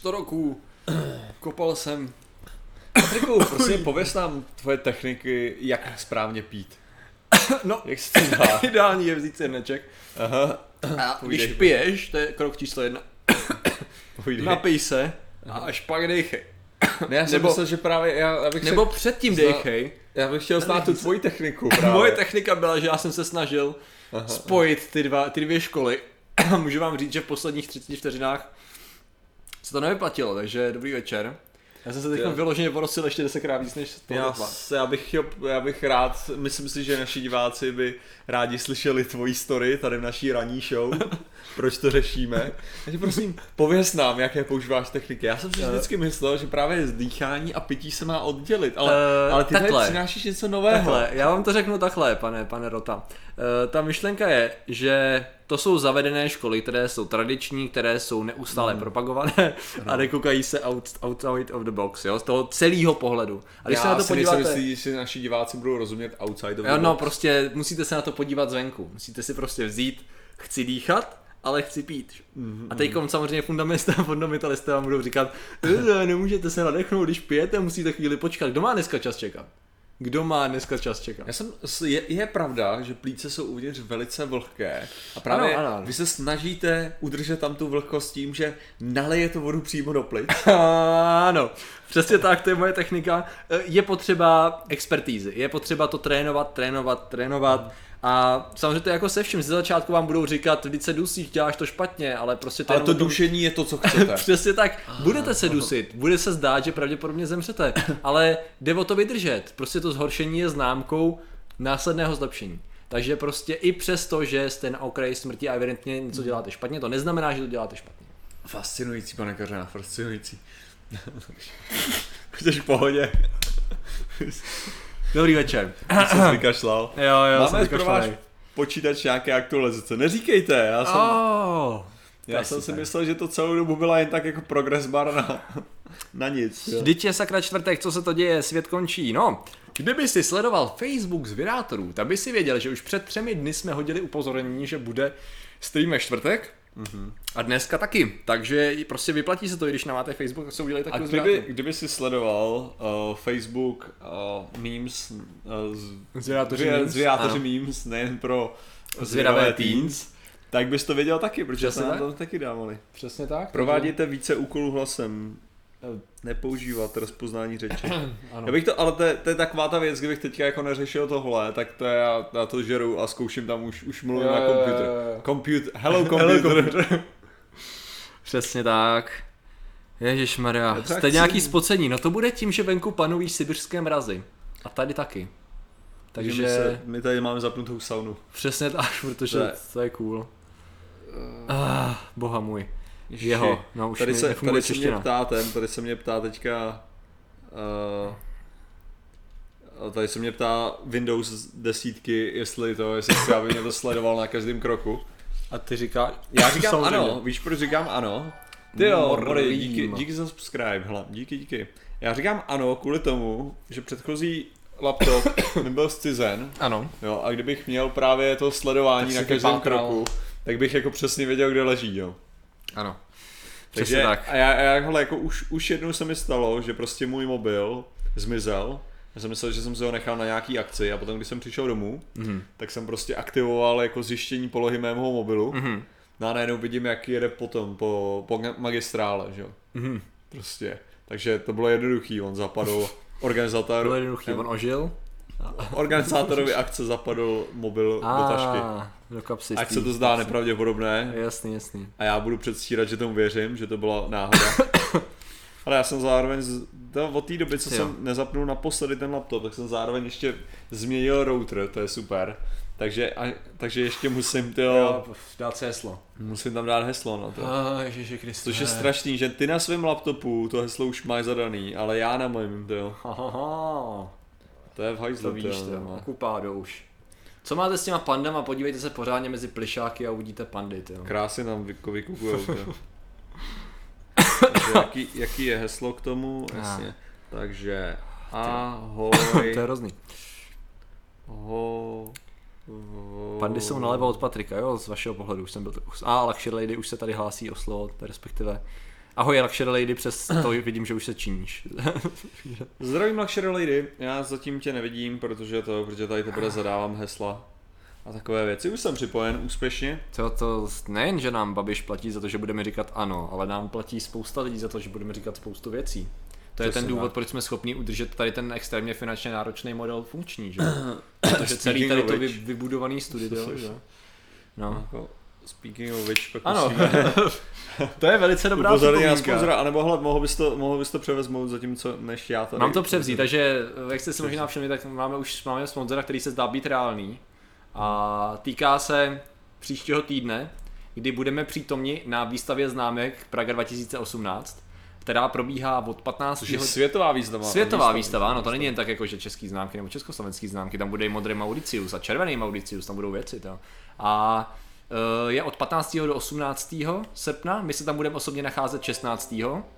100 roků kopal jsem. Patriku, prosím, pověz nám tvoje techniky, jak správně pít. No, Jak se to dá? ideální je vzít sirneček. Aha. A když piješ, to je krok číslo 1, napij se a až pak dejchej. Ne, já jsem myslel, že právě já bych Nebo předtím dejchej. Já bych chtěl znát tu tvoji techniku právě. Moje technika byla, že já jsem se snažil spojit ty dvě školy. Můžu vám říct, že v posledních 30 vteřinách se to nevyplatilo, takže dobrý večer. Já jsem se teď vyloženě porosil ještě 10krát víc než to. Já bych rád, myslím si, že naši diváci by rádi slyšeli tvoji story tady v naší ranní show. Proč to řešíme? Takže prosím, pověz nám, jaké používáš techniky. Já jsem si vždycky myslel, že právě z dýchání a pití se má oddělit, ale ty tady přinášíš něco nového. Takhle, já vám to řeknu takhle, pane Rota. Ta myšlenka je, že to jsou zavedené školy, které jsou tradiční, které jsou neustále propagované a nekoukají se outside of the box, jo, z toho celého pohledu. A když se na to podíváte... Myslí, že naši diváci budou rozumět outside of the box. No, prostě musíte se na to podívat zvenku. Musíte si prostě vzít, chci dýchat, ale chci pít. A teďkom samozřejmě fundamentalisté vám budou říkat, nemůžete se nadechnout, když pijete, musíte chvíli počkat. Kdo má dneska čas čekat? Je pravda, že plíce jsou uvnitř velice vlhké a právě ano. Vy se snažíte udržet tam tu vlhkost tím, že nalejete vodu přímo do plic. Ano, přesně tak, to je moje technika. Je potřeba expertízy, je potřeba to trénovat. A samozřejmě to je jako se vším, ze začátku vám budou říkat, vždyť se dusíš, děláš to špatně, ale prostě to ale to dušení je to, co chcete. Přesně tak, budete se dusit, bude se zdát, že pravděpodobně zemřete, ale jde o to vydržet, prostě to zhoršení je známkou následného zlepšení. Takže prostě i přesto, že jste na okraji smrti a evidentně něco děláte špatně, to neznamená, že to děláte špatně. Fascinující, pane Kařena, fascinující. Jsi v pohodě. Dobrý večer. Jsi vykašlal. Jo, máme pro váš počítač nějaké aktualizace. Neříkejte, já jsem si myslel, že to celou dobu byla jen tak jako progress bar na nic. Vždyť je sakra čtvrtek, co se to děje, svět končí. No, kdyby si sledoval Facebook z Virátorů, tak by si věděl, že už před 3 dny jsme hodili upozornění, že bude stream ve čtvrtek. A dneska taky, takže prostě vyplatí se to, když máte Facebook, tak se udělej taky kdyby si sledoval Facebook memes zvědátoři memes, nejen pro zvědavé teens, tak bys to věděl taky, protože se nám to taky dávali. Přesně tak. Provádějte více úkolů hlasem. Nepoužívat rozpoznání řeči. Ale to je taková ta věc, kdybych teďka jako neřešil tohle, tak to je, já to žeru a zkouším tam už mluvím na computer. Hello computer. Přesně tak. Ježišmarja, jste nějaký spocení, no to bude tím, že venku panují sibiřské mrazy. A tady taky. Takže my tady máme zapnutou saunu. Přesně tak, protože to je cool. Boha můj. Už tady se mě ptá teďka tady se mě ptá Windows 10, jestli chci, aby mě to sledoval na každém kroku. A ty říkáš? Já říkám ano, víš proč říkám ano? Díky za subscribe, díky. Já říkám ano kvůli tomu, že předchozí laptop mi byl zcizen. Ano. Jo, a kdybych měl právě to sledování na každém kroku, tak bych jako přesně věděl, kde leží, jo. Ano. Takže tak. A já jako už jednou se mi stalo, že prostě můj mobil zmizel. Já jsem myslel, že jsem si ho nechal na nějaký akci a potom, když jsem přišel domů, tak jsem prostě aktivoval jako zjištění polohy mého mobilu. No a najednou vidím, jak jede potom po magistrále, že jo. Prostě. Takže to bylo jednoduchý, on zapadl organizátor. Bylo jednoduchý, on ožil. Organizátorovi akce zapadl mobil do tašky. Do kapsy. Ať se to zdá nepravděpodobné. Jasný. A já budu předstírat, že tomu věřím, že to byla náhoda. Ale já jsem zároveň, od té doby, co jsem nezapnul naposledy ten laptop, tak jsem zároveň ještě změnil router, to je super. Takže ještě musím dát si heslo. Musím tam dát heslo, no to. Ježiši Kriste. Což je strašný, že ty na svém laptopu to heslo už máš zadaný, ale já na mém, To je v hajzlu, to víš, kupádo už. Co máte s těma pandama? Podívejte se pořádně mezi plišáky a uvidíte pandy, jo. Krásně nám vykukujou, jaký je heslo k tomu? Jasně. Takže ahoj. To je hrozný. Pandy jsou nalevo od Patrika, jo, z vašeho pohledu už jsem byl. Luxury Lady už se tady hlásí o slovo, respektive Ahoj Luxury Lady, přes to vidím, že už se činíš. Zdravím Luxury Lady, já zatím tě nevidím, protože tady teprve zadávám hesla a takové věci. Už jsem připojen úspěšně. To nejen, že nám Babiš platí za to, že budeme říkat ano, ale nám platí spousta lidí za to, že budeme říkat spoustu věcí. To je ten důvod, proč jsme schopni udržet tady ten extrémně finančně náročný model funkční, že? Protože celý tady to vybudovaný studio, že? No. Speaking of which, ano, to je velice dobrá připomínka. Anebo hled, mohl bys to převezmout zatímco než já tady. Mám to převzít, takže jak jste si možná všimli, tak máme sponzora, který se zdá být reálný. A týká se příštího týdne, kdy budeme přítomni na výstavě známek Praga 2018, která probíhá od 15. Světová výstava. Světová výstava, ano, to není jen tak jako, že český známky nebo československý známky, tam bude i modrý Mauricius a červený Mauricius, tam budou věci. To. A je od 15. do 18. srpna, my se tam budeme osobně nacházet 16.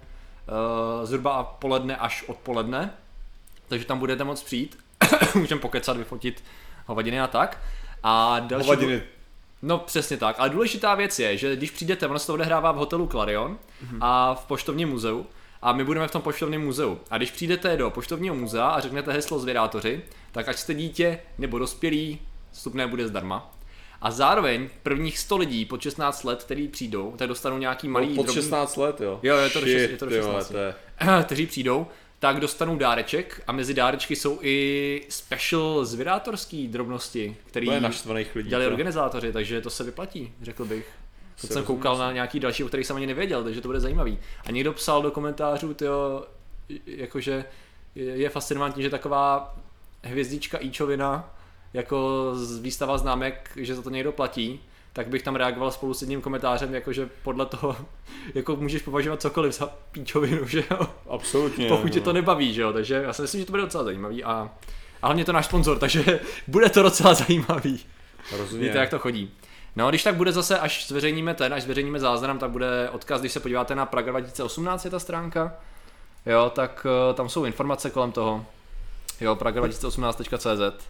Zhruba poledne až odpoledne, takže tam budete moct přijít, můžeme pokecat, vyfotit hovadiny a tak. A další hovadiny. No přesně tak, ale důležitá věc je, že když přijdete, ono se to odehrává v hotelu Clarion a v poštovním muzeu a my budeme v tom poštovním muzeu. A když přijdete do poštovního muzea a řeknete heslo Zvědátoři, tak ať jste dítě nebo dospělý, vstupné bude zdarma. A zároveň prvních 100 lidí pod 16 let, kteří přijdou, tak dostanou nějaký malý pod 16 let, jo? Jo, je to do 16. Kteří přijdou, tak dostanou dáreček a mezi dárečky jsou i special zvědátorský drobnosti, který dělali organizátoři, takže to se vyplatí, řekl bych. To jsem koukal na nějaký další, o kterých jsem ani nevěděl, takže to bude zajímavý. A někdo psal do komentářů, jakože je fascinantní, že taková hvězdička Ičovina, jako z výstava známek, že za to někdo platí, tak bych tam reagoval spolu s jedním komentářem, jakože podle toho, jako můžeš považovat cokoliv za píčovinu, že jo? Absolutně. Pokud tě to nebaví, že jo? Takže já si myslím, že to bude docela zajímavý a hlavně to náš sponzor, takže bude to docela zajímavý. Rozumím. Víte, jak to chodí. No, když tak bude zase, až zveřejníme záznam, tak bude odkaz, když se podíváte na Praga 2018 je ta stránka, jo, tak tam jsou informace kolem toho, jo, praga2018.cz,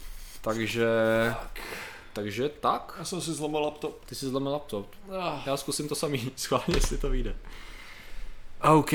takže tak. Já jsem si zlomil laptop. Ty jsi zlomil laptop. Já zkusím to samý, schválně, jestli to vyjde. OK.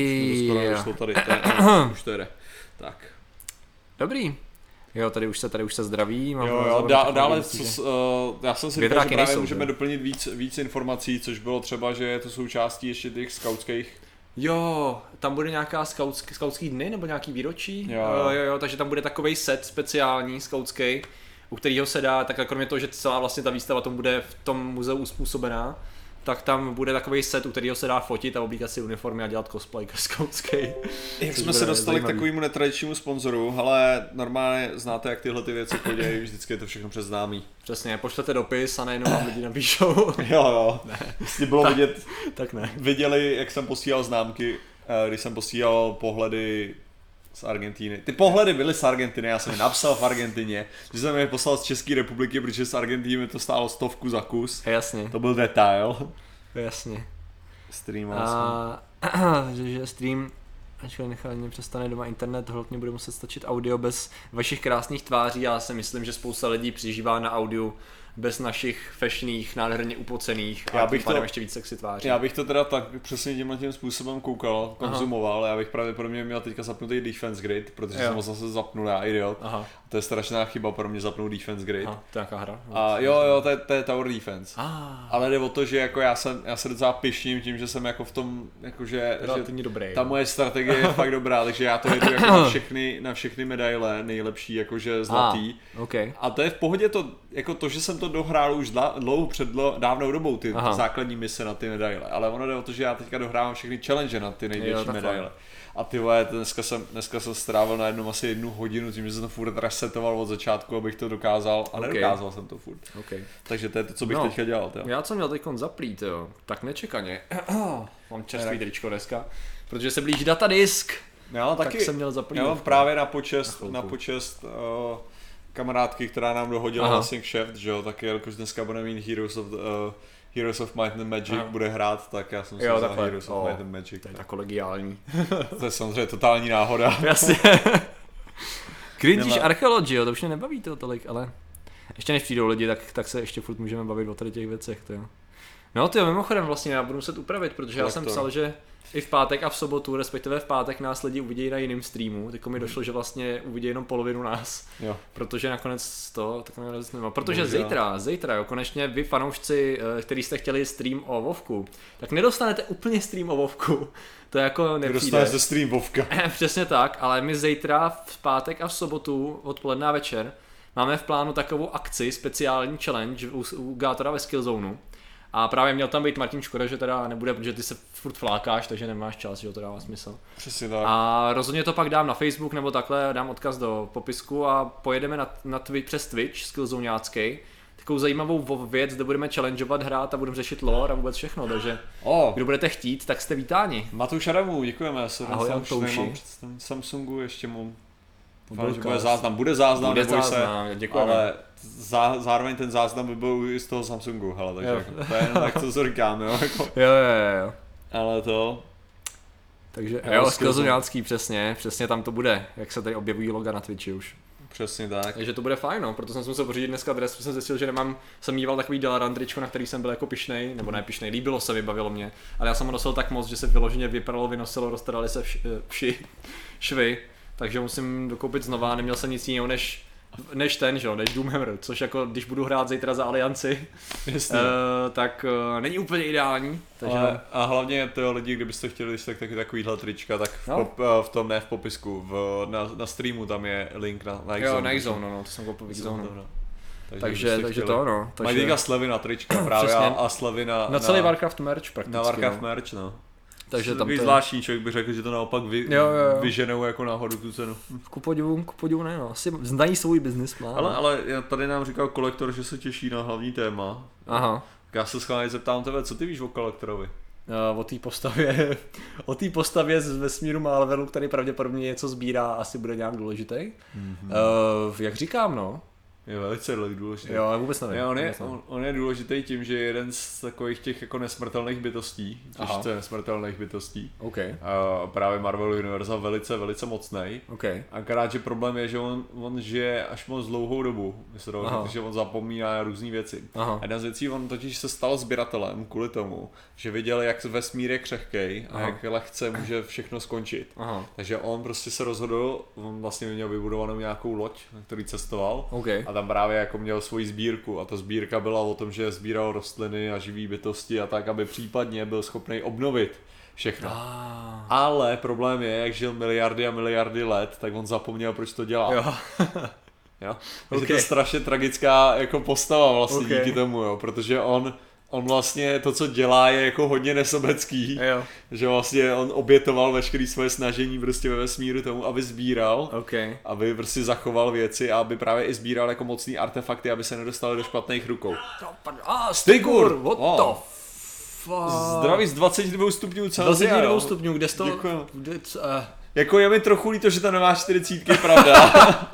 Už to jde. Tak. Dobrý. Jo, tady už se zdraví. Jo, dále, já jsem si říkal, že právě můžeme doplnit víc informací, což bylo třeba, že je to součástí ještě těch skautských. Jo, tam bude nějaká skautský dny nebo nějaký výročí. Jo, takže tam bude takovej set speciální skautský, u kterého se dá, tak kromě toho, že celá vlastně ta výstava tomu bude v tom muzeu uspůsobená, tak tam bude takový set, u kterého se dá fotit a oblíkat si uniformy a dělat cosplay skautský. Jak jsme se dostali k takovému netradičnímu sponzoru, ale normálně znáte, jak tyhle ty věci chodí, vždycky je to všechno přes známý. Přesně, pošlete dopis a nejenom vám lidi napíšou. Jo. Jestli bylo vidět, tak ne. Viděli, jak jsem posílal známky, když jsem posílal pohledy z Argentíny. Ty pohledy byly z Argentiny, já jsem je napsal v Argentině, že jsem je poslal z České republiky, protože z Argentiny mi to stálo 100 za kus. Jasně. To byl detail. Jasně. Stream že stream, ačkoliv nechálně přestane doma internet, hodně bude muset stačit audio bez vašich krásných tváří. Já si myslím, že spousta lidí přežívá na audiu bez našich fashioných, nádherně upocených a tím pádem ještě víc sexy tváří. Já bych to teda tak přesně tím způsobem koukal, konzumoval. Já bych pravděpodobně měl teďka zapnutý defense grid, protože jsem ho zase zapnul, já idiot. Aha. To je strašná chyba pro mě zapnout defense grid. Aha, to je nějaká hra? A jo, to je tower defense. Ale jde o to, že jako já se docela pyšním tím, že jsem jako v tom, jakože dobrý, ta moje strategie je fakt dobrá, takže já to jedu jako na všechny medaile, nejlepší jakože zlatý. Okay. A to je v pohodě to, že jsem to dohrál už dávnou dobou, ty základní mise na ty medaile, ale ono jde o to, že já teďka dohrávám všechny challenge na ty největší medaile. A ty vole, dneska jsem strávil na asi 1 hodinu tím, že jsem to furt resetoval od začátku, abych to dokázal a nedokázal jsem to furt. Okay. Takže to je to, co bych teďka dělal. Já co měl teďkon zaplít, tak nečekaně. Mám čerstvý tričko dneska, protože se blíží datadisk. Jo, tak jsem měl zaplít. Jo, právě na počest kamarádky, která nám dohodila na Sync Chef, že jo, tak jelikož dneska budeme mít Heroes of Might and Magic bude hrát, tak já jsem si vzal Heroes of Might and Magic. To je tak kolegiální. To je samozřejmě totální náhoda. Jasně. Cringe Archaeology, to už mě nebaví to tolik, ale ještě než přijdou lidi, tak se ještě furt můžeme bavit o tady těch věcech, to jo. No ty mimochodem vlastně já budu muset upravit, protože já jsem psal, že i v pátek a v sobotu, respektive v pátek nás lidi uvidějí na jiném streamu, tak mi došlo, že vlastně uvidějí jenom polovinu nás, protože nakonec to tak nemá. Protože zítra, jo, konečně vy fanoušci, kteří jste chtěli stream o Vovku, tak nedostanete úplně stream o Vovku, to jako nepřijde. Dostanete stream Vovka. Přesně tak, ale my zítra v pátek a v sobotu odpoledne a večer máme v plánu takovou akci, speciální challenge u Gátora ve Skillzone. A právě měl tam být Martin, škoda, že teda nebude, protože ty se furt flákáš, takže nemáš čas, že to dává smysl. Přesně tak. A rozhodně to pak dám na Facebook nebo takhle, dám odkaz do popisku a pojedeme přes Twitch skillzoňácký. Takovou zajímavou věc, kde budeme challengeovat, hrát a budeme řešit lore a vůbec všechno, takže kdo budete chtít, tak jste vítáni. Matouš Adamu, děkujeme. Ahoj Matouši. Samsungu ještě mu bude záznam, bude záznam, děkujeme. Ale zároveň ten záznam by byl i z toho Samsungu, hele, takže jako, to je jenom tak, co říkáme, jo. Jako. Jo. Ale to... Takže jo, skillzoňácký, přesně tam to bude, jak se tady objevují loga na Twitchi už. Přesně tak. Takže to bude fajn, no, proto jsem si musel pořídit dneska dres, protože jsem zjistil, že jsem mýval takový Delaran tričko, na který jsem byl jako pyšnej, nebo ne pyšnej, líbilo se mi, bavilo mě, ale já jsem ho nosil tak moc, že se vyloženě vypralo, vynosilo, roztrhali se švy, takže musím dokoupit znova, neměl jsem nic jiného než Doomhammer, což jako když budu hrát zítra za Alianci, tak není úplně ideální. Takže... A hlavně to lidi, kdybyste chtěli taky takovýhle trička, tak v tom ne v popisku, na streamu tam je link na X-Zone. Jo, na X-Zone, no, to jsem koupil v X-Zone. Takže to no. Mají teďka slevy na trička právě a slevy na celý Warcraft merch prakticky. Na Warcraft merch, no. Takže tam zvláštní člověk by řekl, že to naopak vyženou jako nahoru tu cenu. Ku podivu ne, no. Asi znají svůj business plán. Ale tady nám říkal kolektor, že se těší na hlavní téma. Aha. Já se schválně zeptám tebe, co ty víš o kolektorovi? O té postavě z vesmíru Marvelu, který pravděpodobně něco sbírá, asi bude nějak důležitý. Jak říkám, no. Je velice důležitý. Jo, já vůbec nevím. On je důležitý tím, že je jeden z takových těch jako nesmrtelných bytostí, těžce nesmrtelných bytostí. Okay. A právě Marvel Universe velice, velice mocnej. Okay. Akorát, že problém je, že on žije až moc dlouhou dobu, protože on zapomíná na různý věci. A jedna z věcí, on totiž se stal sběratelem kvůli tomu, že viděl, jak vesmír je křehkej a jak lehce může všechno skončit. Takže on prostě se rozhodl, on vlastně měl vybudovanou nějakou loď, na který cestoval. Okay. A tam právě jako měl svoji sbírku a ta sbírka byla o tom, že sbíral rostliny a živý bytosti a tak, aby případně byl schopný obnovit všechno. Ale problém je, jak žil miliardy a miliardy let, tak on zapomněl, proč to dělá. Jo? Okay. Je to strašně tragická jako postava vlastně díky tomu, jo, protože on vlastně to, co dělá, je jako hodně nesobecký, že vlastně on obětoval veškeré svoje snažení prostě ve vesmíru tomu, aby sbíral, aby prostě zachoval věci a aby právě i sbíral jako mocný artefakty, aby se nedostali do špatných rukou. Stigur! What the fuck? Zdraví z 22 stupňů Celsia. 22 stupňů, kde jsi to? Jako je mi trochu líto, že to nemá 40, pravda?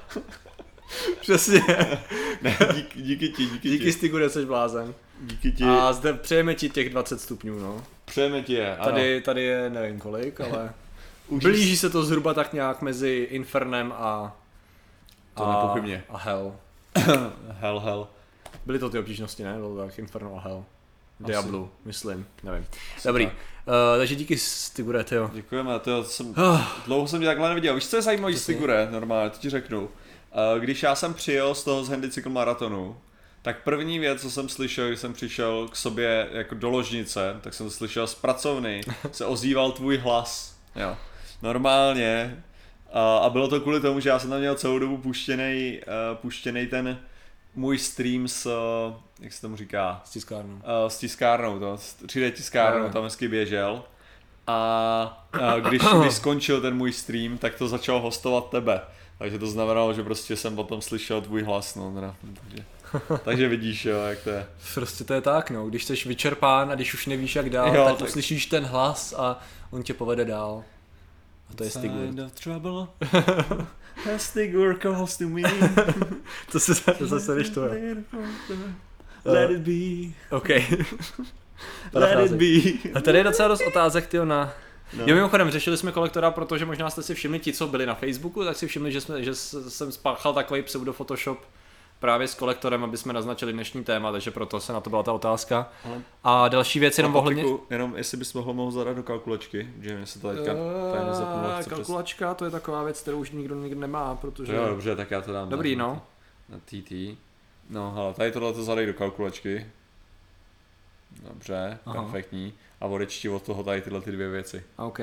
Přesně. Ne, díky ti. Díky Stigure, jsi blázen. Díky ti. A zde přejeme ti těch 20 stupňů, no. Přejeme ti je, ano. Tady je nevím kolik, ale blíží se to zhruba tak nějak mezi Infernem a nepochybně. A Hell. Hell. Byly to ty obtížnosti, ne? Bylo tak Inferno a Hell. Diablo, myslím, nevím. Dobrý, takže díky Stigure, tyjo. Děkujeme, dlouho jsem tě takhle neviděl. Víš, co je zajímavý Stigure, normálně, to ti řeknu. Když já jsem přijel z toho z Handy Cycle Maratonu, tak první věc, co jsem slyšel, když jsem přišel k sobě jako do ložnice, tak jsem slyšel z pracovny, se ozýval tvůj hlas. Jo. Normálně. A bylo to kvůli tomu, že já jsem tam měl celou dobu puštěnej ten můj stream s, jak se tomu říká? S tiskárnou, to 3D tiskárnou, tam hezky běžel. A když skončil ten můj stream, tak to začal hostovat tebe. Takže to znamenalo, že prostě jsem potom slyšel tvůj hlas, no teda, takže vidíš, jo, jak to je. Prostě to je tak, no, když jsi vyčerpán a když už nevíš jak dál, tak uslyšíš ten hlas a on tě povede dál. A to je Stigur. Sign of trouble, Stigur calls to me. To zase víš to, jo. Let it be. OK. Let it be. A tady je docela dost otázek, tyjo, na... No. Jo, mimochodem, řešili jsme kolektora, protože možná jste si všimli, ti, co byli na Facebooku, tak si všimli, že jsem spáchal takový pseudo Photoshop právě s kolektorem, aby jsme naznačili dnešní téma, takže proto se na to byla ta otázka. A další věc jenom ohledně... Jenom jestli bys mohl zadat do kalkulačky, že mě se to teďka tady nezapnulo. Kalkulačka, to je taková věc, kterou už nikdo nemá, protože... Jo, dobře, tak já to dám. Dobrý, no. Na TT. No, hele, tady tohle to zadej do kalkulačky. Dobře, perfektní. A odečti od toho tady tyhle ty dvě věci. OK.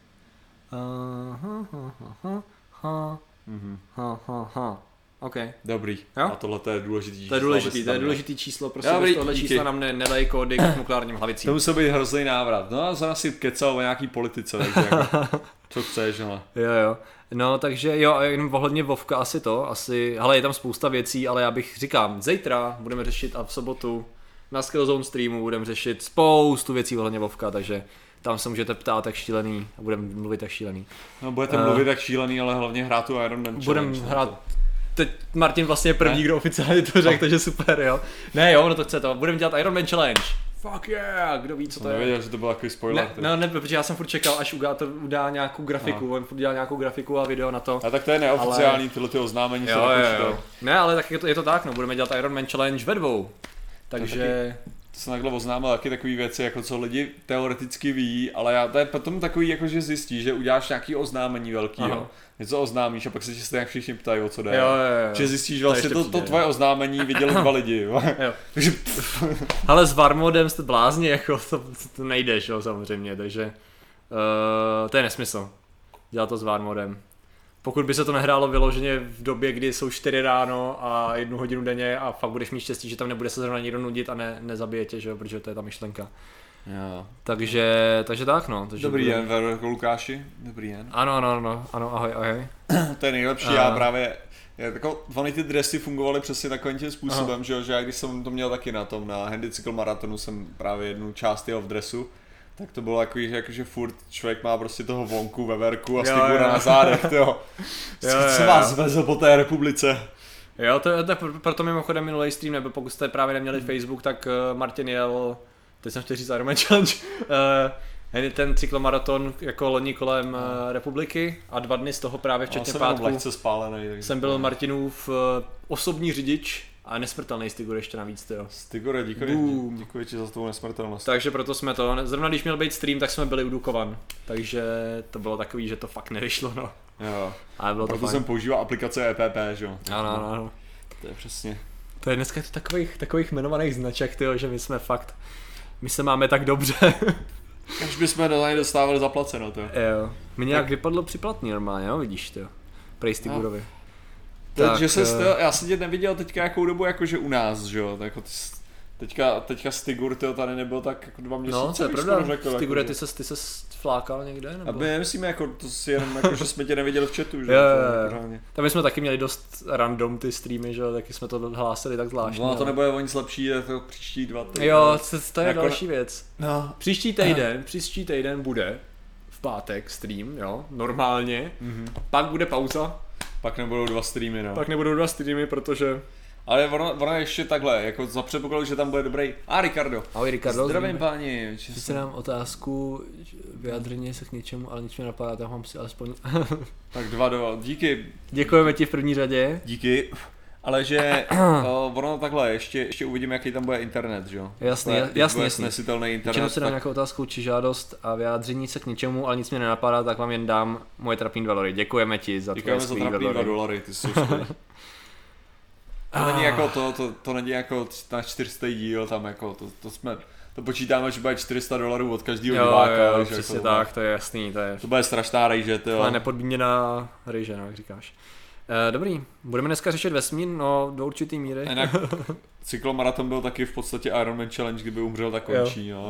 OK. Dobrý. Jo? A tohle je důležitý číslo. To je důležitý číslo, prostě bez tohle čísla nám nedají kódy k nukleárním hlavicím. To musel být hrozný návrat. No a jsem si kecal o nějaký politice, takže jako, co chceš, ale. Jo. No takže jo, jenom ohledně Vovka hele, je tam spousta věcí, ale já bych říkám, zítra budeme řešit a v sobotu na Skillzone streamu budeme řešit spoustu věcí ohledně Vovka, takže tam se můžete ptát jak šílený a budeme mluvit jak šílený. No budete mluvit jak šílený, ale hlavně hrát tu Iron Man Challenge. Budeme hrát, teď Martin vlastně je první, kdo oficiálně to řekl, takže super, jo. Ne jo, ono to chce to, budeme dělat Iron Man Challenge. Fuck yeah, kdo ví, co to je. Nevěděl, že to byl takový spoiler. Ne, protože já jsem furt čekal, až udá nějakou grafiku, on furt dělal nějakou grafiku a video na to. A tak to je neoficiální, tyhle ty oznámení jo. Ne, ale tak je to tak, no, budeme dělat Iron Man Challenge ve dvou. Takže... To jsem takhle oznámil taky takové věci, jako co lidi teoreticky ví, ale to je potom takový, jako že zjistíš, že uděláš nějaký oznámení velkýho. Něco oznámíš a pak se ti stejně všichni ptají, o co jde. Jo. Že zjistíš, že vlastně to tvoje oznámení viděli 2 lidi. Jo. Takže... Ale s Varmodem jste blázni, jako to nejdeš, jo, samozřejmě, takže to je nesmysl. Dělat to s Varmodem. Pokud by se to nehrálo vyloženě v době, kdy jsou 4 ráno a 1 hodinu denně a fakt budeš mít štěstí, že tam nebude se zrovna nikdo nudit a nezabije tě, že jo, protože to je ta myšlenka. Jo. Takže tak no. Dobrý den, Lukáši. Dobrý den. Ano, ahoj. To je nejlepší, já právě... Ony ty dresy fungovaly přesně takovým tím způsobem, že já když jsem to měl taky na Handy Cycle Marathonu jsem právě jednu část jel v dresu, tak to bylo jakože furt člověk má prostě toho vonku, veverku a Stigura na zádech, jo. Se vás vezl po té republice. Jo, to je proto mimochodem minulý stream, nebo pokud jste právě neměli Facebook, tak Martin jel, teď jsem chtěl říct Iron Man Challenge, ten cyklomaraton jako loni kolem republiky a 2 dny z toho právě včetně pátku jsem byl Martinův osobní řidič a nesmrtelný Stigur ještě navíc, jo. Stigur, děkuji ti za tvou nesmrtelnost. Takže proto jsme to, zrovna když měl být stream, tak jsme byli u Dukovan, takže to bylo takový, že to fakt nevyšlo, no. Jo, ale bylo proto jsem používal aplikace EPP, že jo. Ano. To je přesně. To je dneska takových jmenovaných značek, tyjo, že my se máme tak dobře. Až bychom do něj dostávali zaplaceno, to. Jo. Mě nějak vypadlo připlatný normálně, jo, vidíš to. Prej Stigurovi. Takže já jsem tě neviděl teďka jakou dobu, jakože u nás, že jo, jako teďka Stigur, tady nebyl tak jako 2 měsíce. No, to je pravda, Stigure, ty se flákal někde, nebo? Aby nemyslíme, jako, to si jenom jako, že jsme tě neviděli v chatu, že jo. Tam jsme taky měli dost random ty streamy, že jo, taky jsme to hlásili tak zvláštně. No a to nebude o nic lepší, je to příští 2 týdny. Jo, to je další věc. No. Příští týden bude v pátek stream, jo, normálně, pak bude pauza. Pak nebudou 2 streamy, no. Pak nebudou 2 streamy, protože... Ale ono je ještě takhle, jako za předpokladu, že tam bude dobrý... Ricardo. Ahoj Ricardo. Zdravím páni. Jste nám otázku, vyjádření se k něčemu, ale nic mi napadá, tak mám si alespoň... Tak 2, díky. Děkujeme ti v první řadě. Díky. Ale že ono takhle, ještě uvidíme, jaký tam bude internet, že jo? Jasně. Snesitelný internet. Většinou si dám nějakou otázku či žádost a vyjádření se k něčemu, ale nic mi nenapadá, tak vám jen dám moje trapný $2. Děkujeme ti za tvoje skvělý $2, ty jsou skvělý. To není jako to není jako na 400 díl, tam jako to počítáme, že bude $400 od každého diváka. Jo, přesně jako tak, to je jasný. To bude strašná rejže, jo. Ale nepodmíněná rejže, no, jak říkáš. Dobrý, budeme dneska řešit vesmír, no do určitý míry. Jinak cyklomaraton byl taky v podstatě Iron Man Challenge, kdyby umřel, tak končí, jo.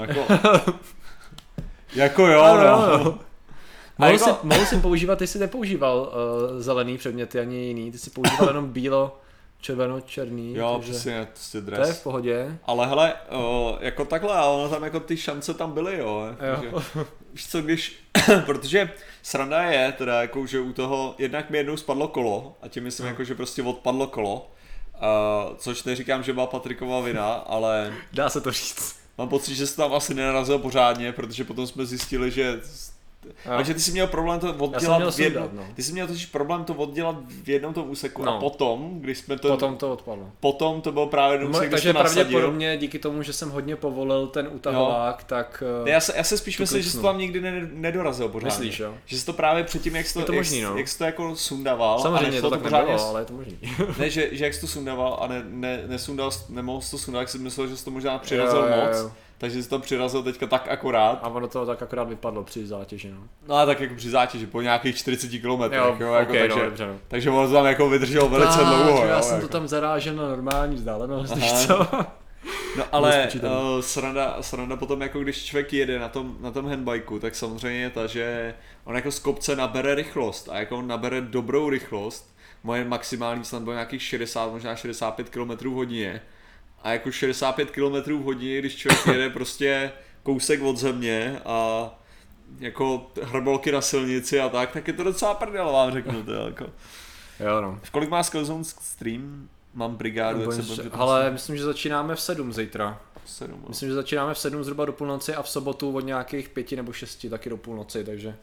Jako jo, no. Mohl si používat, ty jsi nepoužíval zelený předměty ani jiný, ty jsi používal jenom bílo, červeno, černý. Jo, přesně, dres. To je v pohodě. Ale hele, jako takhle, ale tam jako ty šance tam byly, jo. Víš co, protože sranda je teda jako, že u toho jednak mi jednou spadlo kolo a tím myslím jako, že prostě odpadlo kolo, což neříkám, že byla Patrikova vina, ale... Dá se to říct. Mám pocit, že se tam asi nenarazil pořádně, protože potom jsme zjistili, že Takže ty jsi měl problém to oddělat Ty jsi měl totiž problém to oddělat v jednom tom úseku a potom, když jsme to... Potom to odpadlo. Potom to bylo právě ten úsek, takže pravděpodobně díky tomu, že jsem hodně povolil ten utahovák, tak... Já se spíš myslím, že jsi to tam nikdy nedorazil pořádně. Myslíš, jo? Že jsi to právě předtím, jak jsi to jako sundával. Samozřejmě to tak nebylo, ale je to možný. Ne, že jak jsi to sundával a nemohl jsi to sundat, tak si myslel, že jsi to možná přirazil moc. Takže jsi to přirazil teďka tak akorát. A ono to tak akorát vypadlo při zátěži, no. No a tak jako při zátěži, po nějakých 40 km, jo, jako, okay, takže, dobře, no. Takže ono to tam jako vydrželo velice dlouho. Já jsem to tam zarážel na normální vzdálenost, víš co? No ale sranda potom, jako když člověk jede na tom handbajku, tak samozřejmě je ta, že on jako z kopce nabere rychlost a jako on nabere dobrou rychlost. Moje maximální snad bylo nějakých 60, možná 65 km/h. A jako 65 km/h, když člověk jede prostě kousek od země a jako hrbolky na silnici a tak je to docela prdel, vám řeknu to jako. Jo no. V kolik má Skillzone stream? Mám brigádu, ale myslím, že začínáme v 7 zítra. 7, no. Myslím, že začínáme v 7 zhruba do půlnoci a v sobotu od nějakých 5 nebo 6 taky do půlnoci, takže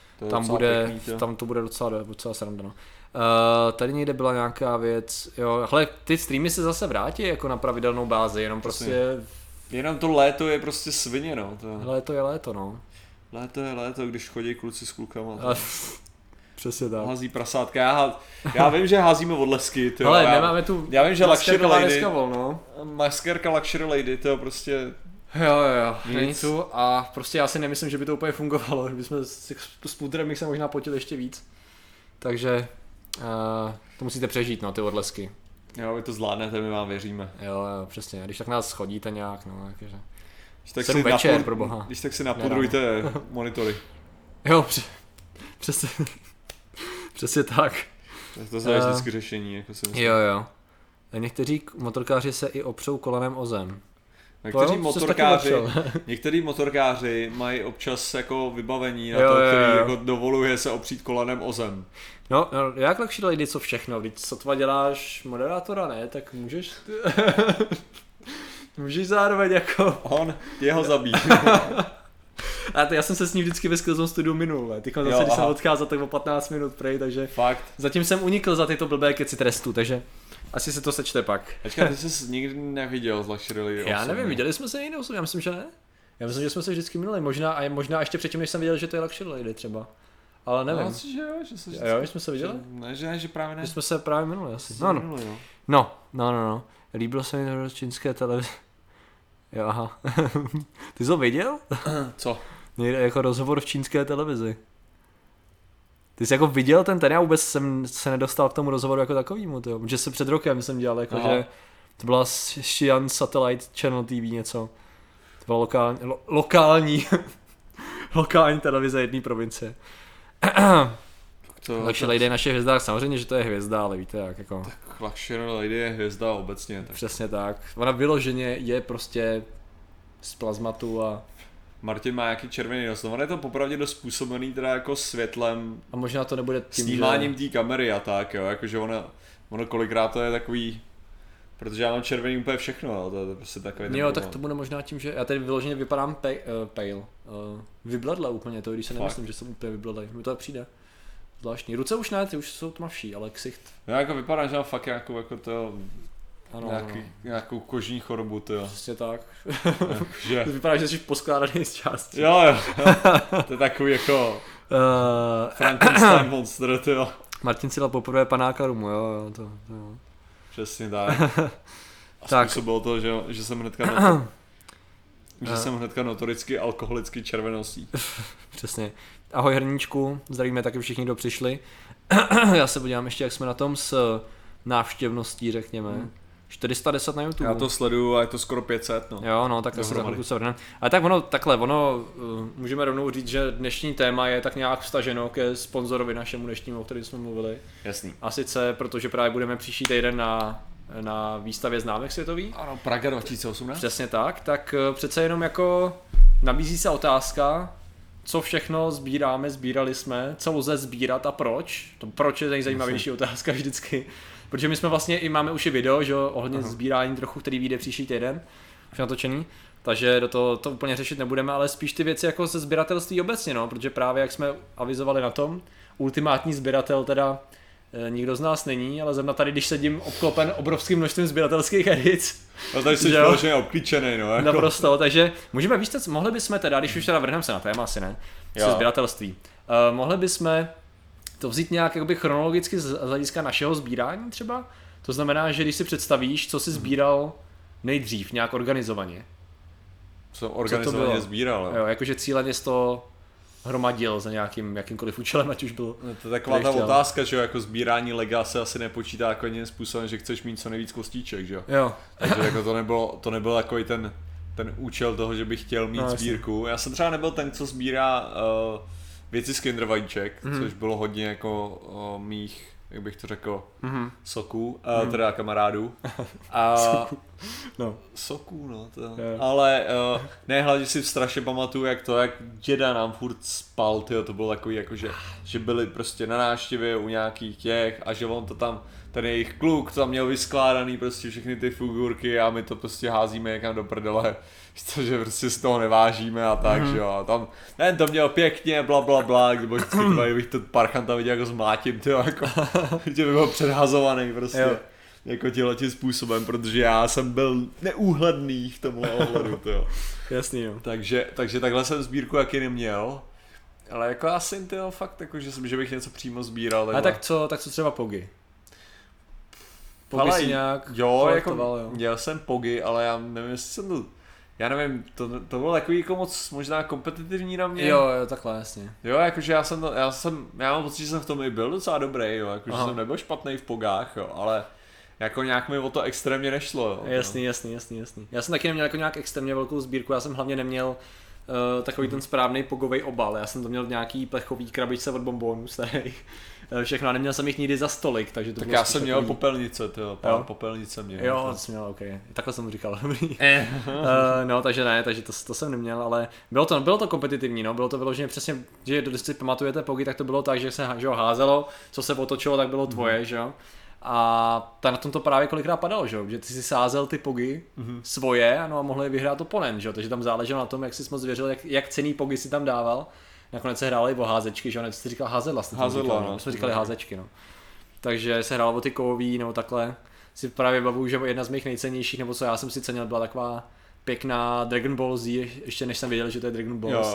tam to bude docela sranda, no. Tady někde byla nějaká věc, jo, hele, ty streamy se zase vrátí jako na pravidelnou bázi, jenom prostě... Jenom to léto je prostě svině, no. Léto je léto, no. Léto je léto, když chodí kluci s klukama. Přesně tak. Hází prasátka, já vím, že házíme odlesky, tyjo. Ale nemáme tu... Já vím, že Luxury Lady... volno. Maskerka Luxury Lady, to prostě... Jo, není tu a prostě já si nemyslím, že by to úplně fungovalo, kdybychom s Spooterem se možná potili ještě víc. Takže to musíte přežít, no, ty odlesky. Jo, vy to zvládnete, my vám věříme. Jo, přesně, když tak nás schodíte nějak, no, jakože. Tak si večer, pro boha. Když tak si napudrujte monitory. Jo, přesně tak. To je vždycky řešení, jako si myslím. Jo. Někteří motorkáři se i opřou kolenem o zem. Některý motorkáři mají občas jako vybavení na to, který jako dovoluje se opřít kolenem o zem. No jak Luxury Lady, co všechno, když sotva děláš moderátora, ne, tak můžeš zároveň jako... On jeho zabít. A to já jsem se s ním vždycky ve Skillzone studiu minul, teď zase, když jsem odcházel, tak o 15 minut prej, takže... Fakt. Zatím jsem unikl za tyto blbé keci trestu, takže... Asi se to sečte pak. Počkej, ty jsi nikdy neviděl z Luxury Lady osobně. Já nevím, viděli jsme se někdy osobně, já myslím, že ne. Já myslím, že jsme se vždycky minuli, možná ještě předtím, než jsem viděl, že to je Luxury Lady třeba. Ale nevím. No, že jo, že se vždycky... Jo, jsme se viděli? Že právě ne. Že jsme se právě minuli asi. No. Líbilo se mi to čínské televize. Jo, aha. Ty jsi ho viděl? Co? Někde jako rozhovor v čínské televizi. Ty jsi jako viděl ten, já vůbec jsem se nedostal k tomu rozhovoru jako takovýmu, tyjo. Protože se před rokem jsem dělal, jakože to byla Xi'an Satellite Channel TV něco. To byla lokální televize jedné provincie. Luxury Lady je naše hvězda, samozřejmě, že to je hvězda, ale víte jak jako... Tak Luxury Lady je hvězda obecně. Tak. Přesně tak. Ona vyloženě je prostě z plazmatu a... Martin má nějaký červený nos, no on je to popravdě dost způsobený teda jako světlem. A možná to nebude tím, snímáním té kamery a tak, jo, jakože ono kolikrát to je takový, protože já mám červený úplně všechno, jo, to je prostě takový. Jo, tak to bude možná tím, že já tady vyloženě vypadám pale, vybledla úplně to, když se nemyslím, že jsem úplně vybledlej, mi to tak přijde. Zvláštní. Ruce už ne, ty už jsou tmavší, ale ksicht. Já jako vypadám, že mám fakt nějakou jako to... Nějakou kožní chorobu, to jo. Přesně tak. Že... To vypadá, že jsi poskládaný z částí. Jo. To je takový jako... Frankenstein monster, to jo. Martin si dal poprvé panáka rumu, jo. To. Přesně tak. A způsobilo to, že jsem hnedka notoricky alkoholicky červeností. Přesně. Ahoj hrníčku, zdravíme taky všichni, kdo přišli. Já se podívám ještě, jak jsme na tom s návštěvností, řekněme. 410 na YouTube. Já to sleduju a je to skoro 500, no. Jo, no, tak asi za chvilku se vrhneme. Ale tak ono, můžeme rovnou říct, že dnešní téma je tak nějak vztaženo ke sponzorovi našemu dnešnímu, o kterém jsme mluvili. Jasný. A sice, protože právě budeme příští týden na výstavě známek světový. Ano, Praga 2018. Přesně tak přece jenom jako nabízí se otázka, co všechno sbírali jsme, co lze sbírat a proč. To proč je nejzajímavější otázka vždycky. Protože my jsme vlastně máme už i video, že ohledně sbírání trochu, který vyjde příští týden, už natočený. Takže do toho to úplně řešit nebudeme, ale spíš ty věci jako ze sběratelství obecně, no, protože právě jak jsme avizovali na tom, ultimátní sběratel teda nikdo z nás není, ale zrovna tady, když sedím obklopen obrovským množstvím sběratelských edic. No tady jsi vyloženě obklíčený, no. Jako. Naprosto, takže můžeme víc, mohli bychom teda, když už teda vrhneme se na téma, asi ne, se sběratelství, mohli bychom to vzít nějak jakoby chronologicky z hlediska našeho sbírání třeba? To znamená, že když si představíš, co jsi sbíral nejdřív, nějak organizovaně. Co organizovaně sbíral, jo, jakože cíleně jsi to hromadil za jakýmkoliv účelem, ať už byl. No to je taková ta otázka, že jo, jako sbírání lega se asi nepočítá jako jiným způsobem, že chceš mít co nejvíc kostíček, že jo. Jo. Takže jako to nebyl takový ten účel toho, že bych chtěl mít sbírku. Já jsem třeba nebyl ten, co sbírá věci z Kinder vajíček, což bylo hodně jako mých, jak bych to řekl, soků, teda kamarádů. Soků, no. Ale ne, hlavně si strašně pamatuju, jak děda nám furt spal, tyjo, to bylo takový, jako že byli prostě na návštěvě u nějakých těch a že on to tam, ten jejich kluk tam měl vyskládaný prostě všechny ty figurky a my to prostě házíme někam do prdele, že prostě z toho nevážíme a tak, že jo, a tam, ten to měl pěkně, bla, nebo vždycky bych to parchanta viděl, jako zmlátím, tyjo, jako, že by byl předhazovaný prostě. Jo. Jako tímhletím způsobem, protože já jsem byl neúhledný v tomhle ohledu, jo. Jasný, jo. Takže takhle jsem sbírku jaký neměl, ale jako asi tyjo, fakt jako, že bych něco přímo sbíral. Takhle. A tak co třeba Pogy? Pogy si nějak jako, jo. Měl jsem Pogy, ale já nevím, jestli jsem to, já nevím, to bylo takový jako moc možná kompetitivní na mě. Jo, takhle, jasně. Jo, jakože já mám pocit, že jsem v tom i byl docela dobrý, jo, jakože jsem nebyl špatný v Pogách, jo, ale jako nějak mi o to extrémně nešlo. Jo. Jasný. Já jsem taky neměl jako nějak extrémně velkou sbírku, já jsem hlavně neměl takový ten správný pogovej obal, já jsem to měl v nějaký plechový krabičce od bonbonů starých. Všechno, a neměl jsem jich nikdy za stolik, takže to tak bylo já jsem měl popelnice, pár popelnice měl. Jo, to jsem měl, ok. Takhle jsem mu říkal, dobrý. No, takže ne, takže to jsem neměl, ale bylo to kompetitivní, no, bylo to vyloženě přesně, že když si pamatujete Pogy, tak to bylo tak, že se házelo, co se otočilo, tak bylo tvoje, že jo. A na tom to právě kolikrát padalo, že ty si sázel ty Pogy svoje, no a mohl je vyhrát oponent, že? Takže tam záleželo na tom, jak jsi moc věřil, jak cený Pogy si tam dával. Nakonec se hrály o házečky, že? Jsi říkal házedla, no. Jsme říkali házečky, no. Takže se hrálo o ty kovový, nebo takhle. Si právě bavuju, že jedna z mých nejcennějších, nebo co já jsem si cenil, byla taková pěkná Dragon Ball Z, ještě než jsem věděl, že to je Dragon Balls.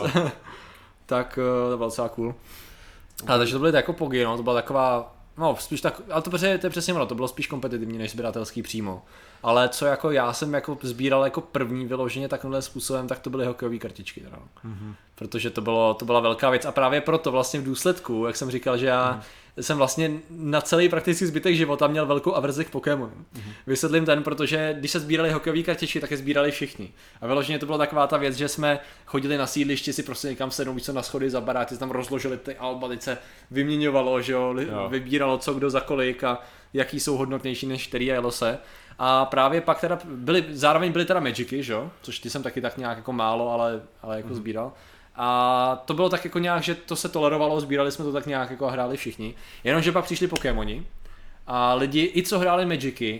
Tak to bylo docela cool. A takže to byly jako Pogy, no, to byla taková. No, spíš tak, ale to je přesně ono, to bylo spíš kompetitivní než sběratelský přímo. Ale co jako já jsem jako sbíral jako první vyloženě takovýmhle způsobem, tak to byly hokejové kartičky. Teda. Protože to byla velká věc a právě proto vlastně v důsledku, jak jsem říkal, že já jsem vlastně na celý praktický zbytek života měl velkou averzi k Pokémonům. Vysvětlím protože když se sbírali hokejové kartičky, tak je sbírali všichni. A vyloženě to byla taková ta věc, že jsme chodili na sídlišti si prostě někam sednout, na schody za baráky, tam rozložili ty alba, teď se vyměňovalo, že jo, vybíralo co kdo za kolik a jaký jsou hodnotnější než který a jelo se. A právě pak teda zároveň byly teda Magicy, že jo, což ty jsem taky tak nějak jako málo, ale jako sbíral. A to bylo tak jako nějak, že to se tolerovalo, sbírali jsme to tak nějak jako a hráli všichni. Jenomže pak přišli Pokémoni a lidi i co hráli Magicy,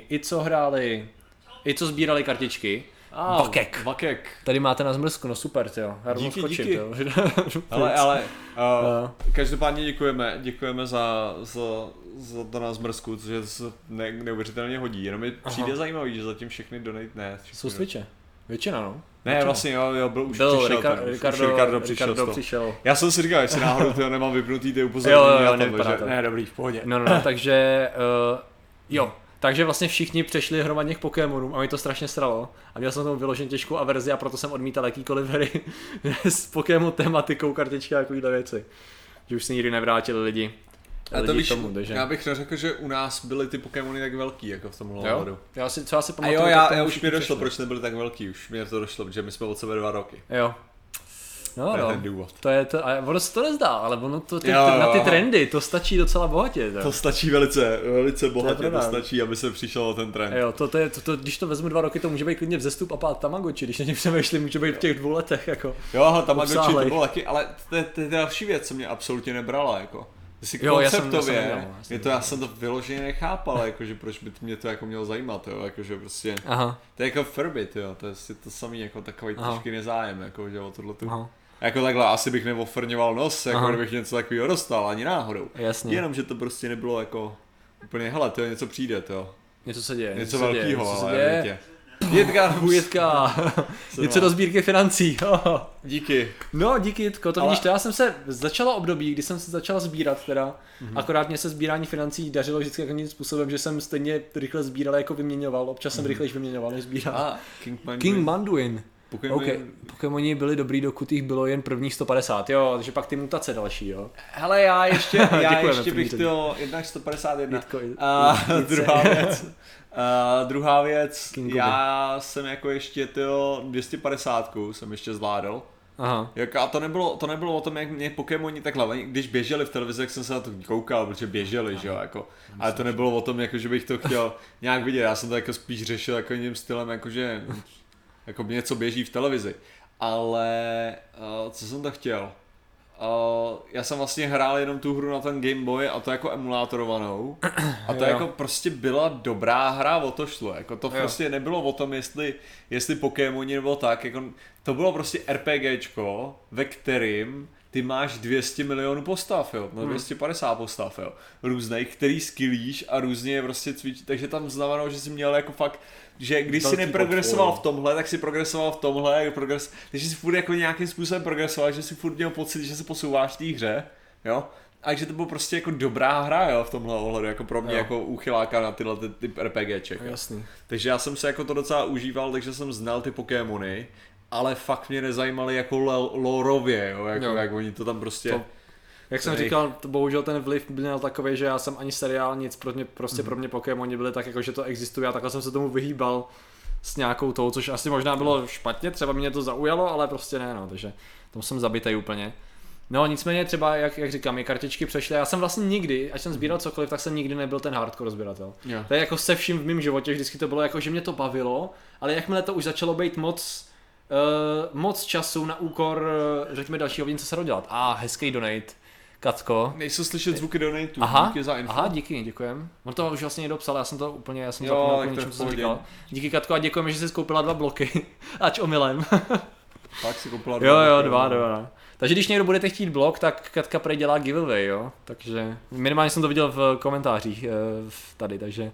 i co sbírali kartičky. Vakek. Tady máte na zmrzku, no super, tyjo. Díky. Ale každopádně děkujeme za to na zmrzku, což se neuvěřitelně hodí. Jenom mi přijde zajímavý, že zatím všechny donate ne. Jsou switche. Většina, no. Ne, vlastně jo, Ricardo přišel. Já jsem si říkal, jestli náhodou nemám vypnutý ty upozornění. Ne, dobrý, v pohodě. No, takže takže vlastně všichni přešli hromadně k Pokémonům a mi to strašně sralo. A měl jsem tomu vyloženě těžkou averzi a proto jsem odmítal jakýkoliv hry s Pokémon tematikou, kartičky a takovýhle věci. Že už se nikdy nevrátili lidi. A to víš, já bych neřekl, že u nás byly ty Pokémony tak velký, jako v tomhle ohledu. Já si pamatuju. A já už mi došlo, proč nebyly tak velký, už mi to došlo, protože my jsme od sebe 2 roky. Jo. No, to je ten důvod. To je to, a ono se to nezdá, ale ono na ty trendy to stačí docela bohatě. Tak. To stačí velice bohatě, to stačí, aby se přišel o ten trend. Jo, když to vezmu 2 roky, to může být klidně vzestup a pád Tamagotchi, když na něm přemýšlím, může být v těch 2 letech. Jako, jo, Tamagotchi to bylo taky, ale to je další věc, co mě absolutně nebrala. Jako. konceptově, já jsem to vyloženě nechápal, jakože proč by mě to jako mělo zajímat, jo, jakože prostě, to je jako Furbyt, jo, to je to samý jako takový trošku nezájem, jako, že o tohleto. Jako takhle asi bych neofrňoval nos, jako kdybych něco takového dostal, ani náhodou. Jasně. Jenom, že to prostě nebylo jako úplně, hele, to něco přijde, jo. Něco se děje. Něco velkýho, ale Jitka. Něco do sbírky financí. Díky. No, díky Jitko, to vidíš, to já jsem se začala období, kdy jsem se začala sbírat teda, akorát mě se sbírání financí dařilo vždycky takovým způsobem, že jsem stejně rychle sbíral, jako vyměňoval, občas jsem rychlejš vyměňoval, než sbíral. King Manduin. Pokémoni byli dobrý, dokud jich bylo jen prvních 150, jo, takže pak ty mutace další, jo. Hele, já ještě bych to jednak 151. Druhá věc, já jsem jako ještě 250 jsem ještě zvládl. Aha. A to nebylo o tom, jak mě Pokémoni takhle, když běželi v televizi, jak jsem se na to koukal, protože běželi, že jo, jako. Ale to nebylo o tom, jako, že bych to chtěl nějak vidět, já jsem to jako spíš řešil jako jiným stylem, jakože jako něco běží v televizi. Ale co jsem to chtěl? Já jsem vlastně hrál jenom tu hru na ten Game Boy a to jako emulátorovanou a to jako prostě byla dobrá hra, o to šlo, jako to prostě nebylo o tom, jestli Pokémoni nebo tak, jako to bylo prostě RPGčko, ve kterým ty máš 200 milionů postav, jo, no 250 postav, jo, různých, který skillíš a různě je prostě cvičíš, takže tam znamenalo, že jsi měl jako fakt, že když jsi neprogresoval v tomhle, tak si progresoval v tomhle, takže si furt jako nějakým způsobem progresoval, že si furt měl pocit, že se posouváš v té hře, jo, a že to bylo prostě jako dobrá hra, jo, v tomhle ohledu, jako pro mě jako úchyláka na tyhle typ RPGček, jo. Jasný. Takže já jsem se jako to docela užíval, takže jsem znal ty Pokémony, ale fakt mě nezajímaly jako lorově, jo, jako jak oni to tam prostě... Jak jsem říkal, bohužel ten vliv byl takový, že já jsem ani seriál nic, pro mě Pokémoni byly tak jako, že to existuje a takhle jsem se tomu vyhýbal s nějakou tou, což asi možná bylo špatně, třeba mě to zaujalo, ale prostě ne, no, takže tam jsem zabitej úplně. No nicméně třeba, jak říkám, mi kartičky přešly, já jsem vlastně nikdy, ať jsem sbíral cokoliv, tak jsem nikdy nebyl ten hardcore sběratel. To je jako se vším v mém životě, vždycky to bylo jako, že mě to bavilo, ale jakmile to už začalo být moc času na úkor, řekněme, dalšího hodin, co se dodělat. Hezký donate. Katko. Nejsou slyšet zvuky donatů, díky za info. Děkujem. On to už vlastně někdo psal, já jsem zapomněl něčem, co jsem říkal. Díky Katko a děkujeme, že jsi koupila 2 bloky, ač omylem. Tak si koupila 2 bloky. Jo, 2. Takže když někdo budete chtít blok, tak Katka prej dělá giveaway, jo. Takže minimálně jsem to viděl v komentářích tady, takže...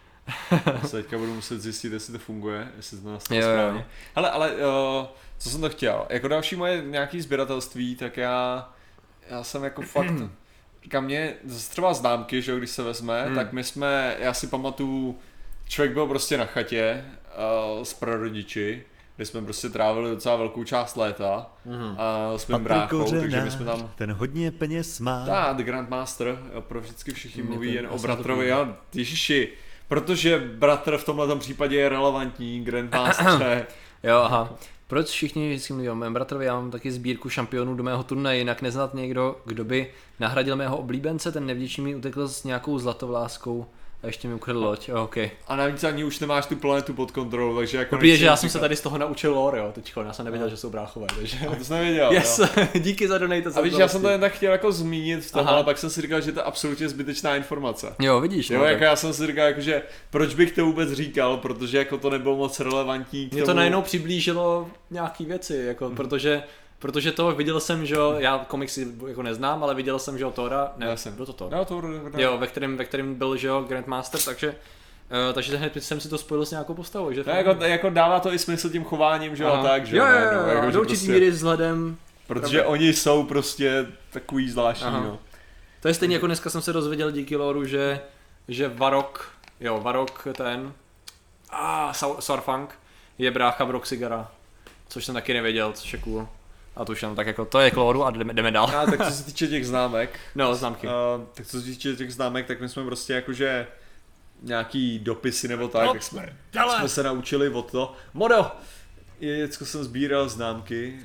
Já se teďka budu muset zjistit, jestli to funguje, jestli to nastalo správně. Hele, ale co jsem to chtěl, jako další moje nějaký sběratelství, tak já jsem jako fakt, říkám mě, třeba známky, že když se vezme, tak já si pamatuju, člověk byl prostě na chatě s prarodiči, kde jsme prostě trávili docela velkou část léta a s mým bráchou, takže my jsme tam... Ten hodně peněz má. The Grandmaster, pro vždycky všichni mluví jen o bratrovi, ježiši, protože bratr v tomhle případě je relevantní, Grandmaster. Jo, aha. Proč všichni vždycky mluví o mém bratrovi, já mám taky sbírku šampionů do mého turnaje, jinak neznat někdo, kdo by nahradil mého oblíbence, ten nevděčný mi utekl s nějakou zlatovláskou a ještě mi ukradl loď, okay. A navíc ani už nemáš tu planetu pod kontrolou, takže jako... Protože já jsem se tady z toho naučil lore, jo, teďko, já jsem nevěděl, že jsou bráchové, takže... A to jsem nevěděl, yes. Díky za donate. A víš, já jsem to jen tak chtěl jako zmínit v tom, ale pak jsem si říkal, že to je absolutně zbytečná informace. Jo, vidíš. Jo, jako já jsem si říkal, jakože, proč bych to vůbec říkal, protože jako to nebylo moc relevantní k tomu. Mě to najednou přiblížilo nějaký věci, jako, protože to viděl jsem, že já komiksy jako neznám, ale viděl jsem, že Thora, ne, byl to Thor. No, Thor. Jo, ve kterém byl, že Grandmaster, takže hned jsem si to spojil s nějakou postavou, že? Jako dává to i smysl tím chováním, že tak, že? Jo, do určitý míry vzhledem. Protože oni jsou prostě takový zvláštní, no. To je stejně jako dneska jsem se dozvěděl díky loru, že Varrock ten Saurfang je brácha Broxigara, což jsem taky nevěděl, což je cool. A to už jenom tak jako, to je k loru a jdeme dál. Tak co se týče těch známek. No, známky. Tak co se týče těch známek, tak my jsme prostě jakože nějaký dopisy nebo tak, jsme se naučili od to. Modo! Děcko jsem sbíral známky.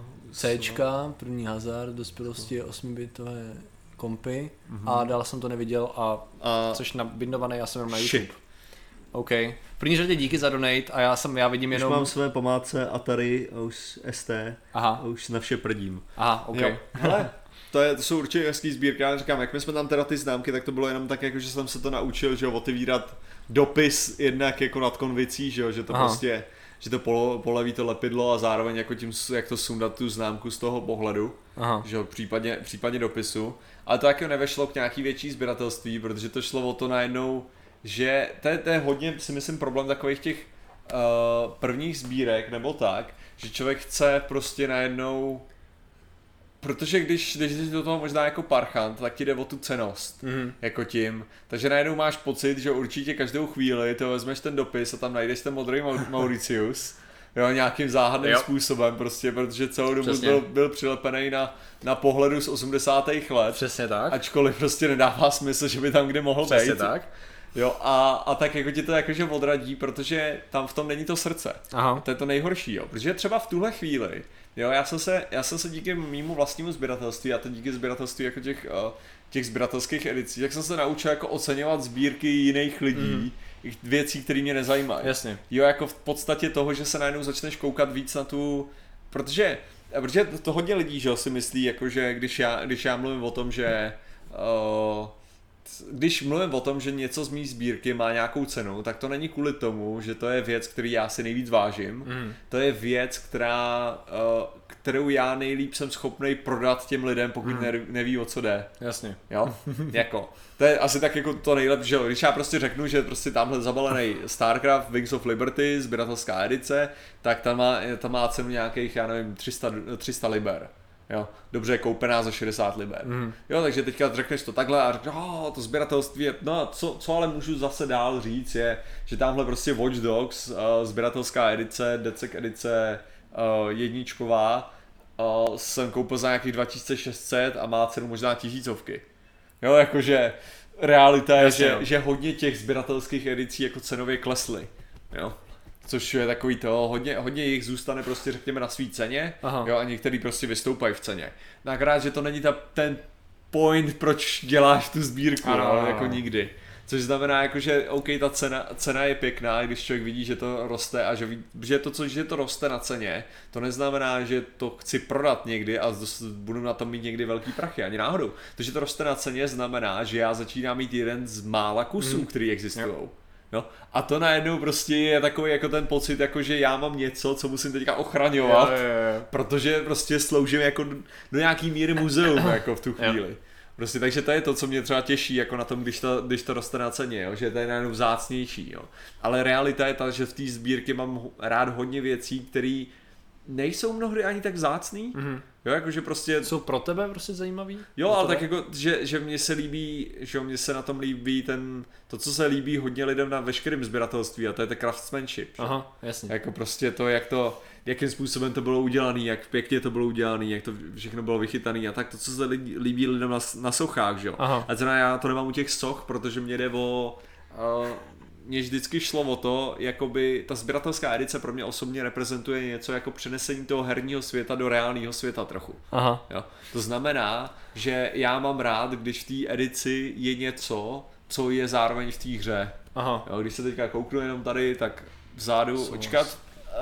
Cčka, první hazard, dospělosti 8-bitové kompy a dál jsem to neviděl což nabindovaný, já jsem jenom na YouTube. OK. V první řadě díky za donate a já vidím jenom... Už mám své památce Atari a už ST a už na vše prdím. Aha, OK. Hele, To jsou určitě hezký sbírky, já říkám, jak my jsme tam teda ty známky, tak to bylo jenom tak, jako, že jsem se to naučil, že otevírat dopis jednak jako nad konvicí, že to prostě, že to poleví to lepidlo a zároveň jako tím, jak to sundat tu známku z toho pohledu, že jo, případně dopisu. Ale to jako nevešlo k nějaký větší sběratelství, protože to šlo o to najednou, že to je hodně, si myslím, problém takových těch prvních sbírek, nebo tak, že člověk chce prostě najednou, protože když jsi do toho možná jako parchant, tak ti jde o tu cennost, jako tím, takže najednou máš pocit, že určitě každou chvíli to vezmeš ten dopis a tam najdeš ten modrý Mauricius, jo, nějakým záhadným způsobem prostě, protože celou dobu byl přilepený na pohledu z 80. let. Přesně tak. Ačkoliv prostě nedává smysl, že by tam kde mohl být. Přesně tak. Jo, a tak jako ti to jakože odradí, protože tam v tom není to srdce. Aha. To je to nejhorší, jo, protože třeba v tuhle chvíli, jo, já jsem se díky mému vlastnímu sběratelství a to díky sběratelství jako těch sběratelských edicí, tak jsem se naučil jako oceňovat sbírky jiných lidí, věcí, které mě nezajímají. Jasně. Jo, jako v podstatě toho, že se najednou začneš koukat víc na tu, protože to hodně lidí, že si myslí, jako že když já mluvím o tom, že když mluvím o tom, že něco z mý sbírky má nějakou cenu, tak to není kvůli tomu, že to je věc, který já si nejvíc vážím. To je věc, kterou já nejlíp jsem schopný prodat těm lidem, pokud neví, o co jde. Jasně. Jo? Jako, to je asi tak jako to nejlepší, že když já prostě řeknu, že prostě tamhle zabalený StarCraft Wings of Liberty, sběratelská edice, tak tam má cenu nějakých, já nevím, 300 liber. Jo, dobře koupená za 60 liber. Jo, takže teďka řekneš to takhle a řekneš, to sběratelství je, no co ale můžu zase dál říct je, že tamhle prostě Watch Dogs, sběratelská edice, Decek edice jedničková, jsem koupil za nějakých 2600 a má cenu možná 1000. Jo, jakože realita je, že hodně těch sběratelských edicí jako cenově klesly. Jo. Což je takový to, hodně jich zůstane prostě řekněme na svý ceně, jo, a některý prostě vystoupají v ceně. Nakrát, že to není ten point, proč děláš tu sbírku, no, jako nikdy. Což znamená, jako, že OK, ta cena je pěkná, když člověk vidí, že to roste a že to roste na ceně, to neznamená, že to chci prodat někdy a budu na tom mít někdy velký prachy, ani náhodou. To, že to roste na ceně, znamená, že já začínám mít jeden z mála kusů, který existují. No, a to najednou prostě je takový jako ten pocit, jako že já mám něco, co musím teďka ochraňovat, protože prostě sloužím jako do nějaký míry muzeum jako v tu chvíli. Prostě, takže to je to, co mě třeba těší jako na tom, když to roste na ceně, jo? Že to je najednou vzácnější. Jo? Ale realita je ta, že v té sbírce mám rád hodně věcí, které nejsou mnohdy ani tak vzácný. Jo, jakože prostě... Jsou pro tebe prostě zajímavý? Jo, ale tak jako, že mně se líbí, že mně se na tom líbí to, co se líbí hodně lidem na veškerém sběratelství, a to je ten craftsmanship. Aha, jasně. Jako prostě to, jakým způsobem to bylo udělané, jak pěkně to bylo udělané, jak to všechno bylo vychytané a tak to, co se líbí lidem na sochách, že jo. A třeba já to nemám u těch soch, protože mě jde o... Mně vždycky šlo o to, jakoby ta sběratelská edice pro mě osobně reprezentuje něco jako přenesení toho herního světa do reálného světa trochu. Jo? To znamená, že já mám rád, když v té edici je něco, co je zároveň v té hře. Jo? Když se teďka kouknu jenom tady, tak vzadu, očkat,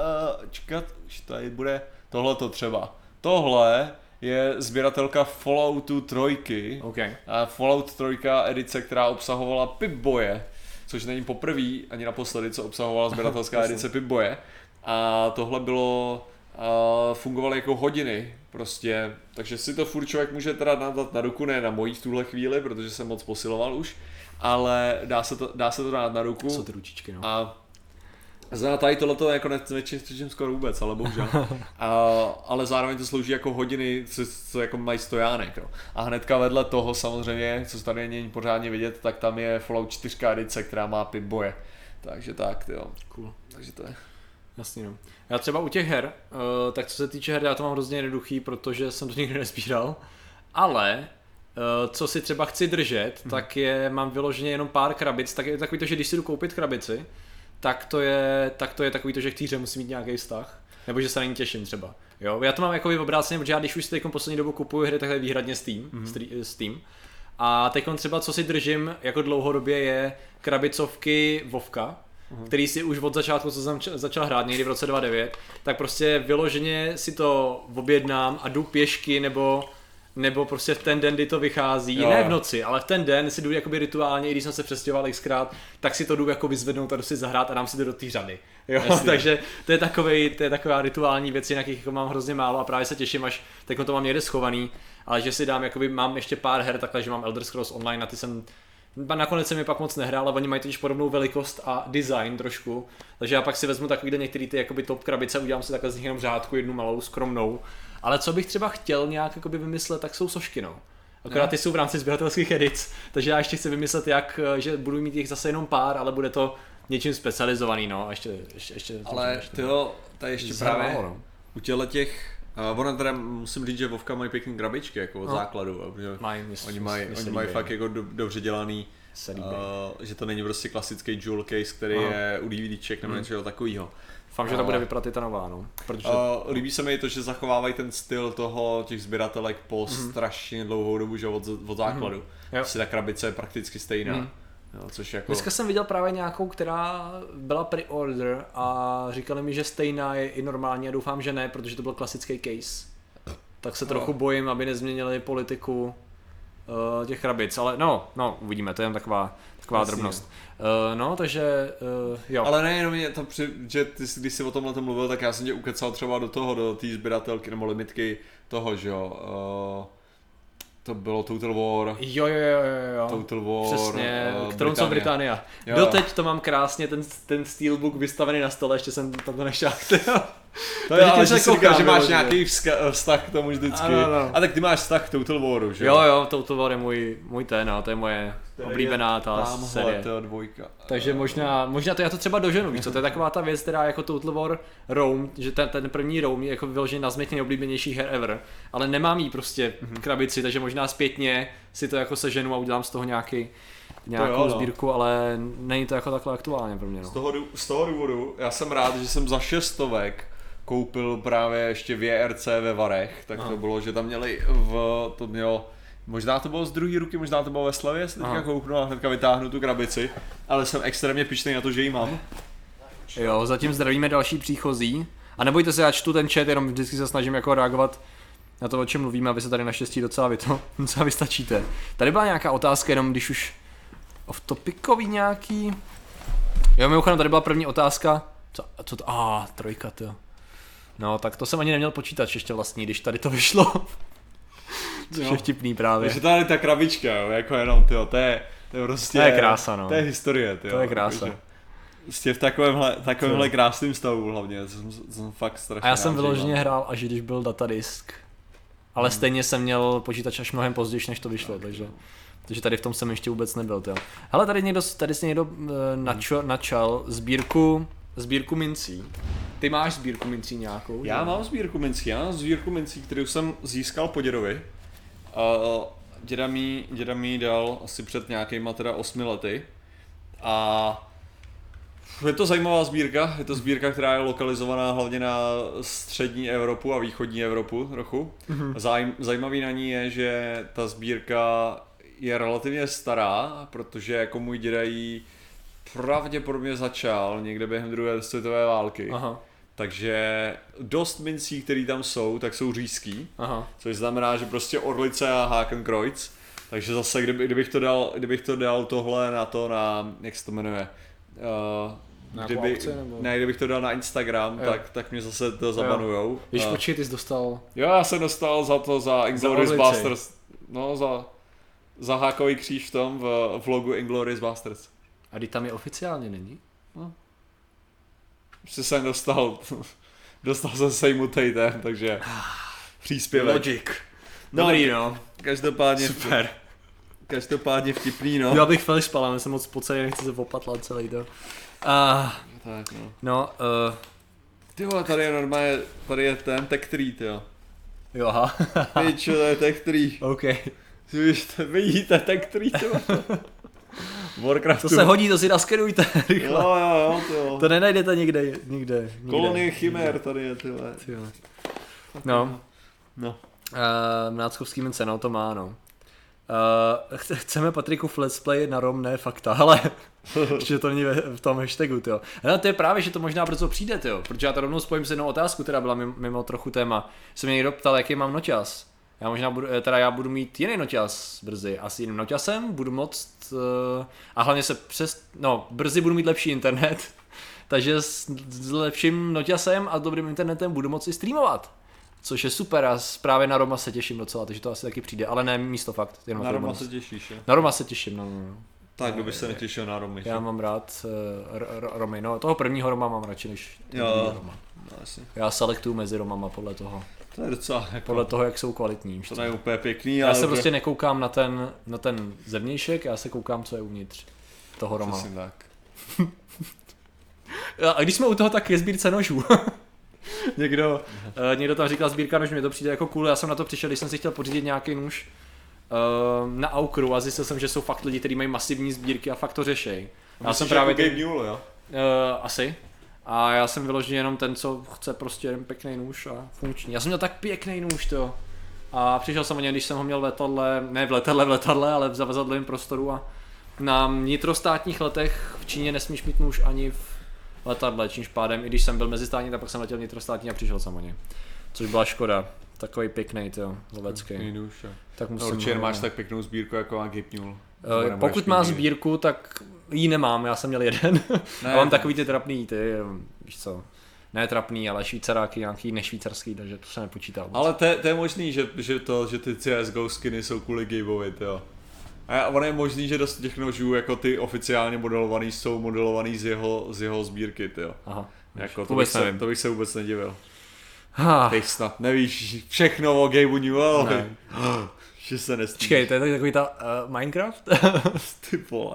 už tady bude tohleto třeba. Tohle je sběratelka Falloutu 3. A Fallout 3 edice, která obsahovala Pip-Boye, což není poprvé ani naposledy, co obsahovala sběratelská edice Pip-Boye. A tohle fungovalo jako hodiny prostě, takže si to furt člověk může teda dát na ruku, ne na mojí v tuhle chvíli, protože jsem moc posiloval už, ale dá se to dát na ruku. Jsou ty ručičky, no. A tady tohleto jako nečím skoro vůbec, ale bohužel. Ale zároveň to slouží jako hodiny, co jako mají stojánek. Jo. A hnedka vedle toho samozřejmě, co tady není pořádně vidět, tak tam je Fallout 4 edice, která má Pip-Boye. Takže tak, jo. Cool. Takže to je. Jasně, no. Já třeba u těch her, tak co se týče her, já to mám hrozně jednoduchý, protože jsem to nikdy nezbíral, ale co si třeba chci držet, tak mám vyloženě jenom pár krabic, tak je takový to, že když si jdu koupit krabici, tak to je takový to, že k té hře musí mít nějaký vztah, nebo že se na ní těším třeba. Jo? Já to mám jako obráceně, protože já když už si teďkom poslední dobu kupuju hry, tak je výhradně Steam. A teďkom třeba co si držím jako dlouhodobě je krabicovky Vovka, který si už od začátku, co jsem začal hrát někdy v roce 2009, tak prostě vyloženě si to objednám a jdu pěšky nebo nebo prostě v ten den, kdy to vychází, jo. Ne v noci, ale v ten den si jdu jakoby rituálně, i když jsem se přestěhoval xkrát, tak si to jdu jako vyzvednout a jdu si zahrát a dám si to do té řady. Jo, takže to je taková rituální věc, jinak jako mám hrozně málo a právě se těším, až teď to mám někde schovaný, ale že si dám, jakoby mám ještě pár her takhle, že mám Elder Scrolls Online a ty jsem nakonec jsem je pak moc nehrál, ale oni mají totiž podobnou velikost a design trošku, takže já pak si vezmu takovýhle některý ty jakoby top krabice, udělám si takhle z nich jenom řádku, jednu malou, skromnou, ale co bych třeba chtěl nějak jakoby vymyslet, tak jsou sošky, no. Akorát ty jsou v rámci sběratelských edic, takže já ještě chci vymyslet jak, že budu mít jich zase jenom pár, ale bude to něčím specializovaný, no, a ještě ale tyjo, tady ještě právě u těch ono teda musím říct, že Vovka mají pěkný krabičky jako od základu, protože oni mají fakt jako dobře dělaný, že to není prostě klasický jewel case, který je u DVDček nebo něčeho takového. Doufám, že to bude vypadat i ta nová, no. Protože... líbí se mi to, že zachovávají ten styl těch sběratelek po strašně dlouhou dobu, že od základu. Prostě ta krabice je prakticky stejná. Jo, což jako... Dneska jsem viděl právě nějakou, která byla pre-order a říkali mi, že stejná je i normální a doufám, že ne, protože to byl klasický case. Tak se trochu bojím, aby nezměnili politiku těch krabic, ale no, uvidíme, to je jen taková drobnost. No, takže jo. Ale nejenom že ty, když jsi o tomhle mluvil, tak já jsem tě ukecal třeba do té sběratelky nebo limitky toho, že jo. To bylo Total War. Jo. Total War. Přesně, Thrones of Britannia. Doteď to mám krásně, ten steelbook vystavený na stole, ještě jsem tam to nešel. To je ale, že si říkal, že máš nějaký vztah k tomu vždycky. Ano. A tak ty máš vztah k Total Waru, že? Jo, Total War je můj ten, to je moje oblíbená ta série. Dvojka. Takže možná to já to třeba doženu, víš co, to je taková ta věc, která jako Total War Rome, že ten první Rome je jako vyložený na změť nejoblíbenější her ever, ale nemám jí prostě krabici, takže možná zpětně si to jako seženu a udělám z toho nějakou sbírku, ale není to jako takhle aktuálně pro mě. No. Z toho důvodu, já jsem rád, že jsem za 600 koupil právě ještě VRC ve Varech, tak to bylo, že tam měli možná to bylo z druhé ruky, možná to bylo ve Slavě, se teďka kouknu a hnedka vytáhnu tu krabici, ale jsem extrémně pyšný na to, že ji mám. Jo, zatím zdravíme další příchozí a nebojte se, já čtu ten chat, jenom vždycky se snažím jako reagovat na to, o čem mluvíme, a vy se tady naštěstí docela vystačíte. Tady byla nějaká otázka, jenom když už off-topicový nějaký. Jo, mimochodem, tady byla první otázka. Co to? Trojka, jo. No, tak to jsem ani neměl počítat ještě vlastní, když tady to vyšlo. Což je vtipný právě. Takže tady ta krabička, jo, jako jenom, tyjo, to je prostě... To je krása, no. To je historie, tyjo. To je krása. Prostě v takovémhle krásným stavu hlavně, jsem fakt strašně. A já jsem vyloženě hrál, až když byl datadisk. Ale stejně jsem měl počítač až mnohem později, než to vyšlo, takže tady v tom jsem ještě vůbec nebyl, jo. Hele, tady si někdo načal sbírku mincí. Ty máš sbírku mincí nějakou? Já mám sbírku mincí, kterou jsem získal po dědovi. Děda mi dal asi před nějakýma 8 lety. A je to zajímavá sbírka, je to sbírka, která je lokalizovaná hlavně na střední Evropu a východní Evropu trochu. Zajímavý na ní je, že ta sbírka je relativně stará, protože jako můj děda ji pravděpodobně začal někde během druhé světové války. Aha. Takže dost mincí, které tam jsou, tak jsou říšský, což znamená, že prostě Orlice a Hakenkreuz. Takže zase, kdybych to dal tohle na jak se to jmenuje, kdybych to dal na Instagram, tak mě zase to zabanujou. Víš, počkej, ty jsi dostal? Jo, já jsem dostal za Inglourious Basterds. No, za hákový kříž v tom, v vlogu Inglourious Basterds. A když tam je oficiálně, není? No. Ještě jsem dostal jsem sejmutej ten, takže příspěvek. Logic. Dobrý, no. Každopádně super. Každopádně vtipný, no. Já bych fakt spal, ale jsem moc pocený, nechci se popatlat celý to. Tak, no. No, ty vole, tady je normálně, tady je ten Tech 3, jo. Jo, aha. Pičo, to je Tech 3. OK. Vidíte Tech 3, jo. Warcraftu. To se hodí, to si naskenujte rychle. Jo, to. To nenajdete nikde. Kolonie Chimér tady je, tyhle. No. Mnáckovský mince, no to má, no. Chceme Patriku v let's play na Rom, ne fakta, ale že to není v tom hashtagu, tyjo. No to je právě, že to možná brzo přijde, tyjo, protože já to rovnou spojím s jednou otázku, která byla mimo trochu téma. Se mě někdo ptal, jaký mám noťaz. Já budu mít jiný noťaz brzy a s jiným noťazem budu moct a hlavně brzy budu mít lepší internet, takže s lepším noťazem a dobrým internetem budu moct i streamovat. Což je super a právě na Roma se těším docela, takže to asi taky přijde, ale ne místo fakt. Na Roma se těšíš, jo? Na Roma se těším, no. Tak, kdo by se netěšil na Romy. Já mám rád Romy, no toho prvního Roma mám radši než druhého Roma. No, asi. Já selektuju mezi Romama podle toho. To je docela jako... Podle toho, jak jsou kvalitní. To je úplně pěkný, já se prostě nekoukám na ten zevnějšek, já se koukám, co je uvnitř toho Roma. Přesně tak. A když jsme u toho, tak je sbírce nožů. Někdo tam říkal sbírka nožů, mě to přijde jako cool, já jsem na to přišel, když jsem si chtěl pořídit nějaký nůž na Aukru a zjistil jsem, že jsou fakt lidi, kteří mají masivní sbírky a fakt to řešej. Já jsem právě Gabe Newell, jo? Asi. A já jsem vyložil jenom ten, co chce prostě jeden pěkný nůž a funkční. Já jsem měl tak pěkný nůž, to. A přišel jsem o něj, když jsem ho měl v letadle, ale v zavazadlovém prostoru a na vnitrostátních letech v Číně nesmíš mít nůž ani v letadle, čímž pádem, i když jsem byl mezistátní, tak pak jsem letěl vnitrostátní a přišel jsem o něj. Což byla škoda. Takový pěkný, lovecký. Tak musím. Určitě máš tak pěknou sbírku jako Gabe Newell. Pokud má sbírku, tak ji nemám, já jsem měl jeden. A mám takový ty trapný, víš co, ne trapný, ale švýcaráky, nějaký nešvýcarský, takže to se nepočítá. Ale to je možný, že ty CSGO skiny jsou kvůli Gabeovi, jo. A ono je možný, že dost těch nožů, jako ty oficiálně modelovaný, jsou modelovaný z jeho sbírky, jo. Aha. Jako, to bych se vůbec nedivil. Teď snad nevíš všechno o Gabe Newell. Že se nestýš. Čekej, to je takový ta Minecraft? Ty vole.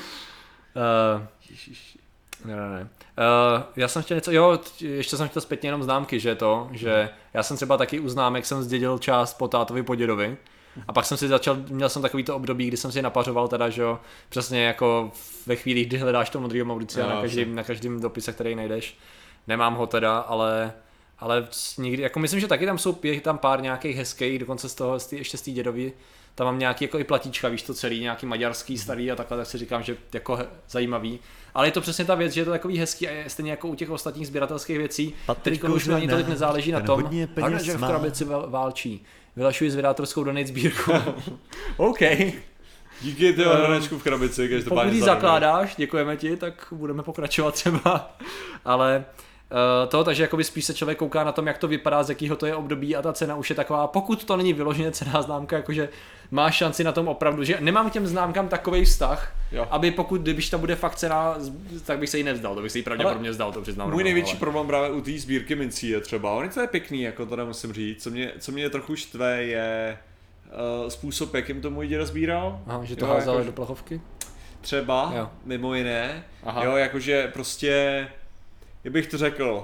Ne. Já jsem chtěl něco, ještě jsem chtěl zpětně jenom známky, že já jsem třeba taky u známek jsem zdědil část po tátovi, po dědovi. A pak jsem si měl jsem takový to období, kdy jsem si napařoval teda, že jo, přesně jako ve chvíli, kdy hledáš to modrýho Mauricia na každém dopise, který najdeš. Nemám ho teda, ale nikdy, jako myslím, že taky je tam pár nějakých hezkých, dokonce ještě z té dědovy, tam mám nějaký jako i platíčka, víš to celý, nějaký maďarský starý a takhle, tak si říkám, že jako zajímavý. Ale je to přesně ta věc, že je to takový hezký a je stejně jako u těch ostatních sběratelských věcí. Teď už ani tolik nezáleží na tom, že v krabici válčí. Vylašuji zvědátorskou donate sbírku. OK. Díky ty hranečku v krabici, pokud ji zakládáš, děkujeme ti, tak budeme pokračovat třeba. Ale takže jakoby spíš se člověk kouká na tom, jak to vypadá, z jakého to je období a ta cena už je taková, pokud to není vyloženě cenná známka, jakože máš šanci na tom opravdu, že nemám k těm známkám takovej vztah, aby když ta bude fakt cena, tak bych se jí nevzdal, to bych se jí pravděpodobně vzdal, to přiznám. Můj největší problém právě u té sbírky mincí je třeba, on to je pěkný, jako to nemusím říct, co mě trochu štve je způsob, jakým to můj děda sbíral. Aha, že to házel jako, do plachovky? Třeba, mimo jiné, jakože prostě, jak bych to řekl,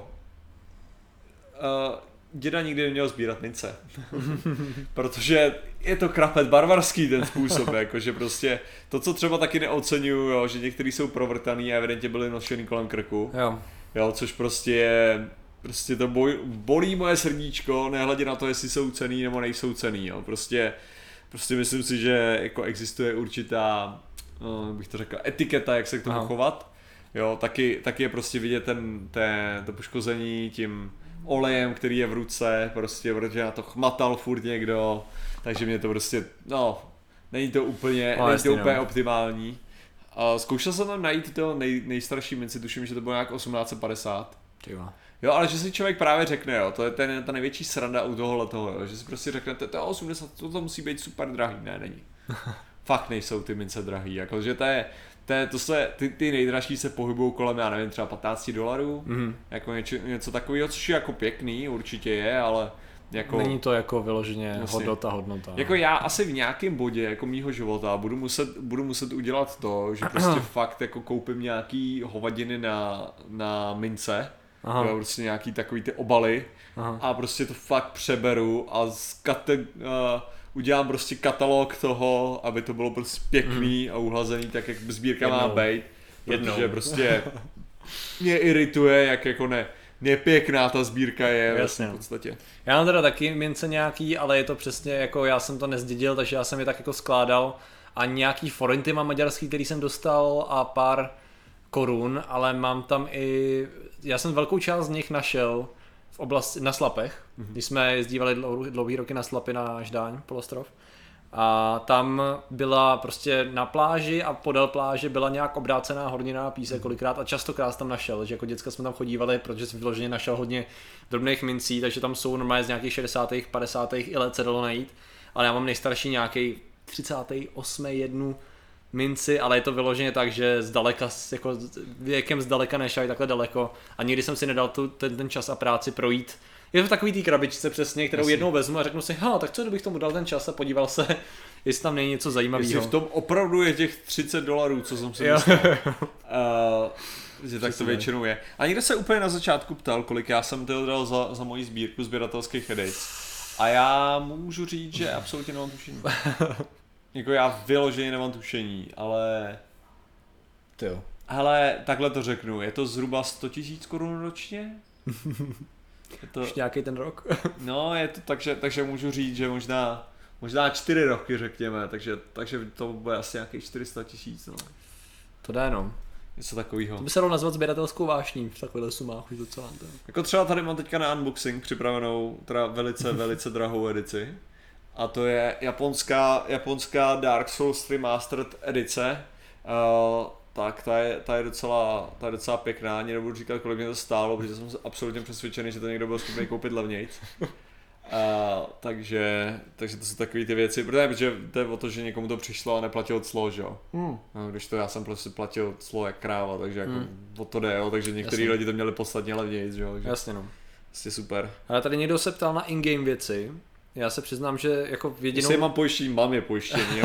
děda nikdy neměl sbírat mince, protože je to krapet barbarský ten způsob, jakože prostě to, co třeba taky neoceňuju, jo, že některý jsou provrtaný a evidentně byly nošený kolem krku, jo, což prostě je, prostě to bolí moje srdíčko, nehledě na to, jestli jsou cenný nebo nejsou cenný, jo, prostě myslím si, že jako existuje určitá, bych to řekl, etiketa, jak se k tomu chovat. Jo, taky je prostě vidět to poškození tím olejem, který je v ruce, prostě, protože na to chmatal furt někdo, takže mě to prostě, není to úplně optimální. A zkoušel jsem tam najít to nejstarší minci, tuším, že to bylo nějak 1850. Jo, ale že si člověk právě řekne, jo, to je ta největší sranda u tohohletoho, jo, že si prostě řekne, to 80, to musí být super drahý, ne, není. Fakt nejsou ty mince drahý, jakože ty nejdražší se pohybují kolem, já nevím, třeba $15, jako něco takového, což je jako pěkný, určitě je, ale jako... Není to jako vyloženě hodnota. Jako já asi v nějakém bodě jako mýho života budu muset udělat to, že prostě fakt jako koupím nějaký hovadiny na mince, jo, prostě nějaký takový ty obaly a prostě to fakt přeberu a udělám prostě katalog toho, aby to bylo prostě pěkný a uhlazený, tak jak sbírka má být, protože prostě mě irituje, jak jako nepěkná ta sbírka je. Jasně. V podstatě. Já mám teda taky mince nějaký, ale je to přesně jako já jsem to nezdědil, takže já jsem je tak jako skládal a nějaký forinty mám maďarský, který jsem dostal a pár korun, ale mám tam já jsem velkou část z nich našel v oblasti na Slapech, když jsme jezdívali dlouhý roky na Slapy na Ždáň, polostrov. A tam byla prostě na pláži a podél pláže byla nějak obrácená hornina na písek kolikrát a častokrát tam našel, že jako děcka jsme tam chodívali, protože jsem vyloženě našel hodně drobných mincí, takže tam jsou normálně z nějakých 60. 50. i let se dalo najít, ale já mám nejstarší nějaký 38. jednu minci, ale je to vyloženě tak, že zdaleka, jako věkem zdaleka nešají takhle daleko a nikdy jsem si nedal ten čas a práci projít. Je to v takový té krabičce přesně, kterou jednou vezmu a řeknu si, tak co kdybych tomu dal ten čas a podíval se, jestli tam není něco zajímavého. Jestli v tom opravdu je těch $30, co jsem si myslel. Že tak to většinou je. A někdo se úplně na začátku ptal, kolik já jsem to dal za moji sbírku sběratelských edic. A já můžu říct, že absolutně nemám tušení. Jako já vyloženě nemám tušení, ale... Tyjo. Hele, takhle to řeknu, je to zhruba 100 000 korun ročně? Je to... Už nějaký ten rok? No, je to takže můžu říct, že možná 4 roky řekněme, takže to bude asi nějakých 400 000, no. To jde, no. Něco takového. To by se dalo nazvat sběratelskou vášní v takovéhle sumách už docela. Jako třeba tady mám teďka na unboxing připravenou teda velice drahou edici. A to je japonská Dark Souls Remastered edice. Tak ta je docela pěkná, ani nebudu říkat, kolik mě to stálo, protože jsem absolutně přesvědčený, že to někdo byl schopný koupit levnějc. Takže to jsou takové ty věci, protože to je o to, že někomu to přišlo a neplatil clo, že jo. No, když to já jsem prostě platil clo jak kráva, takže jako o to jde, jo, takže některý lidi to měli podstatně levnějc, že jo. Jasně, no. Vlastně super. Ale tady někdo se ptal na in-game věci. Já se přiznám, že jako jedinou... Jestli mám pojištění, mám je pojištění.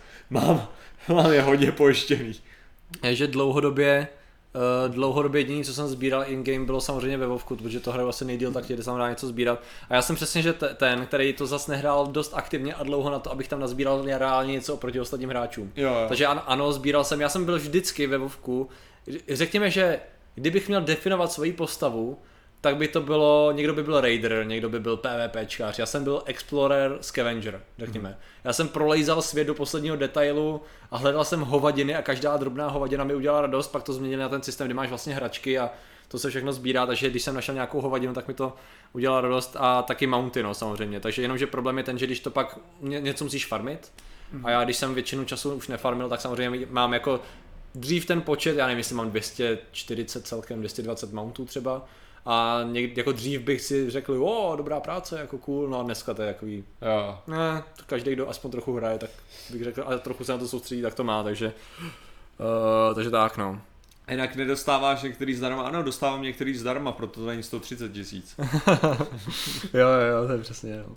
mám je hodně pojištěný. Je, že dlouhodobě jediný, co jsem sbíral in-game, bylo samozřejmě ve WoWku, protože to hraju asi nejdýl, tak tě tam dá něco sbírat. A já jsem přesně, že ten, který to zas nehrál dost aktivně a dlouho na to, abych tam nazbíral reálně něco oproti ostatním hráčům. Jo. Takže ano, sbíral jsem, já jsem byl vždycky ve WoWku. Řekněme, že kdybych měl definovat svoji postavu, tak by to bylo, někdo by byl raider, někdo by byl PvPčkář, já jsem byl explorer, scavenger, řekněme. Já jsem prolejzal svět do posledního detailu a hledal jsem hovadiny a každá drobná hovadina mi udělala radost, pak to změnili na ten systém, kde máš vlastně hračky a to se všechno sbírá, takže když jsem našel nějakou hovadinu, tak mi to udělalo radost a taky mounty, no, samozřejmě. Takže jenomže problém je ten, že když to pak něco musíš farmit a já když jsem většinu času už nefarmil, tak samozřejmě mám jako dřív ten počet, já nevím, jestli mám 240 celkem, 220 mountů třeba. A jako dřív bych si řekl, dobrá práce, jako cool, no a dneska to je takový, každý, kdo aspoň trochu hraje, tak bych řekl, ale trochu se na to soustředí, tak to má, takže tak, no. Jinak nedostáváš některý zdarma, ano, dostávám některý zdarma, proto to není 130 000. jo, to je přesně, no.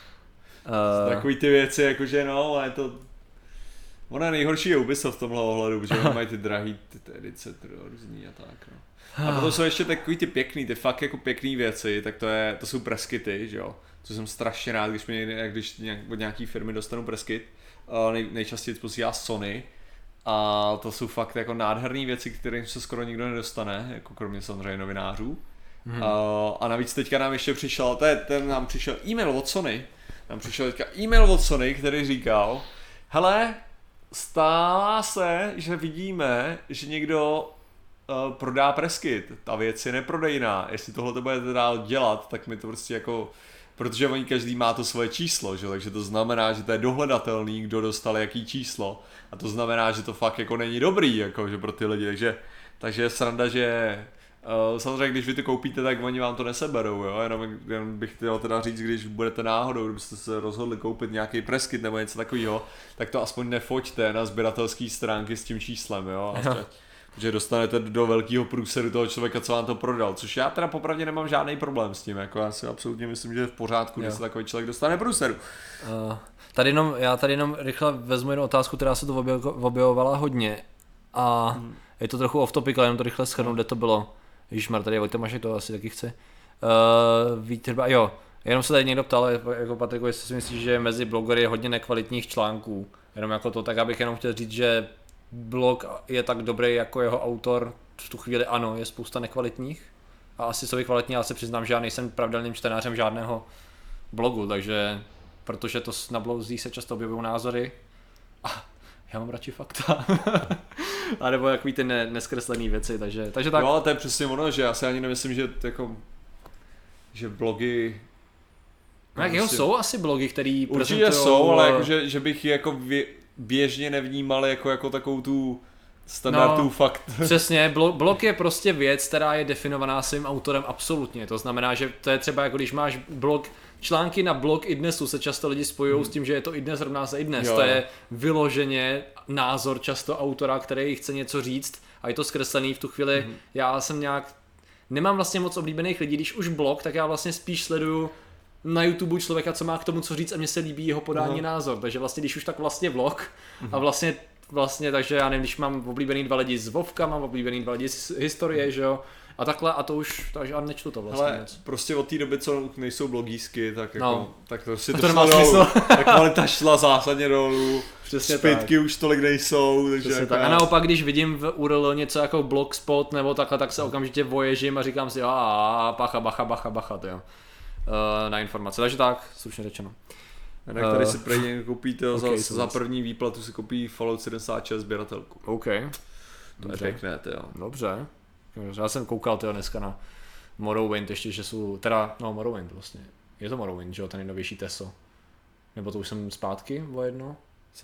Takový ty věci, jakože no, ale to... Ona nejhorší je Ubisoft v tomhle ohledu, protože oni mají ty drahý ty edice různý a tak, no. A potom jsou ještě takový ty pěkný, ty fakt jako pěkný věci, tak to jsou preskity, že jo. To jsem strašně rád, když od nějaký firmy dostanu preskit. Nejčastěji posílá Sony. A to jsou fakt jako nádherné věci, kterým se skoro nikdo nedostane, jako kromě samozřejmě novinářů. A navíc teďka nám ještě přišel, nám přišel e-mail od Sony. Nám přišel teďka e-mail od Sony, který říkal, hele, stává se, že vidíme, že někdo prodá preskit, ta věc je neprodejná, jestli tohle to budete dál dělat, tak mi to prostě jako, protože oni každý má to svoje číslo, že? Takže to znamená, že to je dohledatelný, kdo dostal jaký číslo a to znamená, že to fakt jako není dobrý, jako, že pro ty lidi, takže je sranda, že samozřejmě když vy to koupíte, tak oni vám to neseberou, jo? Jenom bych chtěl teda říct, když budete náhodou, kdybyste se rozhodli koupit nějaký preskit nebo něco takového, tak to aspoň nefoťte na sběratelské stránky s tím číslem, jo? Že dostanete do velkého průseru toho člověka, co vám to prodal, což já teda popravdě nemám žádný problém s tím, jako já si absolutně myslím, že je v pořádku, když se takový člověk dostane průseru. Já tady jenom rychle vezmu jednu otázku, která se tu objevovala hodně a je to trochu off topic, ale jenom to rychle shrnu, kde to bylo. Ježišmar, tady Vojta Mašek to asi taky chce. Jenom se tady někdo ptal, jako Patriku, jestli si myslíš, že mezi blogery je hodně nekvalitních článků, jenom jako to, tak abych jenom chtěl říct, že blog je tak dobrý jako jeho autor, v tu chvíli ano, je spousta nekvalitních a asi jsou kvalitní, já se přiznám, že já nejsem pravidelným čtenářem žádného blogu, takže protože to na blozích se často objevují názory a já mám radši fakta. A nebo takový ty neskreslený věci, takže tak. Jo, to je přesně ono, že já si ani nemyslím, že jako že blogy... No jak jeho jsou asi blogy, který určitě jsou, ale jakože, že bych ji jako běžně nevnímal jako takovou tu standardů fakt. Přesně, blog je prostě věc, která je definovaná svým autorem absolutně. To znamená, že to je třeba jako když máš blog, články na blog iDnesu se často lidi spojují s tím, že je to iDnes rovná se iDnes. To je vyloženě názor často autora, který chce něco říct a je to zkreslený v tu chvíli. Já jsem nějak, nemám vlastně moc oblíbených lidí, když už blog, tak já vlastně spíš sleduju na YouTube člověka, co má k tomu co říct a mně se líbí jeho podání názor. Takže vlastně když už tak vlastně vlog a vlastně, takže já nevím, když mám oblíbený 2 lidi z Vovka, mám oblíbený 2 lidi z historie, že jo, a takhle a to už, takže já nečtu to vlastně. Ale prostě od té doby, co nejsou blogísky, tak jako, tak to si to nemá smysl. Ta kvalita šla zásadně dolů, přesně zpětky už tolik nejsou, takže jako tak. A naopak, když vidím v URL něco jako blogspot nebo takhle, tak se okamžitě voježím a říkám si, bacha, to jo. Na informace, takže tak, slušně řečeno. Jinak tady si prej někdo koupíte, za první výplatu si koupí Fallout 76 sběratelku. OK. To je pěkné, jo. Dobře. Já jsem koukal dneska na Morrowind, ještě, že jsou, Morrowind vlastně. Je to Morrowind, že jo, ten nejnovější TESO. Nebo to už jsem zpátky o jedno?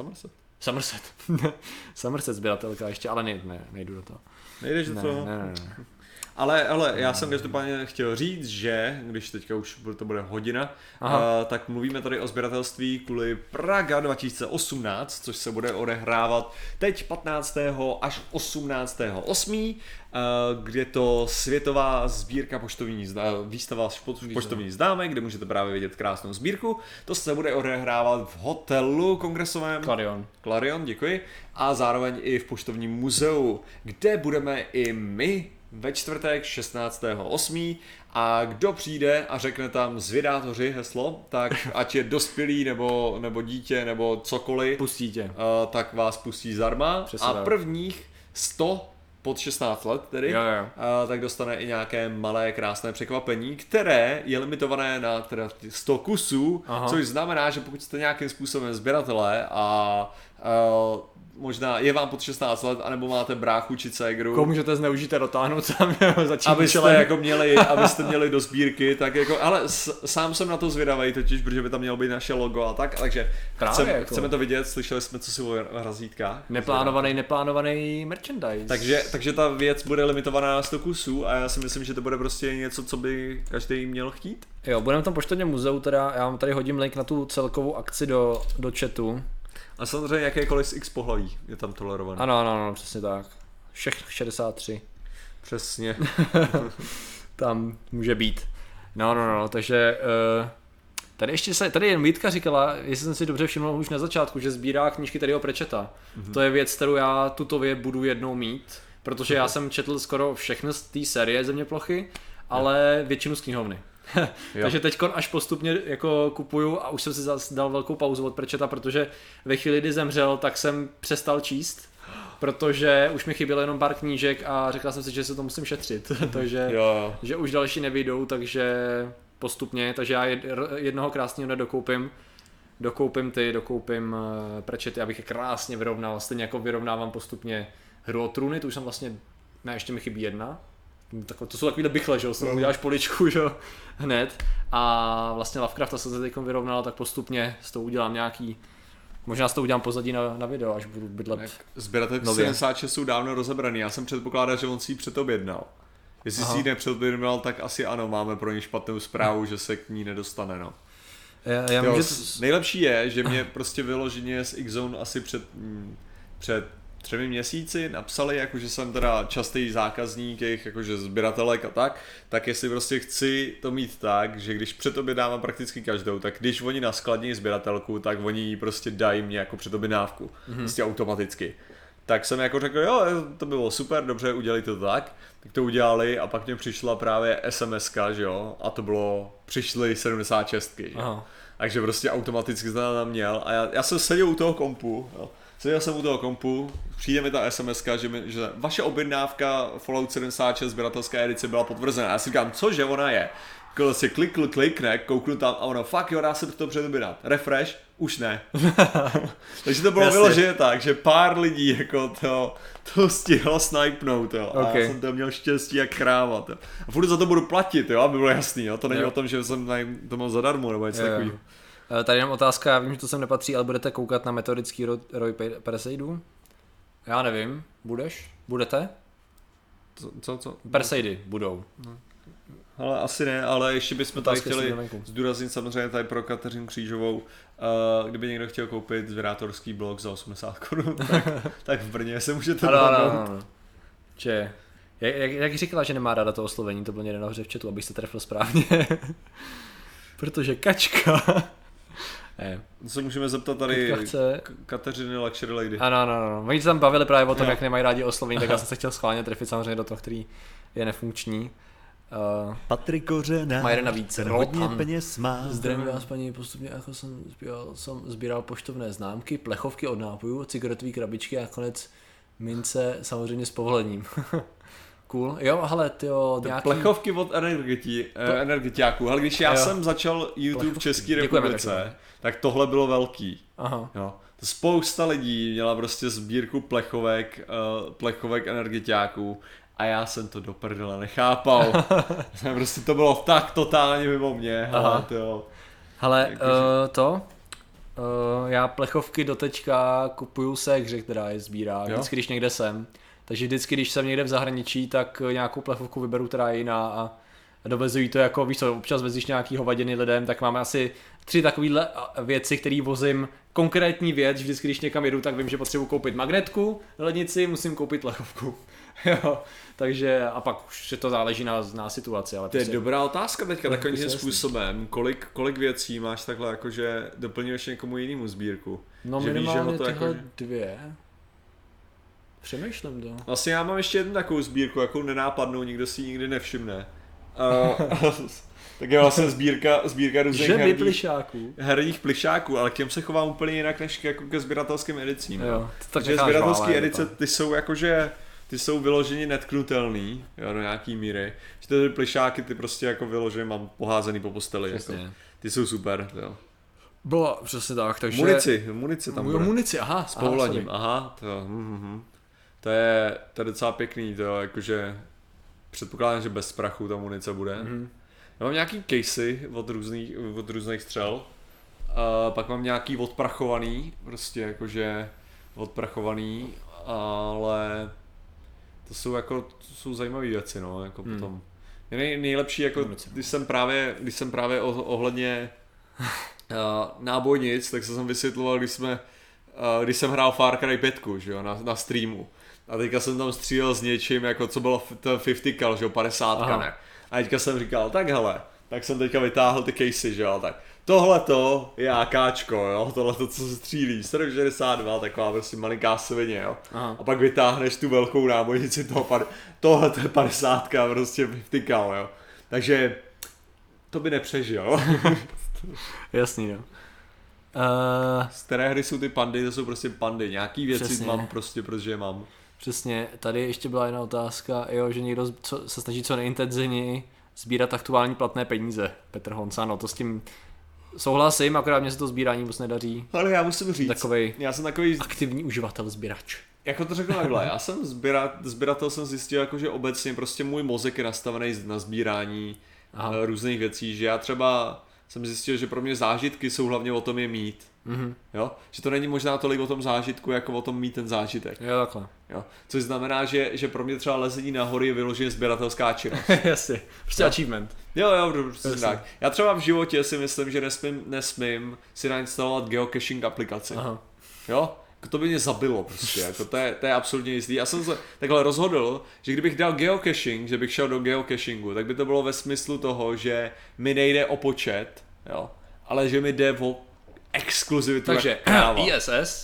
Somerset sběratelka ještě, ale nejdu do toho. Nejdeš do toho? Ne. Ale já jsem každopádně chtěl říct, že když teďka už to bude hodina, tak mluvíme tady o sběratelství kvůli Praga 2018, což se bude odehrávat teď 15. až 18. 8., kde to světová sbírka výstava poštovních známek, kde můžete právě vidět krásnou sbírku. To se bude odehrávat v hotelu kongresovém Clarion, děkuji, a zároveň i v poštovním muzeu, kde budeme i my ve čtvrtek 16.8. a kdo přijde a řekne tam zvědátoři heslo, tak ať je dospělý nebo dítě nebo cokoliv, tak vás pustí zdarma. Přesně a prvních 100 pod 16 let tedy, tak dostane i nějaké malé krásné překvapení, které je limitované na teda 100 kusů, což znamená, že pokud jste nějakým způsobem sběratelé a možná je vám pod 16 let, anebo máte bráchu či ségru. Koho můžete zneužít a dotáhnout tam abyste měli do sbírky, tak jako, ale sám jsem na to zvědavej totiž, protože by tam mělo být naše logo a tak, takže chceme to vidět, slyšeli jsme, co si o razítkách. Neplánovaný merchandise. Takže ta věc bude limitovaná na 100 kusů a já si myslím, že to bude prostě něco, co by každý měl chtít. Jo, budeme v tom poštovním muzeu, teda já vám tady hodím link na tu celkovou akci do chatu. A samozřejmě jakékoliv z X pohlaví je tam tolerované. Ano, přesně tak. Všech 63. Přesně. Tam může být. No, takže tady jen Vítka říkala, jestli jsem si dobře všiml už na začátku, že sbírá knížky Terryho Pratchetta. To je věc, kterou já tutově budu jednou mít, protože já jsem četl skoro všechny z té série Zeměplochy, ale většinu z knihovny. Takže teď až postupně jako kupuju a už jsem si zase dal velkou pauzu od Pratchetta, protože ve chvíli, kdy zemřel, tak jsem přestal číst, protože už mi chybělo jenom pár knížek a řekl jsem si, že se to musím šetřit, takže že už další nevyjdou, takže postupně, takže já jednoho krásného dokoupím Pratchetty, abych je krásně vyrovnal, stejně jako vyrovnávám postupně Hru o trůny, to už jsem vlastně, ještě mi chybí jedna. To jsou takovýhle bychle, že jo, si uděláš poličku, že jo, hned. A vlastně Lovecrafta se teď vyrovnal, tak postupně s tou udělám nějaký, možná s tou udělám pozadí na video, až budu bydlet. Sběratelky 76 jsou dávno rozebraný, já jsem předpokládal, že on si ji předobjednal. Jestli si ji nepředobjednal, tak asi ano, máme pro ně špatnou zprávu, že se k ní nedostane, no. Nejlepší je, že mě prostě vyloženě z X-Zone asi před 3 měsíci napsali, jakože jsem teda častý zákazník jejich jakože sběratelek a tak jestli prostě chci to mít tak, že když předobědávám prakticky každou, tak když oni naskladní sběratelku, tak oni ji prostě dají mě jako předobědávku, prostě automaticky. Tak jsem jako řekl, jo, to bylo super, dobře, udělejte to tak to udělali a pak mě přišla právě SMS-ka, že jo, a to bylo, přišly 76. Takže prostě automaticky jsem tam měl a já jsem seděl u toho kompu, jo. Přijde mi ta SMS-ka, že vaše objednávka Fallout 76 sběratelské edice byla potvrzena. Já si říkám, cože ona je? Vlastně klikne, kouknu tam a ono, fuck jo, dá se to předobírat. Refresh, už ne. Takže to bylo vyloženě tak, že pár lidí jako to stihlo snipnout, jo. A já jsem to měl štěstí jak kráva, jo. A furt za to budu platit, jo, aby bylo jasný, jo. To není o tom, že jsem to mal zadarmo, nebo něco takového. Tady jenom otázka, já vím, že to sem nepatří, ale budete koukat na metodický Roy Perseidu? Já nevím, budete? Co? Perseidy budou. No. Ale asi ne, ale ještě bychom tady chtěli zdůraznit samozřejmě tady pro Kateřinu Křížovou, kdyby někdo chtěl koupit zvědátorský blok za 80 korun, tak v Brně se můžete dohodnout. Jak říkala, že nemá ráda to oslovení, to bylo někde nahoře v chatu, abych se trefil správně. Protože kačka... To se můžeme zeptat tady Kateřiny Luxury Lady. Ano. Oni se tam bavili právě o tom, jak nemají rádi oslovení, tak já jsem se chtěl schválně trefit samozřejmě do toho, který je nefunkční. Patrik Kořenář, má jeden navíc. hodně peněz má. Zdravím vás, paní, postupně jako jsem sbíral poštovné známky, plechovky od nápojů, cigaretové krabičky a konec mince samozřejmě s povolením. Cool. Jo, hele, tyjo, nějaký... Plechovky od energetiáků. Ale když já jsem začal YouTube v České republice, tak tohle bylo velký. Aha. Jo. Spousta lidí měla prostě sbírku plechovek energetiáků a já jsem to do prdele nechápal. Prostě to bylo tak totálně mimo mě. Hele, já plechovky dotečka kupuju se hře, která je sbírá, vždycky, když někde jsem. Takže vždycky, když jsem někde v zahraničí, tak nějakou plechovku vyberu, která je jiná a dovezují to jako, víš co, občas vezíš nějaký hovadiny lidem, tak máme asi 3 takovýhle věci, který vozím konkrétní věc, vždycky, když někam jedu, tak vím, že potřebuji koupit magnetku na lednici, musím koupit plechovku. Jo, takže a pak už to záleží na situaci. Ale to je dobrá otázka teďka takovým způsobem, kolik věcí máš takhle jakože doplňuješ někomu jinému sbírku? No že minimálně víš, že tyhle jako... 2. Přemýšlím to. Vlastně já mám ještě jednu takovou sbírku, jakou nenápadnou, nikdo si ji nikdy nevšimne. Tak je vlastně sbírka různých herních plišáků, ale k těm se chovám úplně jinak než jako ke sběratelským edicím. Takže sběratelské edice, ty jsou jakože, ty jsou vyloženě netknutelný, jo, do nějaký míry. Že ty plišáky, ty prostě jako vyloženě mám poházený po posteli. Jako. Ty jsou super, jo. Bylo přesně tak, takže... Munici tam bude. Munici, aha. S povolením, to je docela pěkný, to jakože předpokládám, že bez prachu ta munice bude. Já mám nějaký casey od různých střel, pak mám nějaký odprachovaný, prostě jakože odprachovaný, ale to jsou zajímavé věci, no, jako potom. Nejlepší, jako když jsem právě ohledně nábojnic, tak jsem vysvětloval, když jsem hrál Far Cry 5, že jo, na streamu. A teďka jsem tam střílel s něčím, jako co bylo 50 cal, že jo, 50, ne. A teďka jsem říkal, tak hele, tak jsem teďka vytáhl ty casey, že jo, tak tohleto je AKčko, jo, tohleto, co se střílí, 762, taková prostě malinká svině, jo. A pak vytáhneš tu velkou nábojnici tohleto je 50, prostě 50 cal, jo. Takže to by nepřežil. Jasný, no. Z které hry jsou ty pandy, to jsou prostě pandy, nějaký věci přesně. Mám prostě, protože je mám. Přesně, tady ještě byla jedna otázka, jo, že někdo se snaží co nejintenzivněji sbírat aktuální platné peníze. Petr Honca, no to s tím souhlasím, akorát mě se to sbírání moc nedaří. Ale já musím říct, já jsem takový aktivní uživatel sběrač. Jako to řeknu takhle, já jsem sběratel jsem zjistil, jako, že obecně prostě můj mozek je nastavený na sbírání různých věcí, že já třeba jsem zjistil, že pro mě zážitky jsou hlavně o tom je mít. Jo? Že to není možná tolik o tom zážitku, jako o tom mít ten zážitek. Jo, takhle. Jo? Což znamená, že pro mě třeba lezení na hory je vyloženě sběratelská činnost. Jasně, prostě achievement. Jo, prostě tak. Já třeba v životě si myslím, že nesmím si nainstalovat geocaching aplikaci. Jo? To by mě zabilo prostě, jako to je absolutně jistý. Já jsem se takhle rozhodl, že kdybych dal geocaching, že bych šel do geocachingu, tak by to bylo ve smyslu toho, že mi nejde o počet, jo, ale že mi jde o exkluzivitu. Takže ISS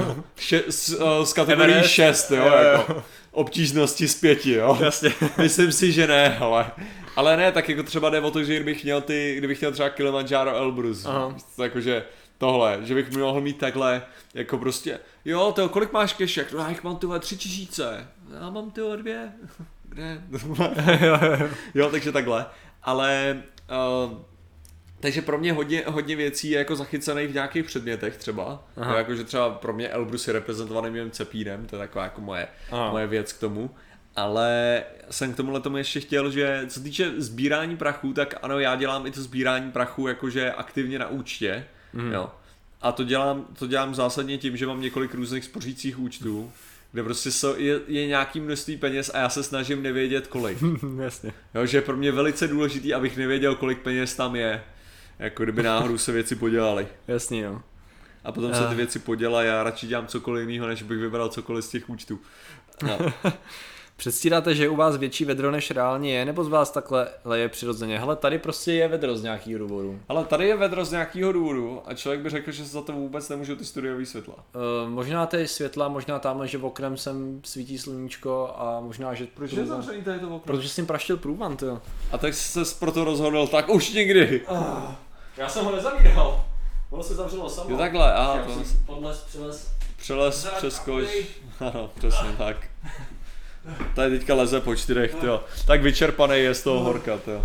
z kategorii 6, jo, jako obtížnosti z 5, jo. Jasně. Myslím si, že ne, ale ne, tak jako třeba jde o to, že kdybych měl třeba Kilimanjaro Elbrus, jakože tohle, že bych mohl mít takhle, jako prostě, jo, kolik máš kešek? No, já jich mám 3000, já mám 2. Kde? Jo, takže takhle. Ale Takže pro mě hodně věcí je jako zachycených v nějakých předmětech třeba. Jakože třeba pro mě Elbrus je reprezentovaný mým cepínem, to je taková jako moje věc k tomu. Ale jsem k tomuhle tomu ještě chtěl, že co se týče sbírání prachu, tak ano, já dělám i to sbírání prachu jakože aktivně na účtě, jo. A to dělám zásadně tím, že mám několik různých spořících účtů, kde prostě je nějaký množství peněz a já se snažím nevědět kolik. Jasně. Jo, že je pro mě velice důležitý, abych nevěděl, kolik peněz tam je, jako kdyby náhodou se věci podělaly. Jasný, jo. A potom se ty věci podělají a já radši dělám cokoliv jiného, než bych vybral cokoliv z těch účtů. No. Předstíráte, že je u vás větší vedro než reálně je, nebo z vás takhle leje přirozeně? Hele, tady prostě je vedro z nějakého důvodu. Ale tady je vedro z nějakého důvodu a člověk by řekl, že se za to vůbec nemůžou ty studiový světla. Možná ty světla, možná tamhle, že v oknem sem svítí sluníčko a možná, že... Proč je zavřený tady to okno? Protože jsem praštil průvan, jo. A tak jsi se proto rozhodl, tak už nikdy. Já jsem ho nezavíral. Ono se zavřelo samo. Jo takhle, aha. Přelez, přeskoč. Ano, přesně tak. Tady teďka leze po 4, jo. Tak vyčerpaný je z toho horka, jo.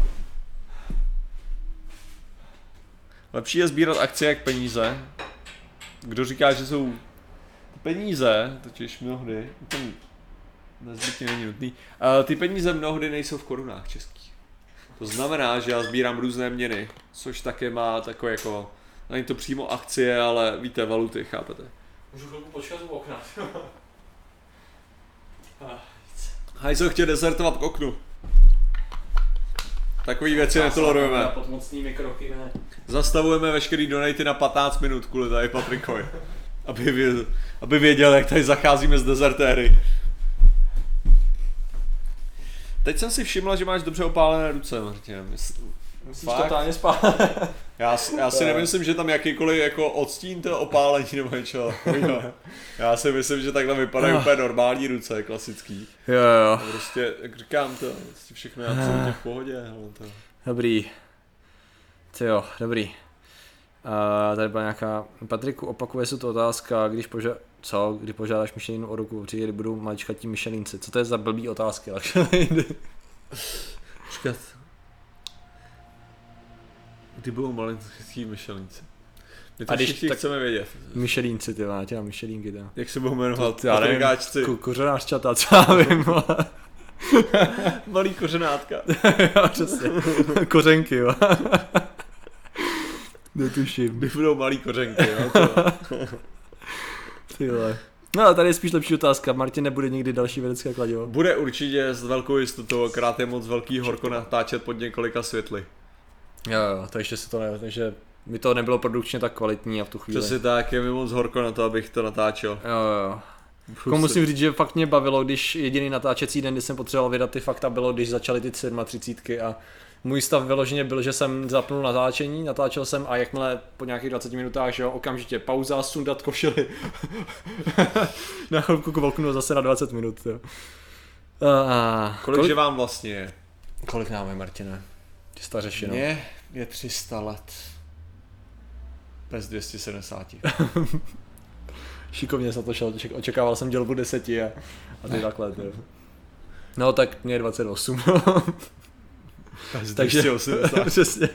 Lepší je sbírat akcie jak peníze. Kdo říká, že jsou peníze, totiž mnohdy, to nezbytně není nutný, ty peníze mnohdy nejsou v korunách českých. To znamená, že já sbírám různé měny, což také má takové jako, není to přímo akcie, ale víte, valuty, chápete? Můžu chvilku počkat u okna. Hajzo chtěl desertovat k oknu. Takový věci netolerujeme. Pod mocnými kroky, ne. Zastavujeme veškerý donaty na 15 minut kvůli tady Patrikovi. Aby věděl, jak tady zacházíme s dezertéry. Teď jsem si všimla, že máš dobře opálené ruce, Martin. Musíš totálně spát. Já si nemyslím, že tam jakýkoliv jako odstín to opálení nebo něčeho. Já si myslím, že takhle vypadají úplně normální ruce, klasický. Jo. Prostě, jak říkám, to všechno je absolutně v pohodě. Dobrý. Tyjo, dobrý. Tady byla nějaká... Patriku, opakuje se to otázka, když požádáš Michelinu o ruku, kdy budou maličkatí Michelinci. Co to je za blbý otázky? Počkat. Kdy budou maličkatí Michelinci? My to všichni chceme vědět. Michelinci, ty já těla Michelinky, ty. Jak se budou jmenovat? Já nevím, kořenářčata, co já vím, Malý kořenátka. Jo, přesně. Kořenky, jo. Netuším. Kdy budou malý kořenky, jo. Tyhle. No a tady je spíš lepší otázka. Martin nebude nikdy další vědecké kladivo. Bude určitě s velkou jistotou, akorát je moc velký horko natáčet pod několika světly. Jo, to ještě se to ne, takže mi to nebylo produkčně tak kvalitní a v tu chvíli. Přesně tak, je mi moc horko na to, abych to natáčel. Jo. Musím říct, že fakt mě bavilo, když jediný natáčecí den, kdy jsem potřeboval vydat ty fakta, bylo, když začaly ty 37 a můj stav vyloženě byl, že jsem zapnul natáčení, natáčel jsem a jakmile po nějakých 20 minutách, že jo, okamžitě pauza, sundat košili. Na chvilku kvolknu zase na 20 minut, jo. Kolik vám vlastně je? Kolik nám je, Martine? Čistá řešeno. Mně je 300 let. Bez 270. Šikovně se to šel, očekával jsem dělbu 10 a ty takhle, jo. No tak mě je 28. Takže 280. Přesně.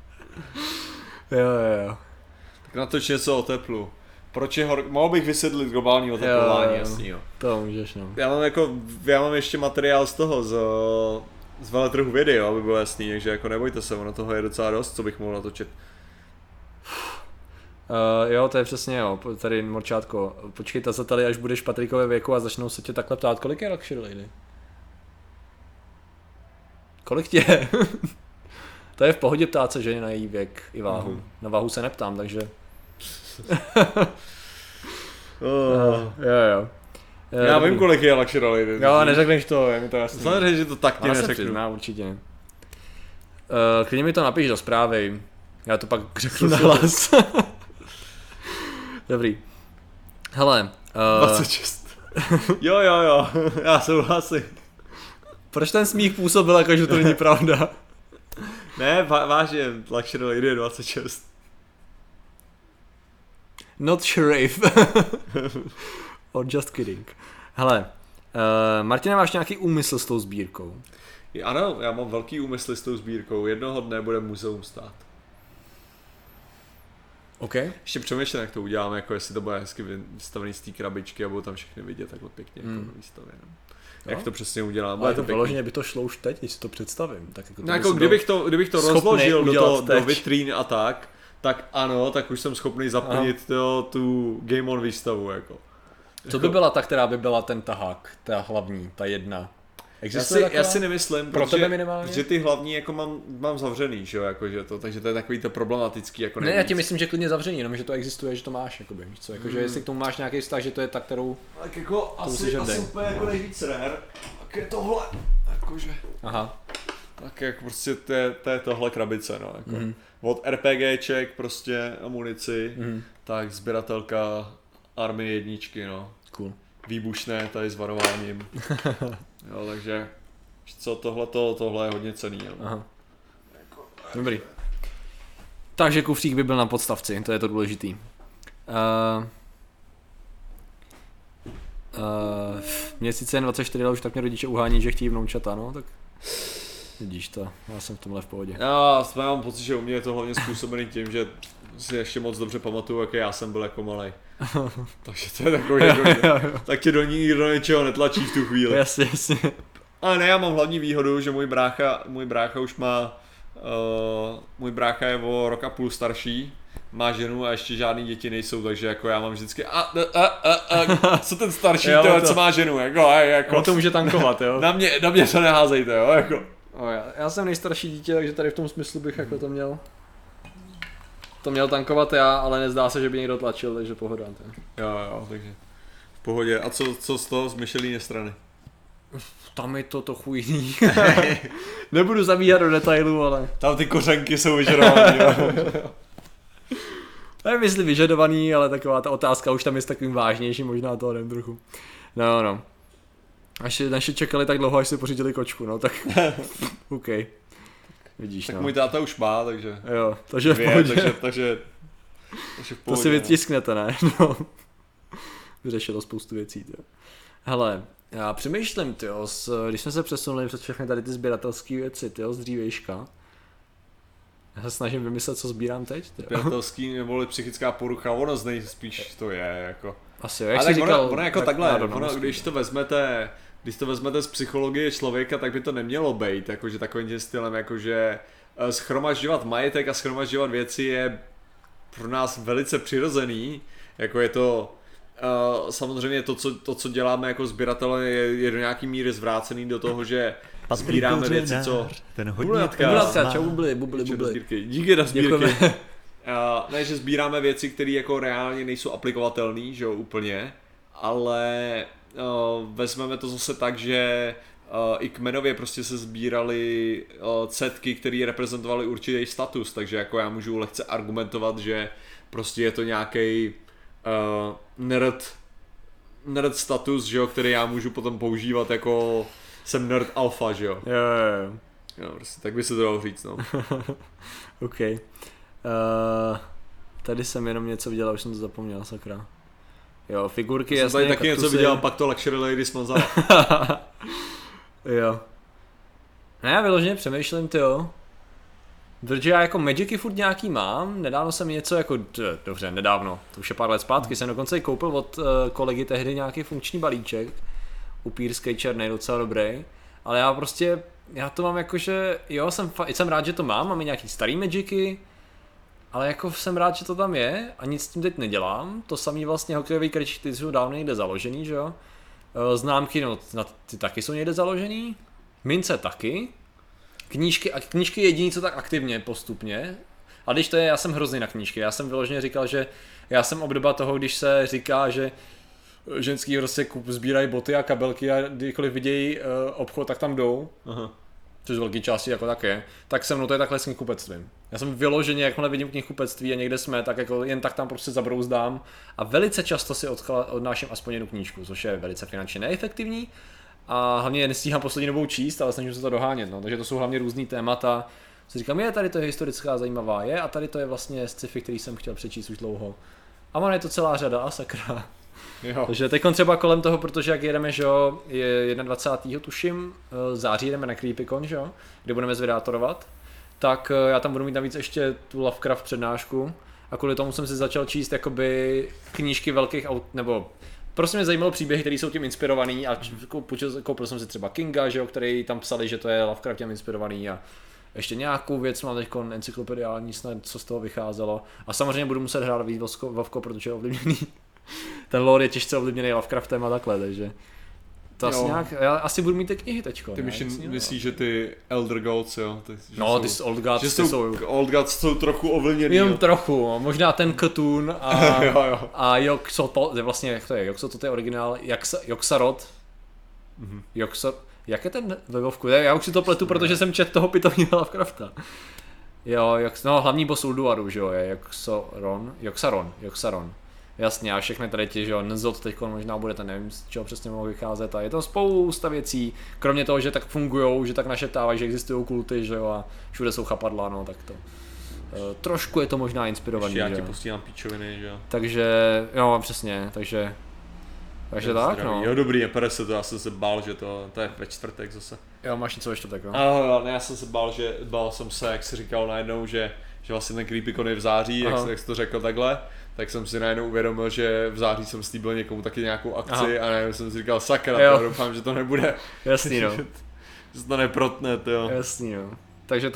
Jo. Tak natoč něco o teplu. Proč je mohl bych vysvětlit globální oteplování, jasný, jo. To můžeš, no. Já mám ještě materiál z toho, z veletrhu vědy, jo, aby bylo jasný, takže jako nebojte se, ono toho je docela dost, co bych mohl natočit. Jo, to je přesně, jo, tady Morčátko, počkej tazateli, až budeš Patrikové věku a začnou se tě takhle ptát, kolik je Luxury Lady? Kolik tě? To je v pohodě ptát se ženy na její věk i váhu. Na váhu se neptám, takže... Jo. Já vím, kolik je Luxury Lady. Jo, neřekneš to, je mi to jasný. Samozřejmě, že to tak ti neřeknu. Přizná, určitě. Klidně mi to napiš do zprávy, já to pak řeknu na hlas. Dobrý. Hele. 26. Jo, já souhlasím. Proč ten smích působil jako, že to není pravda? Ne, vážně, Luxury Lady je 26. Not Sharif. Or just kidding. Hele, Martina, máš nějaký úmysl s tou sbírkou? Ano, já mám velký úmysl s tou sbírkou. Jednoho dne bude muzeum stát. OK. Ještě přemýšlím, jak to uděláme, jako jestli to bude hezky vystavený z té krabičky a budou tam všechny vidět takhle pěkně jako na výstavě. No. Jak to přesně uděláme. Ale to vyloženě by to šlo už teď, když si to představím. Tak jako, no, jako kdybych to rozložil do vitrín a tak ano, tak už jsem schopný zaplnit tu Game On výstavu. Jako. Co by byla ta, která by byla ten tahák, ta hlavní, ta jedna? Já si nemyslím, pro tebe minimálně? Protože ty hlavní jako mám zavřený, že jo, jako, že to, takže to je takový to problematický. Jako ne, já ti myslím, že klidně zavřený, jenom že to existuje, že to máš, jakoby, víš co, jako, že jestli k tomu máš nějaký vztah, že to je ta, kterou... Tak jako asi úplně jako nejvíc rare, tak je tohle, jakože... Aha. Tak jako prostě to je tohle krabice, no, jako. Od RPGček prostě a munici, tak sběratelka Army jedničky, no. Cool. Výbušné tady s varováním. Jo, takže co tohle je hodně cenný. Jo. Aha. Dobrý. Takže kufřík by byl na podstavci, to je to důležitý. Mě sice jen 24, ale už tak mě rodiče uhání, že chtějí vnoučata, no, tak vidíš to, já jsem v tomhle v pohodě. Já mám pocit, že u mě je to hlavně způsobený tím, že si ještě moc dobře pamatuju, jaký já jsem byl jako malej. Takže to je takový, tak tě do nikdo něčeho netlačí v tu chvíli. Jasně. Ale ne, já mám hlavní výhodu, že můj brácha už má, můj brácha je o rok a půl starší, má ženu a ještě žádný děti nejsou, takže jako já mám vždycky co ten starší, co má ženu, jako. To může tankovat, jo. Na mě to neházejte, jo, jako. Já jsem nejstarší dítě, takže tady v tom smyslu bych jako to měl tankovat já, ale nezdá se, že by někdo tlačil, takže pohoda. Jo, takže v pohodě. A co z toho z Michelin strany? Tam je to trochu jiný. Nebudu zabíhat do detailů, ale... Tam ty kořenky jsou vyžadovaný, jo. Nevím, jestli vyžadovaný, ale taková ta otázka už tam je s takovým vážnějším, možná to nevím trochu. No. Až naši čekali tak dlouho, až si pořídili kočku, no tak... OK. Vidíš, tak no. Můj táta už má, takže... Jo, takže v pohodě. Takže v pohodě, to si vytisknete, ne? No. Vyřešilo spoustu věcí, tyjo. Hele, já přemýšlím, tyjo, když jsme se přesunuli před všechny tady ty sběratelské věci, tyjo, z dřívejška. Já se snažím vymyslet, co sbírám teď, tyjo. Sběratelský neboli psychická porucha, ono z nejspíš to je, jako... Asi jo, jak jsi říkal... Ono jako takhle, když to vezmete z psychologie člověka, tak by to nemělo být, jakože takovým tím stylem, jakože shromažďovat majetek a shromažďovat věci je pro nás velice přirozený, jako je to samozřejmě to, co děláme jako sběratele, je do nějaký míry zvrácený do toho, že sbíráme věci, co... Ten hodnětka, čau, bubli. Díky na sbírky. Ne, že sbíráme věci, které jako reálně nejsou aplikovatelné, že jo, úplně, ale vezmeme to zase tak, že i kmenově prostě se sbíraly cetky, které reprezentovaly určitý status, takže jako já můžu lehce argumentovat, že prostě je to nějaký nerd status, že jo, který já můžu potom používat jako jsem nerd alfa, že jo. Jo, prostě tak by se to dalo říct, no. OK. Tady jsem jenom něco viděl, už jsem to zapomněl, sakra. Jo, figurky, jasně, tady taky něco viděl, pak to Luxury Lady smazala. Jo. Ne, já vyloženě přemýšlím, tyjo. Protože já jako Magicy furt nějaký mám, nedávno jsem něco jako, dobře, nedávno, to už je pár let zpátky, jsem dokonce koupil od kolegy tehdy nějaký funkční balíček, upírský černý, docela dobrý, ale já to mám jako, že jo, jsem rád, že to mám i nějaký starý Magicy, ale jako jsem rád, že to tam je a nic s tím teď nedělám, to samý vlastně hokejový krčky, ty jsou dávno někde založený, že jo, známky, no ty taky jsou někde založený, mince taky, knížky jediný, co tak aktivně postupně. A když to je, já jsem hrozný na knížky. Já jsem vyloženě říkal, že já jsem obdoba toho, když se říká, že ženský prostě sbírají boty a kabelky a kdykoliv vidějí obchod, tak tam jdou. Aha. Což z velké části jako tak je. Tak se mnou to je takhle s knihkupectvím. Já jsem vyloženě, jakmile vidím knihkupectví a někde jsme, tak jako jen tak tam prostě zabrouzdám a velice často si odnáším aspoň jednu knížku, což je velice finančně neefektivní. A hlavně nestíhám poslední dobou číst, ale snažím se to dohánět, no. Takže to jsou hlavně různý témata. Si říkám, tady to je historická zajímavá, a tady to je vlastně sci-fi, který jsem chtěl přečíst už dlouho. A ono je to celá řada, a sakra. Jo. Takže teď třeba kolem toho, protože jak jedeme, že jo, je 21. tuším, září jedeme na CreepyCon, že jo, kde budeme zvedátorovat, tak já tam budu mít navíc ještě tu Lovecraft přednášku a kvůli tomu jsem si začal číst jakoby knížky velkých nebo prostě mě zajímalo příběhy, které jsou tím inspirovaný a koupil jsem si třeba Kinga, že jo, který tam psali, že to je Lovecraftem inspirovaný a ještě nějakou věc mám teď encyklopediální snad, co z toho vycházelo a samozřejmě budu muset hrát víc Vovko, protože je ovlivněný. Ten lore je těžce ovlivněný Lovecraftem a takhle, takže to asi nějak, já asi budu mít ty knihy teďko. Ty myslíš, že ty Elder Gods, jo? Ty Old Gods, že Old Gods jsou trochu ovlivněný. Jenom trochu, možná ten Cthulhu a, jo. a Yog-Sothoth, vlastně jak to je, Yog-Sothoth to je originál, Yog-Saroth, jak je ten ve Vovku? Já už si to pletu, protože jsem četl toho pitomního Lovecrafta. Jo, hlavní boss Ulduaru, že jo, je Yogg-Saron. Jasně, a všechny tady ti, že jo, Nzot teďko možná bude, ten nevím, z čeho přesně mohou vycházet a je to spousta věcí, kromě toho, že tak fungujou, že tak našeptávají, že existují kulty, že jo, a všude jsou chapadla, no, tak to. Trošku je to možná inspirovaný, já ti postílám píčoviny, že jo. Takže, jo, přesně, takže tak, no. Jo, dobrý, nepere se to, já jsem se bál, že to je ve čtvrtek zase. Jo, máš něco ve čtvrtek, jo? Ne, já jsem se bál jsem se, jak jsi říkal najednou, že vlastně ten CreepyCon je v září, jak jsi to řekl takhle, tak jsem si najednou uvědomil, že v září jsem slíbil někomu taky nějakou akci a najednou jsem si říkal, sakra, doufám, že to nebude. Jasný, no. že to neprotne, jo. Jasný, no. Takže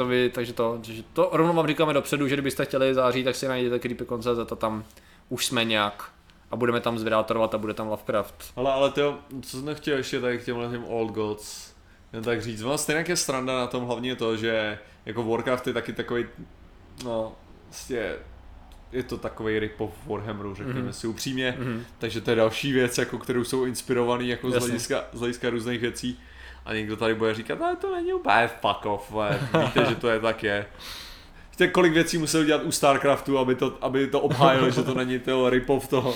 to rovnou vám říkáme dopředu, že kdybyste chtěli září, tak si najděte CreepyCon.cz a tam už jsme nějak a budeme tam zvedátorovat a bude tam Lovecraft. Ale to, co jsem chtěl ještě tady k těm Old Gods, jen tak říct, ono stejně je sranda na tom hlavně to, že jako Warcraft je taky takový, no, vlastně je to takovej rip-off Warhammeru, řekněme si upřímně, takže to je další věc, jako kterou jsou inspirovaný jako z hlediska různých věcí a někdo tady bude říkat, ale to není úplně fuck off, víte, že to je tak je. Víte, kolik věcí musel dělat u StarCraftu, aby to obhájili, že to není toho rip-off toho,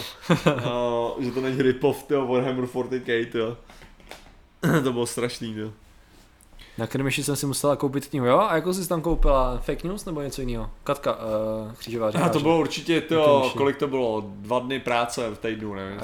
že to není rip-off toho Warhammer 40k, jo. To bylo strašný, jo. Na Krmiši jsem si musela koupit knihu, jo? A jako jsi tam koupila fake news nebo něco jiného? Katka, křížová říkáš. A to bylo určitě kolik to bylo, 2 dny práce v týdnu, nevím,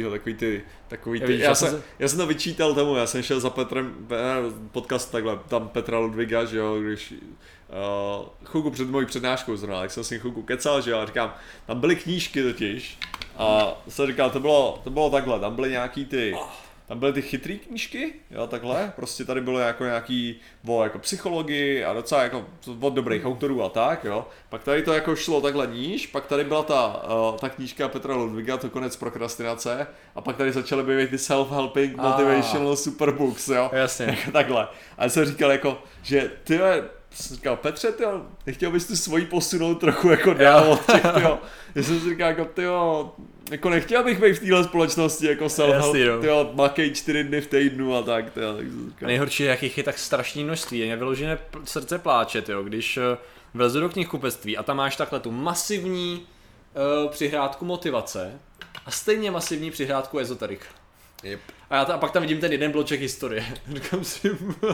takový ty. Já jsem to vyčítal tomu, já jsem šel za Petrem, podcast takhle, tam Petra Ludviga, že jo, když chvilku před mojí přednáškou zrovna, tak jsem si chvilku kecal, že jo, a říkám, tam byly knížky totiž a jsem říkal, to bylo takhle, tam byly nějaký tam byly ty chytrý knížky, jo, takhle, prostě tady bylo nějaký jako psychologii a docela jako od dobrých autorů a tak, jo. Pak tady to jako šlo takhle níž, pak tady byla ta knížka Petra Ludviga, to konec prokrastinace, a pak tady začaly být ty self-helping motivational superbooks, jo. Jasně. Takhle. A já jsem říkal jako, že jsem říkal, Petře, tyjo, nechtěl bys tu svoji posunout trochu jako dál od těch, tyjo. Já jsem si říkal jako, tyjo, jako nechtěl bych být v téhle společnosti jako self-help, tyjo, makej 4 dny v týdnu a tak, tyjo. Tak nejhorší je, jakých je tak strašný množství, mě vyložené srdce pláče, tyjo, když vlezu do knihkupectví a tam máš takhle tu masivní přihrádku motivace a stejně masivní přihrádku ezoterik. Yep. A pak tam vidím ten jeden bloček historie. Říkám si,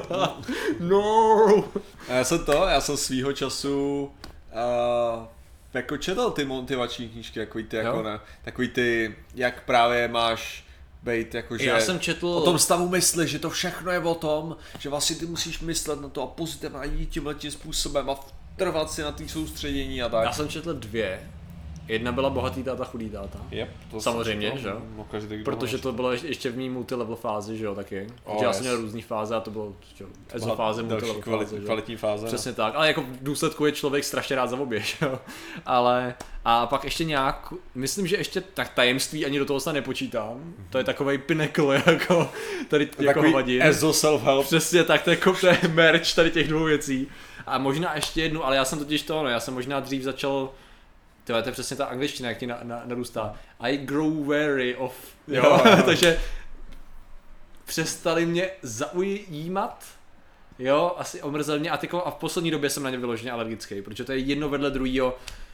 no. Já jsem svýho času jako četl ty motivační knížky, takový ty, jak právě máš bejt, jakože já jsem četl o tom stavu mysli, že to všechno je o tom, že vlastně ty musíš myslet na to a pozitivně jít tímhletím způsobem a trvat si na té soustředění a tak. Já jsem četl 2. Jedna byla bohatý táta, chudý táta. Yep, to samozřejmě, že jo? Protože to bylo ještě v mý multilevel fázi, že jo, taky. Protože já jsem měl různý fáze a to bylo ezofáze, multilevel fáze, kvalitní fáze. Přesně tak, ale jako v důsledku je člověk strašně rád za obě, že jo. Ale a pak ještě nějak, myslím, že ještě tak tajemství ani do toho se nepočítám. To je takovej pinnacle, jako tady jako hovadin. Ezo self-help. Přesně tak, to je merch tady těch 2 věcí. A možná ještě jednu, ale já jsem totiž já jsem možná dřív začal. To je přesně ta angličtina, jak ti narůstá. I grow wary of, jo. Takže přestali mě zaujímat, jo, asi omrzel mě a v poslední době jsem na ně vyloženě alergický, protože to je jedno vedle druhýho,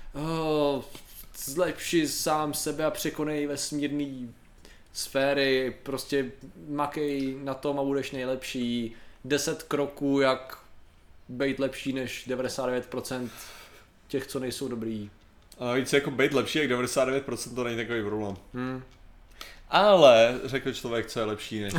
zlepši sám sebe a překonej vesmírný sféry, prostě makej na tom a budeš nejlepší, 10 kroků, jak být lepší než 99% těch, co nejsou dobrý. A víc jako být lepší jak 99%, to není takový problém. Ale řekl člověk, co je lepší než.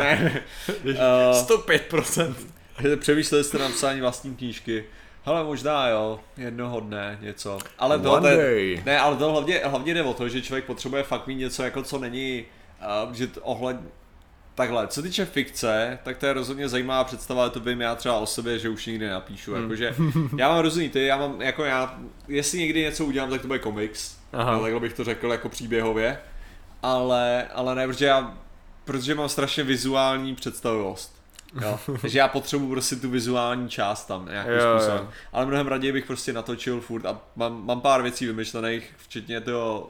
105%. Přemýšleli jste na psání vlastní knížky. Hele, možná jo, jednoho dne něco. Ale to hlavně jde o to, že člověk potřebuje fakt mít něco, jako co není, že takhle, co týče fikce, tak to je rozhodně zajímavá představa, to vím já třeba o sobě, že už nikdy nepíšu, jakože já mám různý jestli někdy něco udělám, tak to bude komiks, takhle bych to řekl jako příběhově, ale ne, protože mám strašně vizuální představivost. Jo. Takže já potřebuji prostě tu vizuální část tam nějakým způsobem. Ale mnohem raději bych prostě natočil furt a mám pár věcí vymyšlených, včetně toho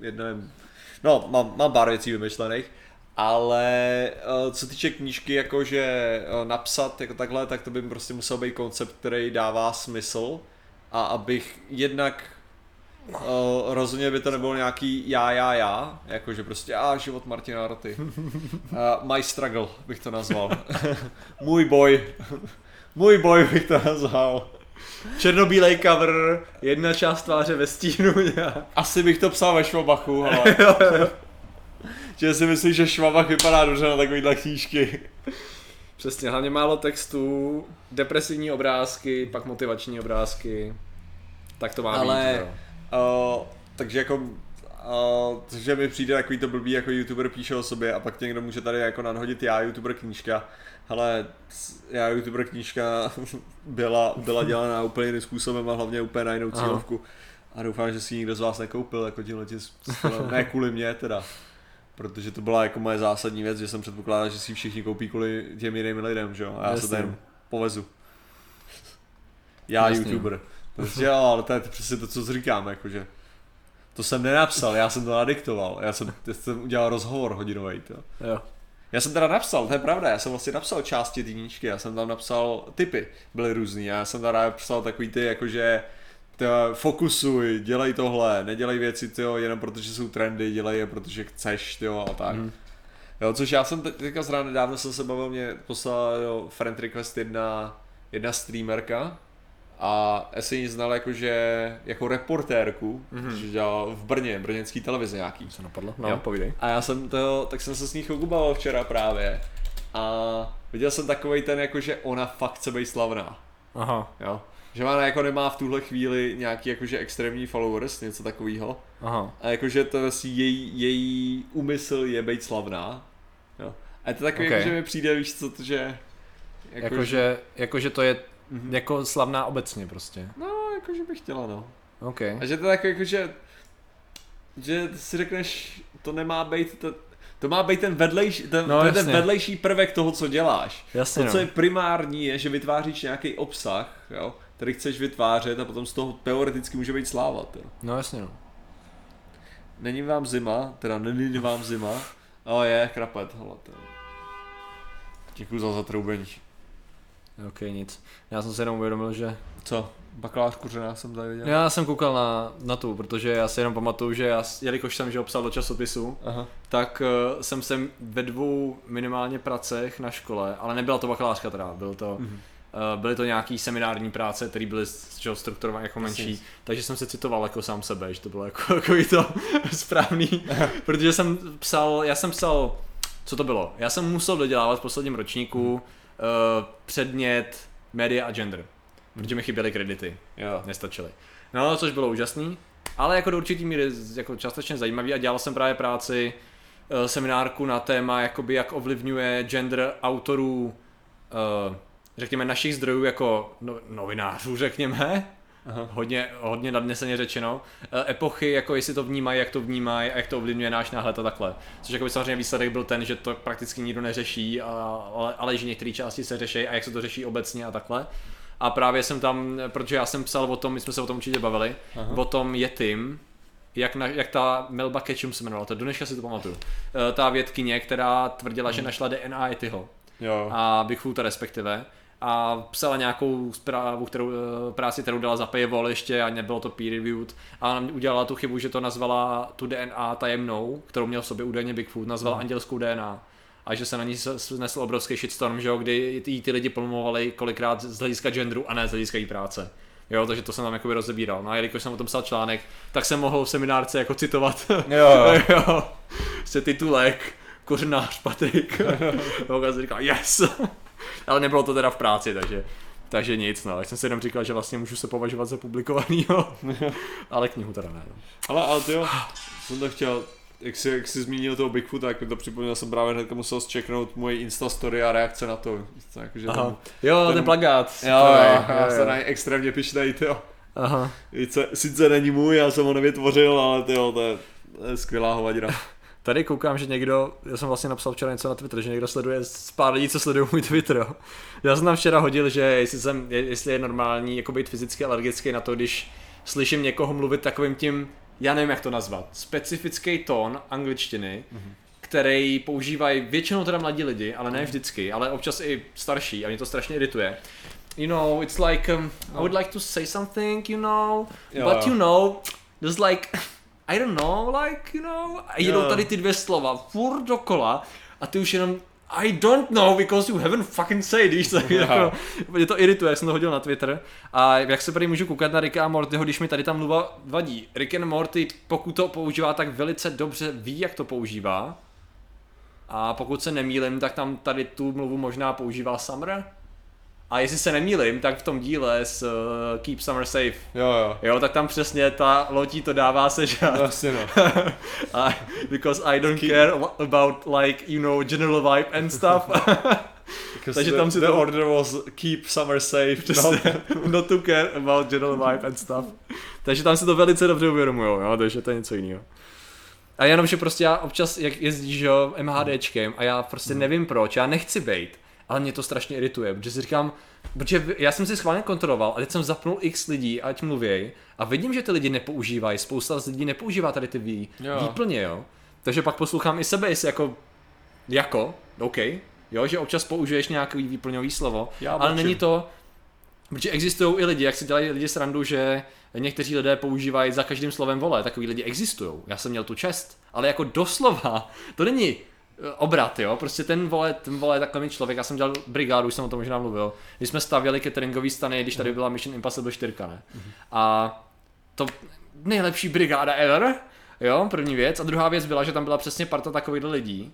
mám pár věcí vymyšlených, ale co týče knížky, jakože napsat jako takhle, tak to by prostě musel být koncept, který dává smysl a abych jednak rozhodně by to nebylo nějaký já, jakože prostě život Martina Roty. My struggle bych to nazval. Můj boj bych to nazval. Černobílej cover, jedna část tváře ve stínu. Asi bych to psal ve Švabachu, ale. Že si myslíš, že Švabach vypadá dobře na takovýhle knížky. Přesně, hlavně málo textů, depresivní obrázky, pak motivační obrázky. Tak to má být. Takže jako takže mi přijde takový to blbý, jako youtuber píše o sobě a pak někdo může tady jako nadhodit já youtuber knížka. Hele, já youtuber knížka byla dělaná úplně jiným způsobem a hlavně úplně na jinou cílovku. A doufám, že si nikdo z vás nekoupil jako tímhletím způsobem, ne kvůli mě teda. Protože to byla jako moje zásadní věc, že jsem předpokládal, že si všichni koupí kvůli těm jiným lidem, že jo? A já se tady povezu. Já youtuber. Takže jo, ale to je přesně to, co říkám, jakože. To jsem nenapsal, já jsem to nadiktoval, já jsem udělal rozhovor hodinový, jo. Já jsem teda napsal, to je pravda, já jsem vlastně napsal části té knížky, já jsem tam napsal typy, byly různý, já jsem tam napsal takový ty, jakože fokusuj, dělej tohle, nedělej věci, jenom protože jsou trendy, dělej je, protože chceš, a tak. Jo, což já jsem teďka zrovna nedávno jsem se bavil, mě poslala friend request jedna streamerka, a já jsem ji znal jako reportérku, že dělala v brněnský televizi nějaký. Co napadlo? No, povídej. A já jsem tak jsem se s ní chvilku bavil včera právě a viděl jsem takovej ten, jakože ona fakt chce být slavná. Aha. Jo. Že ona jako nemá v tuhle chvíli nějaký jakože extrémní followers, něco takového. Aha. A jakože to vlastně její úmysl je být slavná. Jo. A je to takový, jakože mi přijde, víš co, že... Jakože to je jako slavná obecně prostě. No, jakože bych chtěla, no. Okay. A že to jako jakože, že si řekneš, to nemá být, to má být ten vedlejší, ten vedlejší prvek toho, co děláš. Jasně, to, co je primární, je, že vytváříš nějaký obsah, jo, který chceš vytvářet a potom z toho teoreticky může být sláva. Jo. No jasně, no. Není vám zima, ale je krapet, hele. Děkuju za zatroubení. Ok, nic. Já jsem se jenom uvědomil, že... Co? Bakalář Kořená jsem tady viděl. Já jsem koukal na tu, protože já si jenom pamatuju, že jelikož jsem psal do časopisu, tak jsem ve 2 minimálně pracech na škole, ale nebyla to bakalářka teda, byly to nějaký seminární práce, které byly strukturované jako menší, takže jsem se citoval jako sám sebe, že to bylo jako to správný, protože já jsem psal, co to bylo? Já jsem musel dodělávat v posledním ročníku předmět média a gender, protože mi chyběly kredity, nestačily. No, což bylo úžasný, ale jako do určitý míry jako částečně zajímavý a dělal jsem právě práci seminárku na téma, jakoby jak ovlivňuje gender autorů, řekněme našich zdrojů jako novinářů, řekněme, hodně nadneseně řečeno, epochy, jako jestli to vnímají, jak to vnímají a jak to ovlivňuje náš náhled a takhle. Což jako samozřejmě výsledek byl ten, že to prakticky nikdo neřeší, ale že některé části se řeší a jak se to řeší obecně a takhle. A právě jsem tam, protože já jsem psal o tom, my jsme se o tom určitě bavili, o tom Yetim, jak ta Melba Ketchum se jmenovala, to do dneška si to pamatuju. Ta vědkyně, která tvrdila, že našla DNA Yetiho a Bigfoota respektive. A psala nějakou práci, kterou dala za paywall ještě a nebylo to peer reviewed a udělala tu chybu, že to nazvala tu DNA tajemnou, kterou měl v sobě údajně Bigfoot, nazvala andělskou DNA a že se na ní snesl obrovský shitstorm, že jo, kdy ty lidi pomlouvali kolikrát z hlediska genderu a ne z hlediska jí práce. Jo, takže to jsem tam jakoby rozebíral. No a jelikož jsem o tom psal článek, tak jsem mohl v seminárce jako citovat. Jo. se titulek kořenář Patrik. A jsem říkal yes. Ale nebylo to teda v práci, takže nic, no. Já jsem si jenom říkal, že vlastně můžu se považovat za publikovanýho, ale knihu teda ne. No. Ale tyjo, jsem to chtěl, jak jsi zmínil toho Bigfoota, tak mi to připomněl, jsem právě hnedka musel zčeknout moje Instastory a reakce na to. Takže ten plakát. Já jsem na něj extrémně pyšnej, tyjo. Aha. Sice není můj, já jsem ho nevytvořil, ale tyjo, to je skvělá hovadina. Tady koukám, že někdo, já jsem vlastně napsal včera něco na Twitter, že někdo sleduje pár lidí, co sledují můj Twitter. Jo. Já jsem tam včera hodil, že jestli je normální jako být fyzicky alergický na to, když slyším někoho mluvit takovým tím, já nevím jak to nazvat, specifický tón angličtiny, který používají většinou teda mladí lidi, ale ne vždycky, ale občas i starší a mě to strašně irituje. You know, it's like, I would like to say something, you know, but you know, there's like... I don't know, like, you know, a jedou tady ty dvě slova furt dokola a ty už jenom I don't know because you haven't fucking said, víš co, jako, mě to irituje, jak jsem to hodil na Twitter a jak se tady můžu koukat na Ricka a Mortyho, když mi tady ta mluva vadí. Rick and Morty, pokud to používá, tak velice dobře ví, jak to používá a pokud se nemýlim, tak tam tady tu mluvu možná používá Summer. A jestli se nemýlim, tak v tom díle s Keep Summer Safe, jo, tak tam přesně ta lotí to dává sežrat. Vlastně no. Because I don't care about like, you know, general vibe and stuff. Takže tam si the order was Keep Summer Safe, not to care about general vibe and stuff. Takže tam si to velice dobře uvědomujou, jo, takže to je něco jiného. A jenom, že prostě já občas, jak jezdíš, jo, MHDčkem a já prostě nevím proč, já nechci bejt. Ale mě to strašně irituje, protože si říkám, protože já jsem si schválně kontroloval a teď jsem zapnul x lidí, ať mluvěj a vidím, že ty lidi nepoužívají, spousta z lidí nepoužívá tady ty výplně, jo. Takže pak poslouchám i sebe, jestli jako, OK, jo, že občas použiješ nějaký výplňový slovo, ale není to, protože existují i lidi, jak si dělají lidi srandu, že někteří lidé používají za každým slovem vole, takový lidi existují, já jsem měl tu čest, ale jako doslova, to není obrat, jo, prostě ten vole je takový člověk, já jsem dělal brigádu, už jsem o tom možná mluvil, když jsme stavěli cateringový stany, když tady byla Mission Impossible 4, ne? A to nejlepší brigáda ever, jo, první věc, a druhá věc byla, že tam byla přesně parta takových lidí,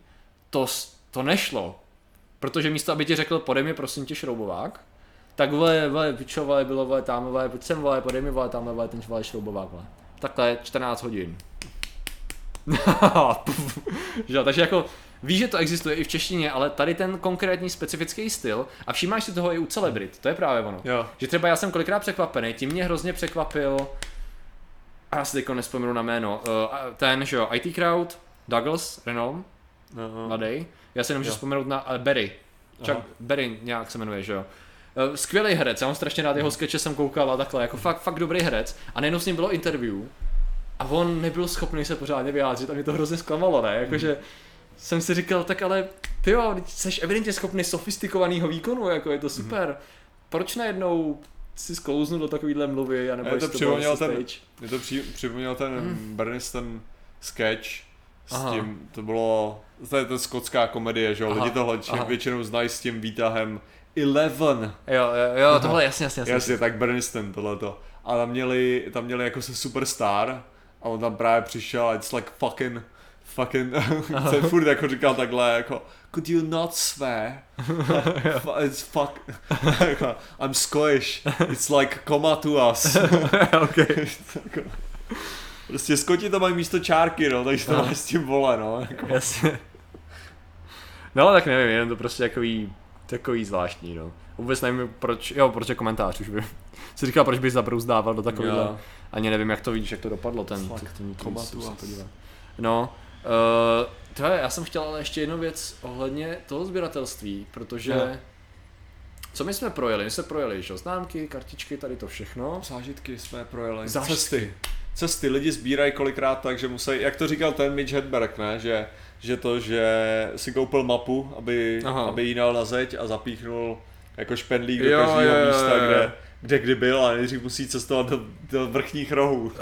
to nešlo, protože místo, aby ti řekl, podej mi prosím tě šroubovák, tak vole, pičo, vole, bylo, vole, tam, vole, pojď sem, vole, podej mi, vole, tamhle, vole, ten vole, šroubovák, vole. Takhle 14 hodin. Takže jako víš, že to existuje i v češtině, ale tady ten konkrétní specifický styl a všímáš si toho i u celebrit, to je právě ono. Jo. Že třeba já jsem kolikrát překvapený, tím mě hrozně překvapil, a já si teďko nespomenu na jméno, ten, že jo, IT Crowd, Douglas Renault, mladý, já si nemůžu vzpomenout na Barry, Barry nějak se jmenuje, že jo. Skvělý herec, já mám strašně rád jeho skeče, jsem koukal a takhle, jako fakt dobrý herec a nejenom s ním bylo interview a on nebyl schopný se pořádně vyjádřit a mě to hrozně zklamalo, ne, jakože jsem si říkal, tak ale tyjo, jsi evidentně schopný sofistikovaného výkonu, jako je to super, proč najednou si sklouznu do takovýhle mluvy a nebo to připomněl ten Berniston sketch s tím, to je ta skotská komedie, že jo, lidi tohle většinou znají s tím výtahem 11. Jo, tohle jasně. Jasně, tak Berniston tohleto. A tam měli jako se superstar a on tam právě přišel a it's like fucking jsem furt jako říkal takhle jako could you not swear? It's fuck I'm Scottish, it's like coma to us. Okay. Prostě Skoti to mají místo čárky, no, takže to máš s tím vole, no. Jako. Jasně. No tak nevím, jenom to prostě takový zvláštní, no. Vůbec nevím proč je komentář, už by si říkal, proč bys zabrouzdával do takovýhle, ani nevím jak to vidíš, jak to dopadlo, ten coma to us. No, já jsem chtěl ale ještě jednu věc ohledně toho sběratelství, protože co my jsme projeli? My jsme projeli, že známky, kartičky, tady to všechno. Zážitky jsme projeli. Cesty, lidi sbírají kolikrát tak, že musí, jak to říkal ten Mitch Hedberg, ne? Že si koupil mapu, aby ji dal na zeď a zapíchnul jako špendlík do každého místa, kde byl a nejdřív musí cestovat do vrchních rohů.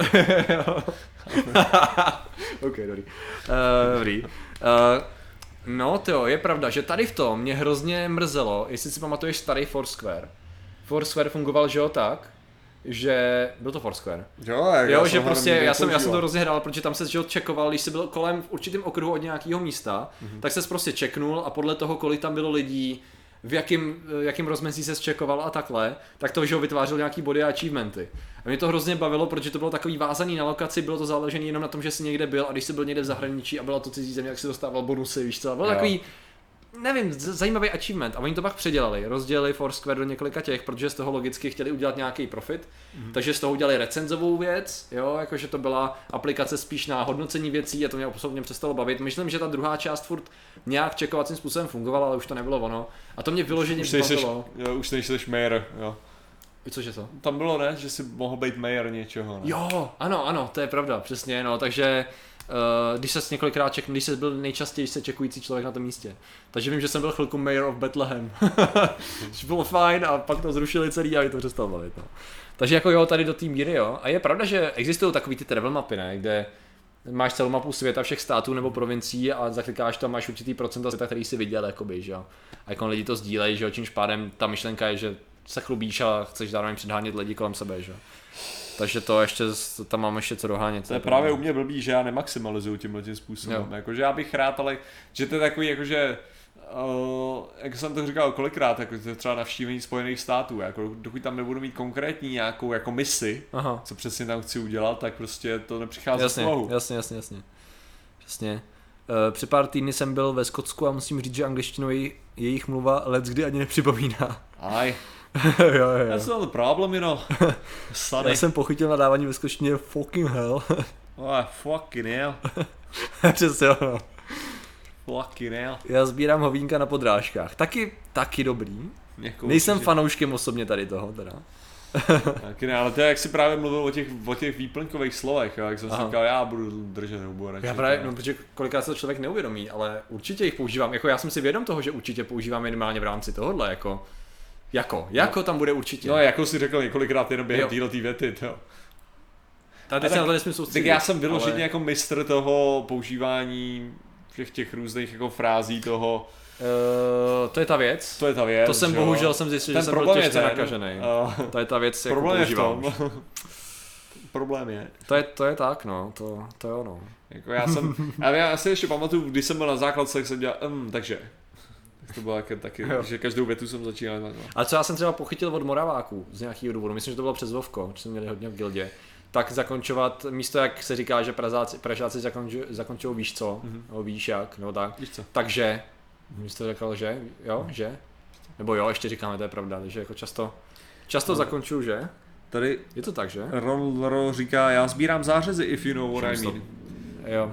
Ok, dobrý. No to je pravda, že tady v tom mě hrozně mrzelo, jestli si pamatuješ starý Foursquare. Foursquare fungoval, že jo, tak, že byl to Foursquare. Jo, že prostě já jsem to rozehrál, protože tam se checkoval, když jsi byl kolem v určitém okruhu od nějakého místa, tak ses prostě checknul a podle toho, kolik tam bylo lidí, v jakým rozmezí se checkoval a takhle, tak to, že ho vytvářel nějaký body a achievementy. A mě to hrozně bavilo, protože to bylo takový vázaný na lokaci, bylo to záležené jenom na tom, že jsi někde byl a když jsi byl někde v zahraničí a byla to cizí země, tak si dostával bonusy, víš co, bylo takový nevím, zajímavý achievement a oni to pak předělali, rozdělili Foursquare do několika těch, protože z toho logicky chtěli udělat nějaký profit, takže z toho udělali recenzovou věc, jo, jakože to byla aplikace spíš na hodnocení věcí a to mě osobně přestalo bavit. Myslím, že ta druhá část furt nějak checkovacím způsobem fungovala, ale už to nebylo ono a to mě vyloženě bavilo. Už nejseš mayor, jo. Cože to? Tam bylo, ne, že jsi mohl být mayor něčeho, ne? Jo, ano, to je pravda, přesně, no, takže když ses několikrát checknul, když jsi byl nejčastěji se checkující člověk na tom místě. Takže vím, že jsem byl chvilku mayor of Bethlehem. Což bylo fajn a pak to zrušili celý a mi to přestalo bavit. No. Takže jako jo, tady do té míry jo. A je pravda, že existují takový ty travel mapy, ne, kde máš celou mapu světa všech států nebo provincií a zaklikáš tam, máš určitý procenta světa, který jsi viděl, jakoby, že jo. A jako lidi to sdílejí, že jo, čímž pádem ta myšlenka je, že se chlubíš a chceš zároveň předhánět lidi kolem sebe, že jo. Takže to ještě, tam mám ještě co dohánět. To je právě u mě blbý, že já nemaximalizuju tímhle způsobem. Jakože já bych rád, ale že to je takový, jakože, jak jsem to říkal kolikrát, jako to je třeba navštívení Spojených států, jako dokud tam nebudu mít konkrétní nějakou jako misi, co přesně tam chci udělat, tak prostě to nepřichází v úvahu. Jasně. Před pár týdny jsem byl ve Skotsku a musím říct, že angličtinou jejich mluva leckdy ani nepřipomíná. jo. That's not the problem, you know. Já jsem pochytil nadávání ve skotštině fucking hell. Fucking hell. Přesně, no. Fucking hell. Já sbírám hovínka na podrážkách. Taky dobrý. Nejsem fanouškem osobně tady toho teda. Taky ne, ale to je, jak jsi právě mluvil o těch výplňkových slovech, jak jsem si říkal, já budu držet hubu. Já právě, no, protože kolikrát se to člověk neuvědomí, ale určitě jich používám, jako já jsem si vědom toho, že určitě používám minimálně v rámci tohohle, jako tam bude určitě. No jako jsi řekl několikrát jenom během této věty, jo. Tady se na to nesmím soustředit. Tak já jsem vyloženě jako mistr toho používání všech těch různých jako frází toho. To je ta věc. To jsem bohužel zjistil, že jsem byl těžce nakažený. To je ta věc, jak používám. Problém je. To je tak, no, to je ono. Jako já si ještě pamatuju, když jsem byl na základce, tak jsem dělal, takže. To bylo taky, že každou větu jsem začínal takhle. Ale co já jsem třeba pochytil od Moraváků z nějakého důvodu, myslím, že to bylo přes Vovko, že jsme měli hodně v gildě, tak zakončovat, místo jak se říká, že Pražáci zakončují víš co, nebo víš jak, nebo tak. Víš co. Takže, místo řekl, že, jo, že, nebo jo, ještě říkáme, to je pravda, takže jako často zakončuju, že? Tady je to tak, že? Ron říká, já sbírám zářezy, if you know what I mean. Jo.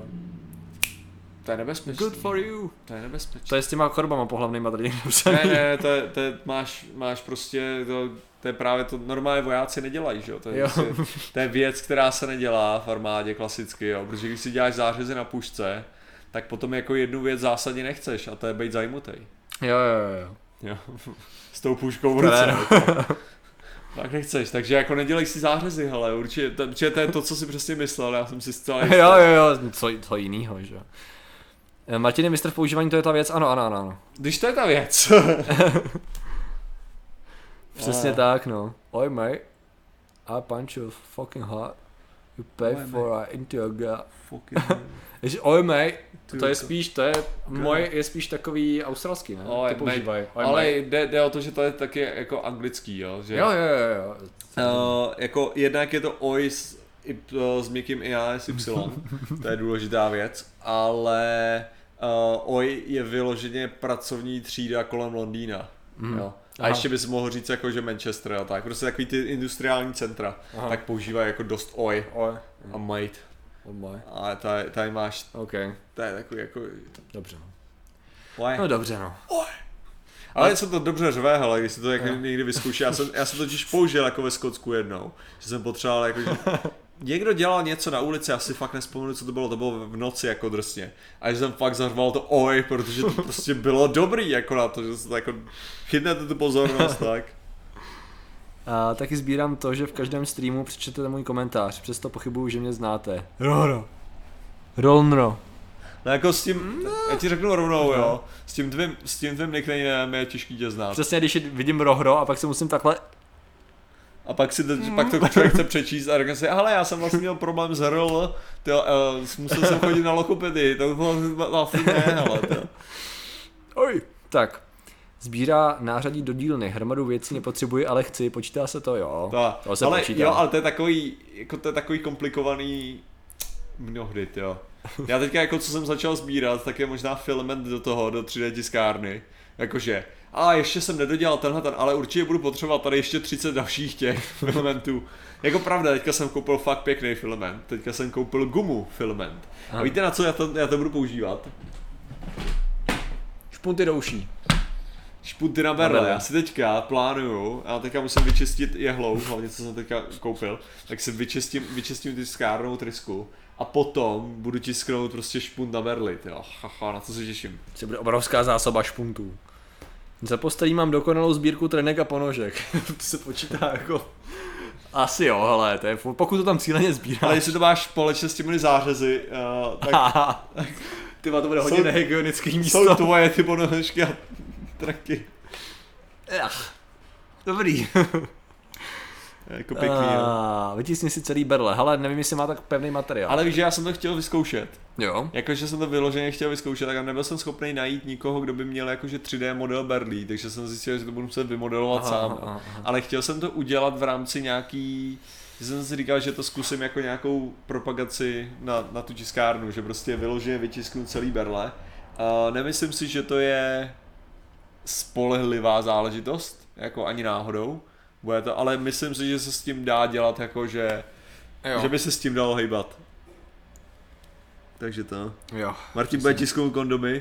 To je nebezpečné. Good for you. To je nebezpečné. To je s těma chorobama pohlavnýma tady. Ne, to je máš prostě, to je právě to, normálně vojáci nedělají, že jo? To je věc, která se nedělá v armádě klasicky, jo? Protože když si děláš zářezy na pušce, tak potom jako jednu věc zásadně nechceš a to je být zajmutej. Jo. S tou puškou v ruce. Tak nechceš, takže jako nedělej si zářezy, hele, určitě to je to, co si přesně myslel, já jsem si zcela jistý. Jo, co jinýho, že jo. Martin, mistr v používání, to je ta věc, ano. Když to je ta věc. Přesně tak, no. Oi mate, I punch you fucking hard. You pay for a into your gut. Oi mate, to je spíš, je spíš takový australský, ne? Oi, to používají. Ale jde o to, že to je taky jako anglický, jo? Že, jo. Jako jednak je to oi s měkkým i s y, to je důležitá věc, ale oi je vyloženě pracovní třída kolem Londýna, jo. A ještě bys mohl říct jako, že Manchester a tak, prostě takový ty industriální centra, tak používají jako dost oi a mate. A tady máš, to je takový jako... Dobře. No dobře, no. Ale se to dobře řve, hele, když si to někdy vyzkouší. Já jsem totiž použil jako ve Skotsku jednou, že jsem potřeboval jako, že někdo dělal něco na ulici, já si fakt nespomenu, co to bylo v noci jako drsně. A že jsem fakt zařval to oj, protože to prostě bylo dobrý jako na to, že se to jako chytnete tu pozornost, tak. A taky sbírám to, že v každém streamu přečtete můj komentář, přesto pochybuju, že mě znáte. Rolnro. No jako s tím, já ti řeknu rovnou, jo, s tím tvým nicknamem je těžký tě znát. Přesně, když vidím Rohro a pak se musím takhle... A pak to člověk chce přečíst a řekne si, hele, já jsem vlastně měl problém s RL, musel jsem chodit na logopedii, to bylo asi ne, hele, Oj. Tak, sbírá nářadí do dílny, hromadu věcí nepotřebuji, ale chci, počítá se to, jo. To se ale, počítá. jo, ale to je takový komplikovaný mnohdy, jo. Já teďka jako co jsem začal sbírat, tak je možná filament do 3D tiskárny, jakože, a ještě jsem nedodělal tenhle, ale určitě budu potřebovat tady ještě 30 dalších těch filamentů. Jako pravda, teďka jsem koupil fakt pěkný filament, teďka jsem koupil gumu filament. A víte na co já to budu používat? Špunty do uší. Špunty na berle, já si teďka plánuju, já teďka musím vyčistit jehlou, hlavně co jsem teďka koupil, tak si vyčistím tiskárnou trysku a potom budu tisknout prostě špunt na berli, jo, na co se těším. To bude obrovská zásoba špuntů. Za postelí mám dokonalou sbírku trenek a ponožek, to se počítá jako... Asi jo, hele, to je, pokud to tam cíleně sbíráš. Ale jestli to máš společně s těmi zářezy, tak... Tyba, to bude hodně nehygienický místo. Jsou tvoje ty ponožky a traky. Dobrý. Jako pěkný, vytisni si celý berle, hele, nevím, jestli má tak pevný materiál. Ale víš, že já jsem to chtěl vyzkoušet. Jo. Jakože jsem to vyloženě chtěl vyzkoušet, tak nebyl jsem schopný najít nikoho, kdo by měl jakože 3D model berlí, takže jsem zjistil, že to budu muset vymodelovat sám. Aha. Ale chtěl jsem to udělat v rámci nějaký, že jsem si říkal, že to zkusím jako nějakou propagaci na tu tiskárnu, že prostě vyloženě vytisknu celý berle. Nemyslím si, že to je spolehlivá záležitost, jako ani náhodou. Bude to, ale myslím si, že se s tím dá dělat jako, že by se s tím dalo hejbat. Takže to. Jo. Martin bude tisknout kondomy.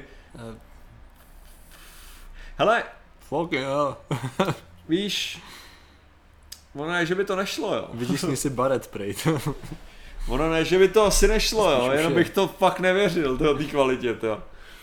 Hele. Fuck jo. Víš, ono ne, že by to nešlo, jo. Vytiskni si baret spray. Ono ne, že by to asi nešlo, jo, jenom bych to fakt nevěřil, té kvalitě, to.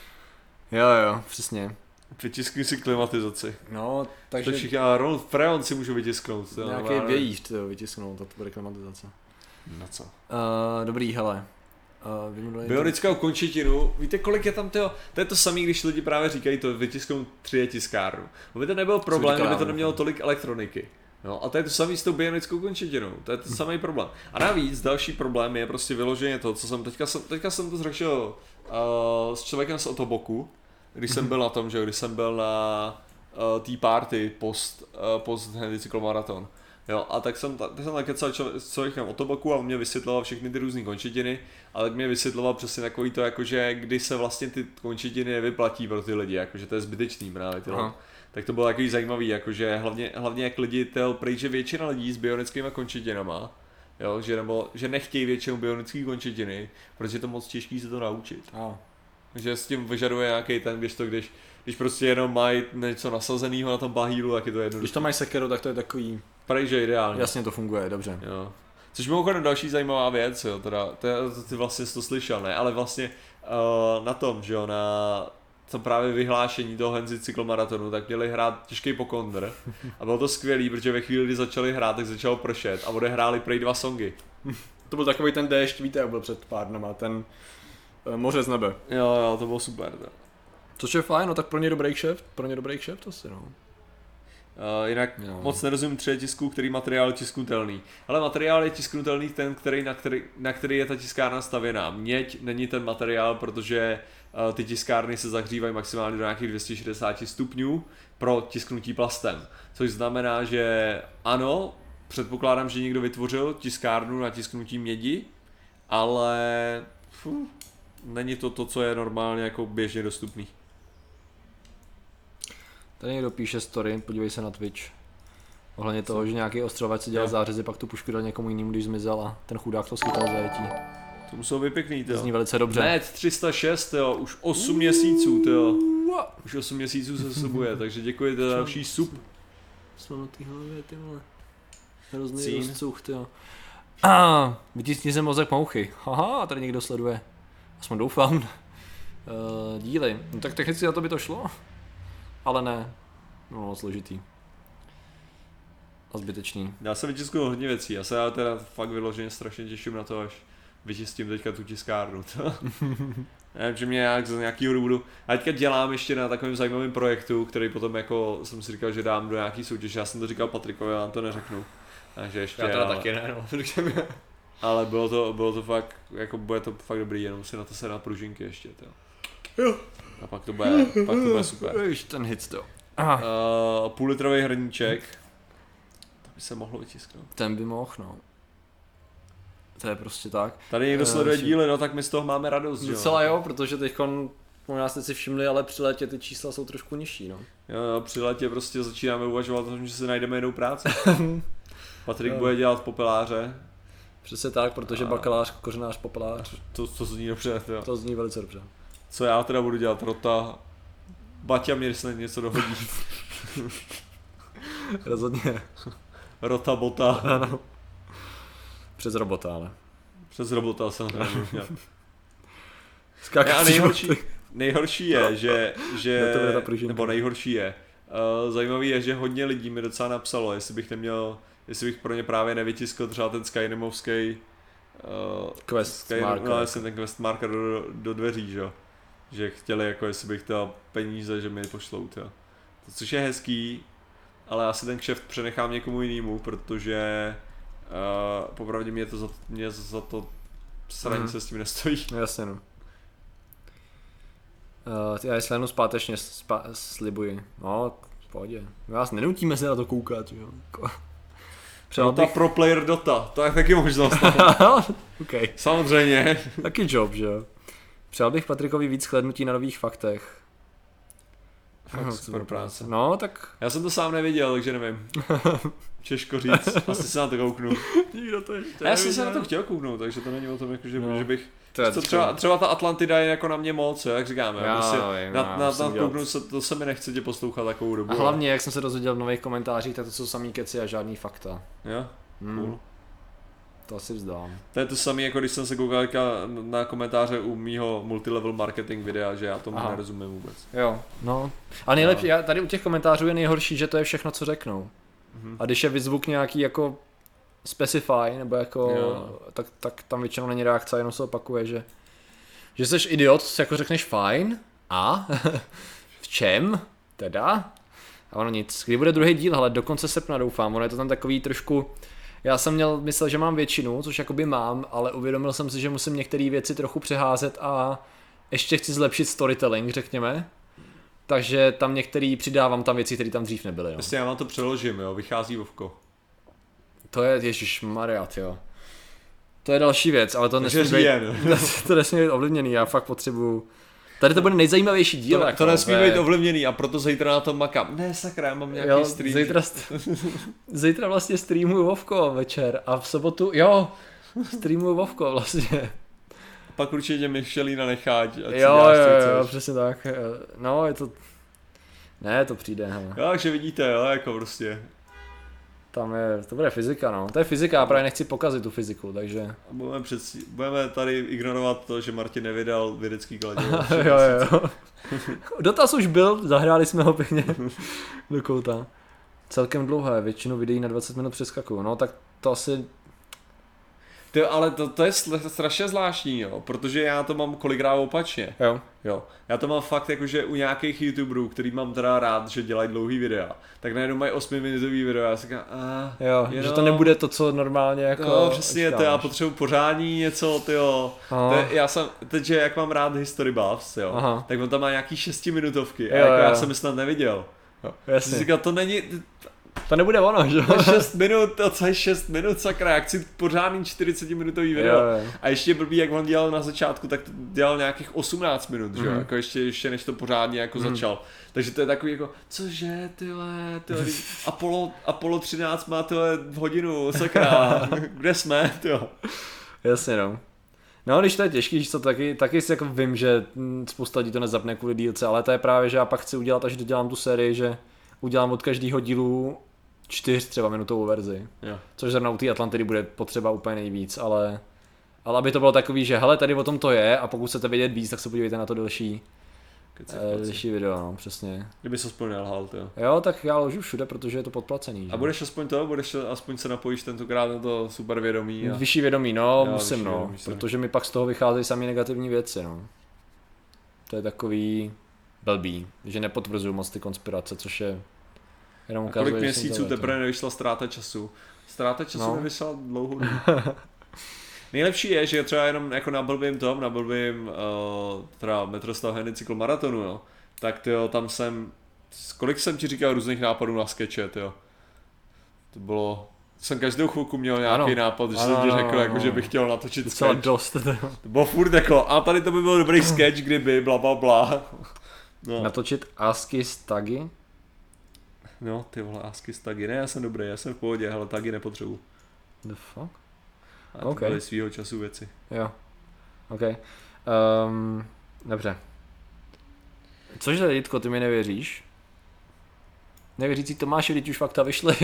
Jo, přesně. Vytiskni si klimatizaci. No, takže... To všichni, a Ronald Freon si můžu vytisknout. Nějaký vějíř, to vytisknout, to bude klimatizace. No co? Dobrý, hele. Bionickou končetinu, víte kolik je tam toho? To je to samé, když lidi právě říkají to vytisknout 3D tiskárnu. By to nebyl problém, kdyby to nemělo tolik elektroniky. No a to je to samé s tou bionickou končetinou, to je to samý problém. A navíc další problém je prostě vyloženě to, co jsem teďka jsem to zřešil s člověkem z Otoboku, když jsem byl na tom, že když jsem byl na té party post Handy cyklomaraton. Jo, a tak jsem nakecal s člověkem o Tobaku a on mě vysvětloval všechny ty různé končetiny, ale tak mě vysvětloval přesně takový to, jakože kdy se vlastně ty končetiny nevyplatí pro ty lidi, jakože to je zbytečný právě. Tak to bylo takový zajímavý, jakože hlavně jak lidi, prej, že většina lidí s bionickými končetinama, jo, že nechtějí většinou bionické končetiny, protože je to moc těžký se to naučit. Že s tím vyžaduje nějaký ten, když prostě jenom mají něco nasazeného na tom bahílu, tak je to jednoduché. Když to mají sekeru, tak to je takový... Prej, že ideálně. Jasně to funguje, dobře. Jo. Což mimochodem další zajímavá věc, jo, teda, ty vlastně jsi to slyšel, ne, ale vlastně na tom, že jo, na tom právě vyhlášení toho Hanzy cyklomaratonu, tak měli hrát těžký pokondr a bylo to skvělý, protože ve chvíli, kdy začali hrát, tak začalo pršet a odehráli prej 2 songy. To byl takový ten déšť, víte, jak byl před pár dnama, ten moře z nebe. Jo, to bylo super. To. Což je fajn, no tak pro ně dobrý kšeft asi, no. Jinak moc nerozumím 3D tisku, který materiál je tisknutelný. Ale materiál je tisknutelný ten, na který je ta tiskárna stavěná. Měď není ten materiál, protože ty tiskárny se zahřívají maximálně do nějakých 260 stupňů pro tisknutí plastem. Což znamená, že ano, předpokládám, že někdo vytvořil tiskárnu na tisknutí mědi, ale není to, co je normálně jako běžně dostupný. Tady někdo píše story, podívej se na Twitch. Ohledně toho, že nějaký ostřelovač si dělal zářezy, pak tu pušku dal někomu jinému, když zmizel a ten chudák to schytal zajetí. To muselo být pěkný, to zní velice dobře. Net 306, jo, už 8 měsíců, jo. Už 8 měsíců se subuje, takže děkuji za další sub. Jsme na té hlavě, ty vole. Hrozný rozcuch, jo. Vytiskni se mozek mouchy. Haha, tady někdo sleduje. Aspoň doufám. Díly. No tak technicky na to by to šlo. Ale ne. No, složitý. A zbytečný. Já se vytiskuju hodně věcí. Já se teda fakt vyloženě strašně těším na to, až vyčistím teďka tu tiskárnu. Nevím, že mě nějak z nějakého důvodu. A teďka dělám ještě na takovém zajímavém projektu, který potom jako jsem si říkal, že dám do nějaký soutěže. Já jsem to říkal Patrikovi, já vám to neřeknu. Takže ještě, já teda taky ne, no. Ale bylo to fakt, jako bude to fakt dobrý, jenom si na to sedát pružinky ještě, jo. A pak to bude super. Víš, ten hit to. Půllitrový hrníček, to by se mohlo vytisknout. Ten by mohl, no. To je prostě tak. Tady někdo sleduje díly, no tak my z toho máme radost, jo. Docela jo, protože teďkon, možná jste si všimli, ale při létě ty čísla jsou trošku nižší, no. Jo, při létě prostě začínáme uvažovat o tom, že si najdeme jinou práci. Patrik bude dělat popeláře. Přesně tak, protože bakalář, kořenář, popelář. To zní dobře, jo. To zní velice dobře. Co já teda budu dělat? Rota. Baťa mě snad něco dohodí. Rozhodně. Rota, bota. Ano. Přes robota, ale. Přes robota samozřejmě. A nejhorší je, že nebo nejhorší je, zajímavý je, že hodně lidí mi docela napsalo, jestli bych pro ně právě nevytiskl třeba ten Skyrimovský quest marker. No, jestli ten quest marker do dveří, že chtěli, jako jestli bych to peníze, že mi pošlou, to. Což je hezký, ale asi ten kšeft přenechám někomu jinému, protože popravdě mě za to sraní se s tím nestojí. Jasně, no. Já jestli jenom zpátečně slibuji. No, v pohodě. My vás nenutíme se na to koukat, jo. Dota pro player Dota, to je taky možnost. Okay. Samozřejmě. Taky job, že jo. Přál bych Patrikovi víc shlednutí na nových faktech. Super práce. No, tak... Já jsem to sám neviděl, takže nevím. Těžko říct, asi se na to kouknu. Nikdo to ještě já jsem se na to chtěl kouknout, takže to není o tom, jako, že bych... To třeba ta Atlantida je jako na mě moc, jak říkáme. Na kouknout to se mi nechce tě poslouchat takovou dobu. A hlavně, jak jsem se dozvěděl v nových komentářích, tak to jsou samý keci a žádný fakta. Jo? Cool. To asi vzdám. To je to samé, jako když jsem se koukal na komentáře u mýho multilevel marketing videa, že já tomu nerozumím vůbec. Jo, no. A nejlepší, tady u těch komentářů je nejhorší, že to je všechno, co řeknou. A když je vyzvuk nějaký jako specify, nebo jako, tak tam většinou není reakce, jenom se opakuje, že jsi idiot, jako řekneš fajn, a? V čem? Teda? A ono nic. Kdy bude druhý díl, ale do konce srpna doufám, ono je to tam takový trošku, já jsem myslel, že mám většinu, což jakoby mám, ale uvědomil jsem si, že musím některé věci trochu přeházet a ještě chci zlepšit storytelling, řekněme. Takže tam přidávám tam věci, které tam dřív nebyly. Vlastně já vám to přeložím, jo, vychází Vovko. To je, ježišmarja, jo. To je další věc, ale to nesmí být ovlivněný, já fakt potřebuju. Tady to bude nejzajímavější díl. To nesmí být ovlivněný a proto zítra na tom makám. Ne, sakra, já mám nějaký stream. Zítra vlastně streamuju Vovko večer a v sobotu, streamuju Vovko vlastně. Pak určitě Michelina nechá, jo, přesně tak. No, je to... Ne, to přijde, hele. Jo, takže vidíte, jo, jako prostě. To bude fyzika, no. To je fyzika, já právě nechci pokazit tu fyziku, takže... Budeme tady ignorovat to, že Martin nevydal vědecký kladivo. jo. Dotaz už byl, zahráli jsme ho pěkně do kouta. Celkem dlouhé, většinu videí na 20 minut přeskakuju, no tak to asi... Ale to je strašně zvláštní, jo, protože já to mám kolikrát opačně. Jo. Já to mám fakt jakože u nějakých youtuberů, který mám teda rád, že dělají dlouhý videa, tak najednou mají 8minutový video a já si říkám, že to nebude to, co normálně jako... No, přesně, to já potřebuji pořádní něco, tyjo. Já jsem, teď, jak mám rád History Buffs, jo, tak on tam má nějaký 6minutovky a jako já jsem je snad neviděl. Jasně. Říkal, to není... To nebude ono, že? 6 minut, sakra, jak si pořádný 40-minutový video. Jo. A ještě blbý, jak on dělal na začátku, tak dělal nějakých 18 minut, že? Jako ještě než to pořádně jako začal. Takže to je takový jako, cože, tyhle, Apollo 13 má tyhle hodinu, sakra, kde jsme, tyjo. Jasně, no. No, když to je těžký, to taky si jako vím, že spousta lidí to nezapne kvůli dílce, ale to je právě, že já pak chci udělat, až dodělám tu sérii, že udělám od každého dílu 4 třeba minutovou verzi. Jo. Což zrovna u té Atlantidy bude potřeba úplně nejvíc, ale aby to bylo takový, že hele, tady o tom to je a pokud chcete vědět víc, tak se podívejte na to delší video, no, přesně. Kdyby se aspoň nelhal, jo. Jo, tak já ložu všude, protože je to podplacený. Že? A budeš aspoň se napojíš tentokrát na to super vědomí. Vyšší vědomí, no, musím, vědomí, protože mi pak z toho vycházejí samé negativní věci, no. To je takový blbý, že nepotvrzuju moc ty konspirace, což je jenom ukazuje, kolik měsíců teprve nevyšla Ztráta času. Ztráta času nevyšla dlouhou dobu. Nejlepší je, že třeba jenom jako na blbým teda metrostavhený cyklmaratonu, jo, tak tyjo, tam jsem, kolik jsem ti říkal různých nápadů na skeče, tyjo. To bylo, jsem každou chvilku měl nějaký nápad, že jsem ti řekl, jako, že bych chtěl natočit sketch. Dost. To bylo furt jako, a tady to by byl dobrý sketch, kdyby, bla bla bla. No. Natočit ASCII tagy? No, ty vole, ASCII tagy, ne, já jsem dobrý, já jsem v pohodě, ale tagy nepotřebuji. The fuck? A to byly svýho času věci. Jo, ok. Dobře. Cože, Jitko, ty mi nevěříš? Nevěřící Tomáši, teď už fakta vyšly.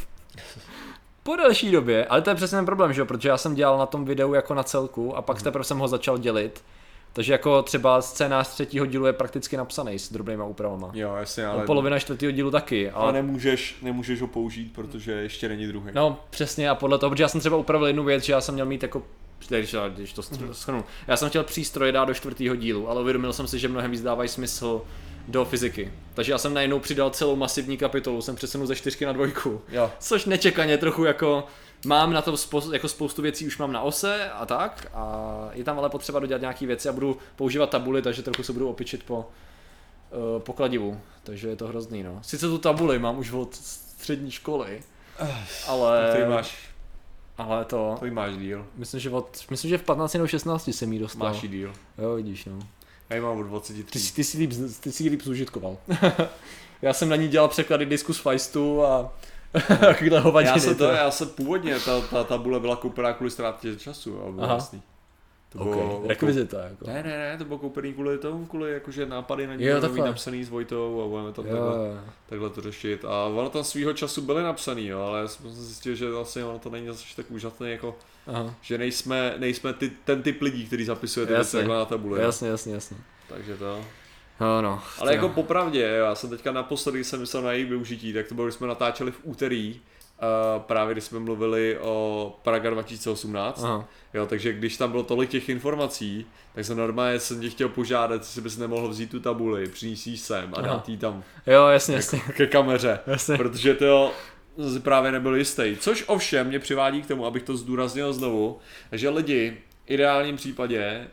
Po delší době, ale to je přesně ten problém, že jo, protože já jsem dělal na tom videu jako na celku a pak teprve jsem ho začal dělit. Takže jako třeba scénář 3. dílu je prakticky napsaný s drobnýma úpravama. Jo, jasně, ale... Polovina 4. dílu taky. Ale nemůžeš ho použít, protože ještě není druhý. No, přesně, a podle toho, protože já jsem třeba upravil jednu věc, že já jsem měl mít jako, když to shrnu, já jsem chtěl přístroje dát do 4. dílu, ale uvědomil jsem si, že mnohem víc dávají smysl do fyziky. Takže já jsem najednou přidal celou masivní kapitolu, jsem přesunul ze 4 na 2. Jo. Což nečekaně trochu jako mám na to jako spoustu věcí už mám na ose a tak a je tam ale potřeba dodělat nějaký věci a budu používat tabuly, takže trochu se budu opičit po kladivu, takže je to hrozný, no. Sice tu tabuli mám už od střední školy, ale... Tak máš... Ale to... To máš díl. Myslím, že v 15 nebo 16 jsem jí dostal. Máš díl. Jo, vidíš, no. Já ji mám od 23. Ty si líp zužitkoval. Já jsem na ní dělal překlady Diskus Feistu a takovýhle hovadiny. Já se původně, ta tabule byla koupená kvůli ztrátě času a bylo jasný. To bylo rekvizita jako. Ne, to bylo koupený kvůli jakože nápady na ní mít napsaný s Vojtou a budeme tam takhle to řešit. A ono tam svýho času byly napsaný, jo, ale já jsem zjistil, že vlastně ono to není zase tak úžasné, jako, že nejsme ten typ lidí, který zapisuje ty věci takhle na tabule. Jasně. Takže to... No, ale jako popravdě, já jsem teďka naposledy, když jsem myslel na jejich využití, tak to bylo, když jsme natáčeli v úterý, právě když jsme mluvili o Praga 2018, jo, takže když tam bylo tolik těch informací, tak jsem normálně tě chtěl požádat, jestli bys nemohl vzít tu tabuli, přinést ji sem a dát ji tam jasně. Ke kameře, jasně. Protože to právě nebyl jistý. Což ovšem mě přivádí k tomu, abych to zdůraznil znovu, že lidi v ideálním případě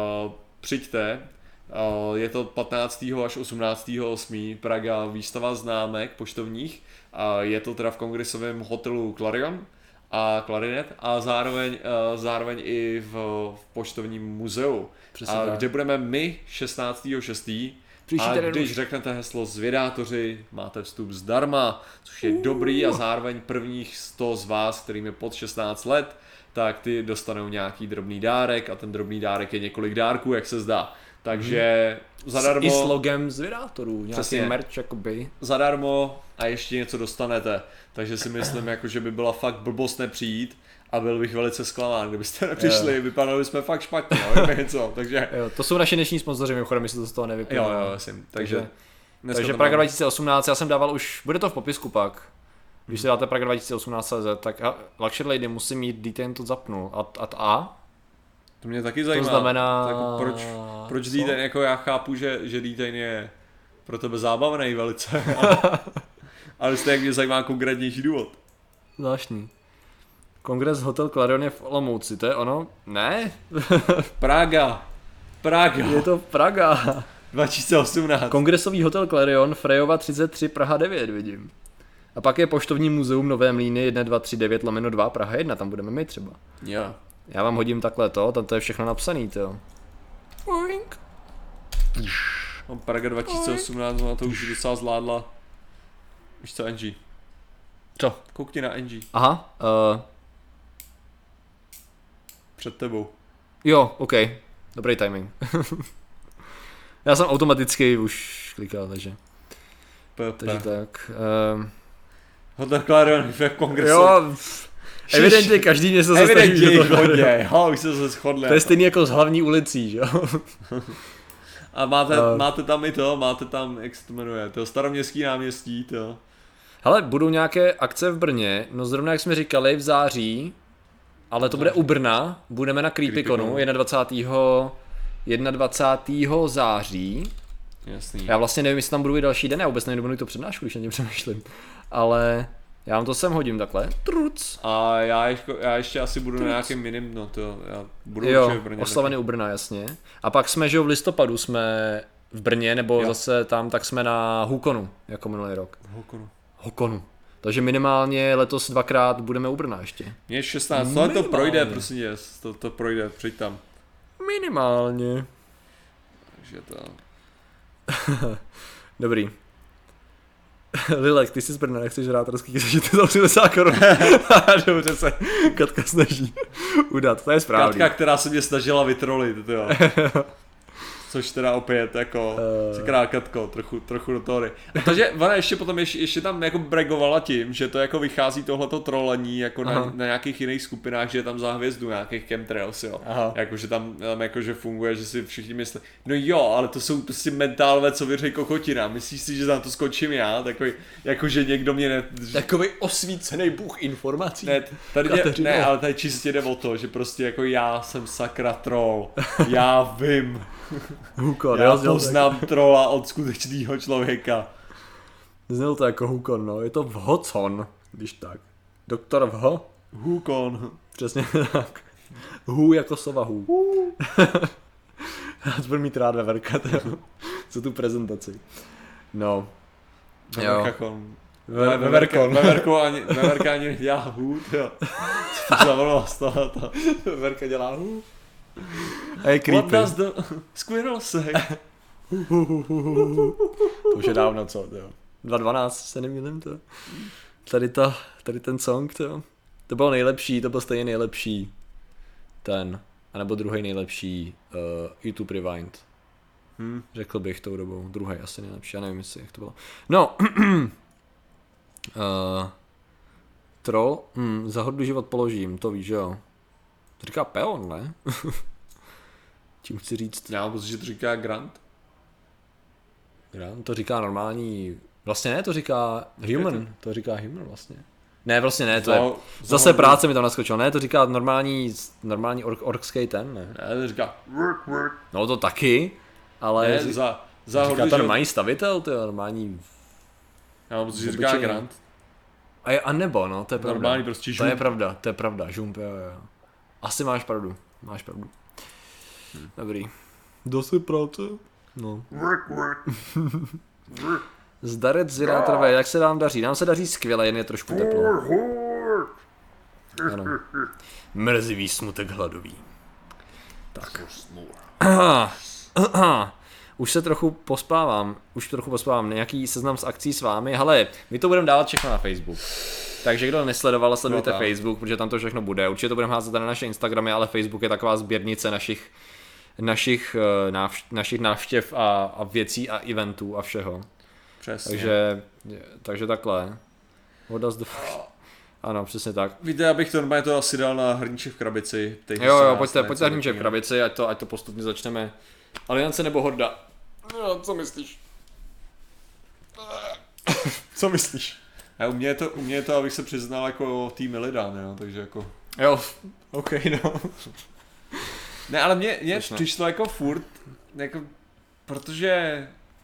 přijďte. Je to 15. až 18. 8. Praga, výstava známek poštovních. Je to teda v kongresovém hotelu Clarion a Clarinet a zároveň i v poštovním muzeu. Kde budeme my 16.6. A když řeknete heslo Zvědátoři, máte vstup zdarma, což je dobrý a zároveň prvních 100 z vás, kterým je pod 16 let, tak ty dostanou nějaký drobný dárek a ten drobný dárek je několik dárků, jak se zdá. Takže zadarmo... I s logem Zvědátorů, nějaký merch jakoby. Zadarmo a ještě něco dostanete. Takže si myslím, jako, že by byla fakt blbost nepřijít a byl bych velice zklamán, kdybyste nepřišli, vypadali bychom fakt špatně, něco, takže... Jo, to jsou naši dnešní sponzoři, mimochodem, my se to z toho nevypíváme. Jo, jasně, takže Praga 2018, já jsem dával už, bude to v popisku pak, když si dáte Praga 2018 tak Luxury Lady musí mít D-Tain to zapnul, a? To mě taky zajímá. To znamená... Tak proč D-Tain, jako já chápu, že D-Tain je pro tebe zábavný velice, ale stejně mě zajímá konkrétnější důvod. Zvláštní. Kongres Hotel Clarion je v Olomouci, to je ono? Ne? Praga. Je to Praga. 2018. Kongresový hotel Clarion, Frejova 33, Praha 9, vidím. A pak je poštovní muzeum Nové Mlýny 1239/2, Praha 1, tam budeme my třeba. Jo. Já vám hodím takhle tam to je všechno napsaný, to. Oink. Praga 2018, ona to už docela zvládla. Víš co, NG? Co? Koukni na NG. Aha. Před tebou. Jo, OK. Dobrý timing. Já jsem automaticky už klikal, takže. Takže tak. Hotel Clarion v kongresu. Jo, evidentně každý město se snaží do toho. Jo, už se shodli. To je stejný jako z hlavní ulicí, jo. A máte tam i to, máte tam, jak se to jmenuje, to Staroměstský náměstí, to. Hele, budou nějaké akce v Brně, no zrovna jak jsme říkali v září, ale to bude u Brna, budeme na Creepyconu 21. 21. září. Jasný. Já vlastně nevím, jestli tam budu i další den, já vůbec nevím, to přednášku, když na tím přemýšlím. Ale já vám to sem hodím takhle. Truc. A já ještě asi budu na nějakém minim, no to já budu v Brně. Oslaveny u Brna, jasně. A pak jsme, že jo, v listopadu jsme v Brně, nebo zase tam, tak jsme na Hukonu, jako minulý rok. Hukonu. Takže minimálně letos 2krát budeme u Brna ještě. Je 16, ale to projde, prosím tě, to projde, přijď tam. Minimálně. Takže to... Dobrý. Lilek, ty jsi z Brna, nechceš žrátorský, když ty za 80 korun. Dobře se Katka snaží udat, to je správný. Katka, která se mě snažila vytrolit, jo. Což teda opět jako sikrá Katko, trochu do toho. Takže ona ještě potom ještě tam jako bragovala tím, že to jako vychází tohleto trolení jako na nějakých jiných skupinách, že je tam za hvězdu nějakých chemtrails, jo. Jako, že tam jakože funguje, že si všichni myslí, no jo, ale to jsou prostě mentálové, co vyřej kokotina, myslíš si, že na to skočím já, takový, jakože někdo mě ne... Takový osvícený bůh informací. Ne, ale tady čistě jde o to, že prostě jako já jsem sakra troll, já vím. Hukon, já poznám trolla od skutečného člověka. Zněl to jako Hukon, no, je to Vhocon, když tak. Doktor Vho? Hukon. Přesně tak. Hů jako sova hů. Já to budu mít rád Veverka, za tu prezentaci. No. Veverka ani nedělá hů, jo. Zavolala z tohoto. Veverka dělá hů. A je creepy. What does the squirrel say? To už je dávno, co, jo. 2.12 se nemýlím, to. Tady ten song, to bylo nejlepší, to byl stejně nejlepší ten, anebo druhý nejlepší YouTube Rewind. Řekl bych tou dobou, druhý asi nejlepší, já nevím, jestli jak to bylo. No, troll, za hodný život položím, to víš, jo. To říká Peon, ne? Tím chci říct. Já myslím, že to říká Grant. Grant to říká normální, vlastně ne, to říká Human, to říká Human vlastně. Ne, vlastně ne, to je, zase práce mi tam naskočilo, ne, to říká normální orkský ten, ne. Ne, to říká work. No to taky, ale ne, za říká to normální stavitel, to je normální. Já myslím, že říká Grant. A nebo, no, to je pravda. Normální prostě žump. To je pravda, žump, jo. Asi máš pravdu. Dobrý. Dosti práce? No. Zdarec Zirátorové, jak se vám daří? Nám se daří skvěle, jen je trošku teplo. Ano. Mrzivý smutek hladový. Tak. Už trochu pospávám, nějaký seznam s akcí s vámi. Hele, my to budeme dávat všechno na Facebook. Takže kdo nesledoval, sledujte Facebook, protože tam to všechno bude. Určitě to budeme házet na naše Instagramy, ale Facebook je taková sběrnice našich návštěv a věcí a eventů a všeho. Přesně. Takže takhle. Ano, přesně tak. Víte, abych to normálně to asi dal na hrníček v krabici. Jo, pojďte hrníček v krabici, ať to postupně začneme. Aliance nebo Horda? No, co myslíš? Co myslíš? U mě je to, abych se přiznal jako tým Illidan, jo, takže jako... Jo, ok, no. Ne, ale mě přišlo jako furt, jako, protože...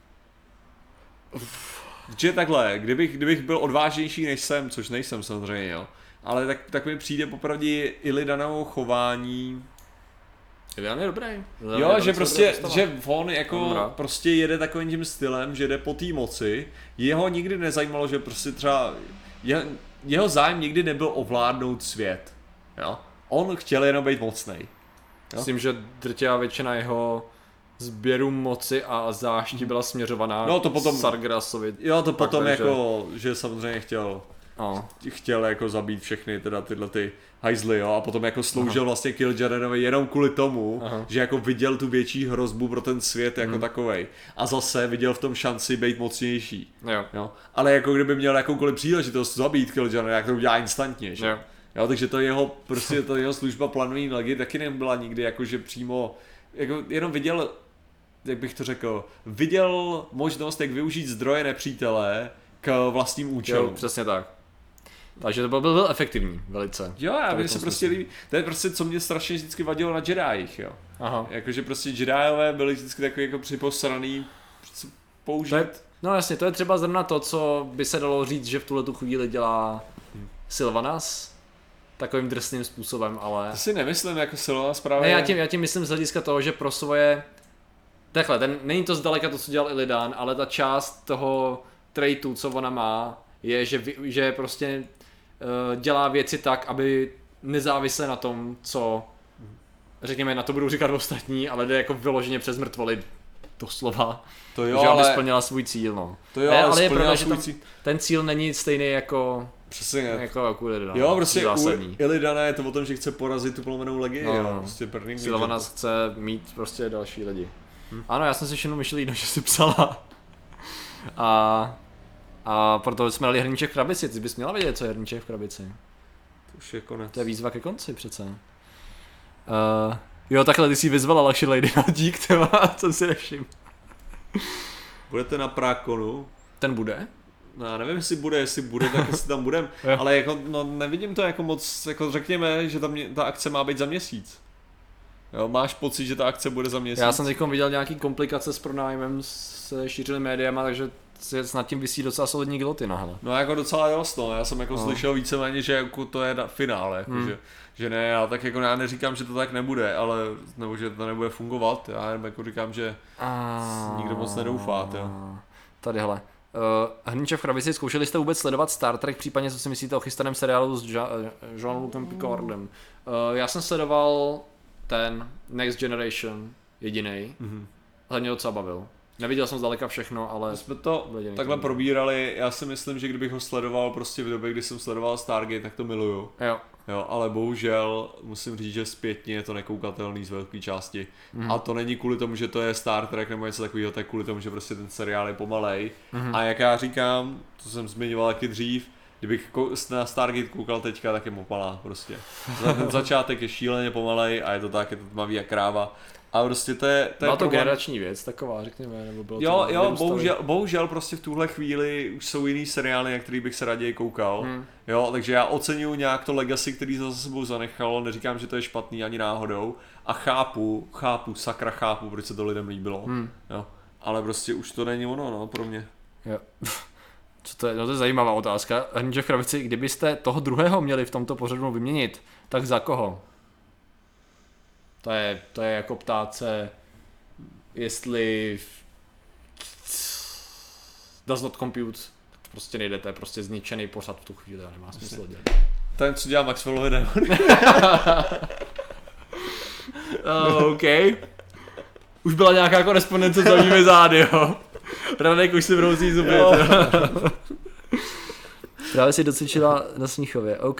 Že takhle, kdybych byl odvážnější než jsem, což nejsem samozřejmě, jo, ale tak mi přijde popravdě Illidanovo chování... Illidan je dobrý. Jo, že prostě, že on jako prostě jede takovým tím stylem, že jde po té moci, jeho nikdy nezajímalo, že prostě třeba, jeho zájem nikdy nebyl ovládnout svět, jo, on chtěl jenom být mocnej. Myslím, že drtivá většina jeho sběru moci a záští byla směřovaná Sargerasovi. Jo, to potom takže... jako, že samozřejmě chtěl jako zabít všechny teda tyhle ty hajzly, jo, a potom jako sloužil vlastně Kil'jaarenovi jenom kvůli tomu, že jako viděl tu větší hrozbu pro ten svět jako takovej. A zase viděl v tom šanci být mocnější. Jo. Ale jako kdyby měl jakoukoliv příležitost zabít Kil'jaarena, jak to udělá instantně, že? Jo, takže to jeho služba planový legi taky nebyla nikdy jakože přímo, jako jenom viděl, jak bych to řekl, viděl možnost, jak využít zdroje nepřítele k vlastním účelům. Jo, přesně tak. Takže to byl efektivní, velice. Jo, mně se prostě líbí. To je prostě, co mě strašně vždycky vadilo na Jedích, jo. Aha. Jakože prostě Jediové byli vždycky takový jako připosraný použít. No jasně, to je třeba zrovna to, co by se dalo říct, že v tuhletu chvíli dělá Sylvanas takovým drsným způsobem, ale... To si nemyslím jako Sylvanas právě... Ne, já tím myslím z hlediska toho, že pro svoje... Takhle, není to zdaleka to, co dělal Illidan, ale ta část toho traitu, co ona má, je, že prostě dělá věci tak, aby nezávisle na tom, co řekněme, na to budou říkat ostatní, ale jde jako vyloženě přes mrtvoly doslova. To jo, že aby ale... splnila svůj cíl, no. To jo, ale je pravda, že cíl. Ten cíl není stejný jako... Přesně. Jako Illidan. Jo, prostě u Illidana je to o tom, že chce porazit tu plomenou legii, jo. Prostě Sylvanas chce mít prostě další lidi. Ano, já jsem si všiml Myšelíno, že si psala. A proto jsme dali Hrníček v krabici, ty bys měla vědět, co je Hrníček v krabici. To už je konec. To je výzva ke konci přece. Jo, takhle ty jsi vyzvala Luxury Lady na dík, jsem si nevšiml. Budete na Prakonu? Ten bude? No já nevím, jestli bude, tak jestli tam budem, ale jako, no, nevidím to jako moc, jako řekněme, že ta akce má být za měsíc. Jo, máš pocit, že ta akce bude za měsíc? Já jsem teď viděl nějaký komplikace s pronájmem, se šířili médiama, takže snad tím visí docela solidní gilotina, hele. No jako docela dost, no. Já jsem jako slyšel víceméně, že jako to je finále, jako, že ne, já tak jako já neříkám, že to tak nebude, ale nebo že to nebude fungovat, já jenom jako říkám, že nikdo moc nedoufá, jo. Tady hele. Hrníček v krabici, zkoušeli jste vůbec sledovat Star Trek, případně co si myslíte o chystaném seriálu s Jean-Lucem Picardem? Já jsem sledoval ten Next Generation, jedinej, hlavně docela bavil. Neviděl jsem zdaleka všechno, ale... Jsme to takhle probírali, já si myslím, že kdybych ho sledoval prostě v době, kdy jsem sledoval Stargate, tak to miluju. Jo, ale bohužel musím říct, že zpětně je to nekoukatelný z velké části. A to není kvůli tomu, že to je Star Trek nebo něco takového, to je kvůli tomu, že prostě ten seriál je pomalej. A jak já říkám, to jsem zmiňoval taky dřív, kdybych na Stargate koukal teďka, tak je pomalá prostě. Ten začátek je šíleně pomalej a je to tak, je to tmavý jak kráva. A prostě to je byla to generační věc taková, řekněme, nebo bylo jo, bohužel prostě v tuhle chvíli už jsou jiný seriály, na který bych se raději koukal. Jo, takže já oceňuji nějak to legacy, který to za sebou zanechalo, neříkám, že to je špatný ani náhodou a chápu, proč se to lidem líbilo. Jo. Ale prostě už to není ono, no, pro mě. Jo. Co to je? No to je zajímavá otázka. Hrníček v krabici, kdybyste toho druhého měli v tomto pořadu vyměnit, tak za koho? To je jako ptát se, jestli does not compute, to prostě nejde, to je prostě zničený pořad v tu chvíli, nemá smysl dělat. Ten, co dělá Maxwellovi démony. OK. Už byla nějaká korespondence za mými zády, jo. Radek už si brouzí zuby. Právě si docvičila na Smíchově, OK.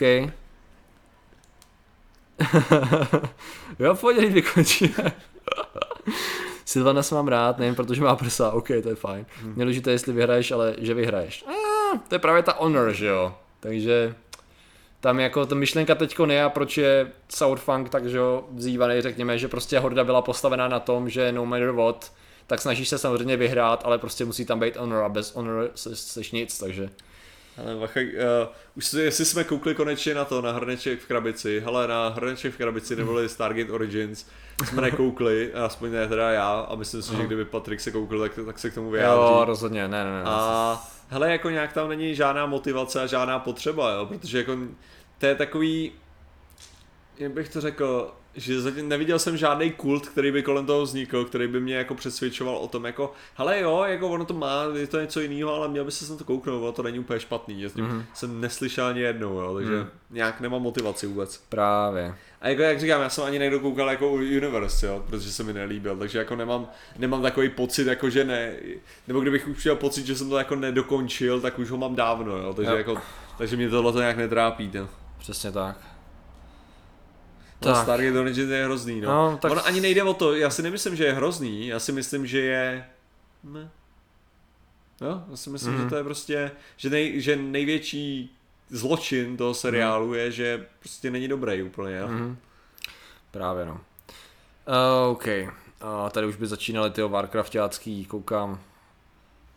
Jo, v pohodě, vykončíme. Sylvanas mám rád, nejen protože má prsa, OK, to je fajn. Nedůležité, jestli vyhraješ, ale že vyhraješ. To je právě ta honor, že jo. Takže tam jako ta myšlenka teďko ne a proč je Sourfunk tak, že jo, vzývaný, řekněme, že prostě horda byla postavená na tom, že no matter what, tak snažíš se samozřejmě vyhrát, ale prostě musí tam být honor a bez honor seš nic, takže... Ale už jestli jsme koukli konečně na Hrneček v krabici, hele, na Hrneček v krabici neboli Stargate Origins, jsme nekoukli, aspoň ne teda já, a myslím si, že kdyby Patrik se koukl, tak se k tomu vyjádří. Jo, rozhodně, ne. A hele, jako nějak tam není žádná motivace a žádná potřeba, jo, protože jako to je takový, jak bych to řekl, že zatím neviděl jsem žádný kult, který by kolem toho vznikl, který by mě jako přesvědčoval o tom jako, hele jo, jako ono to má, je to něco jiného, ale měl by se na to kouknout, to není úplně špatný, jsem neslyšel ani jednou, jo, takže nějak nemám motivaci vůbec. Právě. A jako jak říkám, já jsem ani někdo koukal jako Universe, jo, protože se mi nelíbil, takže jako nemám takový pocit, jako že ne, nebo kdybych už měl pocit, že jsem to jako nedokončil, tak už ho mám dávno, jo, takže jako, takže mě tohle nějak netrápí, jo. Přesně tak. No, Stargate Origins je hrozný, no. Tak... Ono ani nejde o to, já si nemyslím, že je hrozný, já si myslím, že je... Ne. Jo, já si myslím, že to je prostě, že největší zločin toho seriálu je, že prostě není dobrý úplně, jo. Právě, no. OK. Tady už by začínaly tyho Warcraftácký, koukám.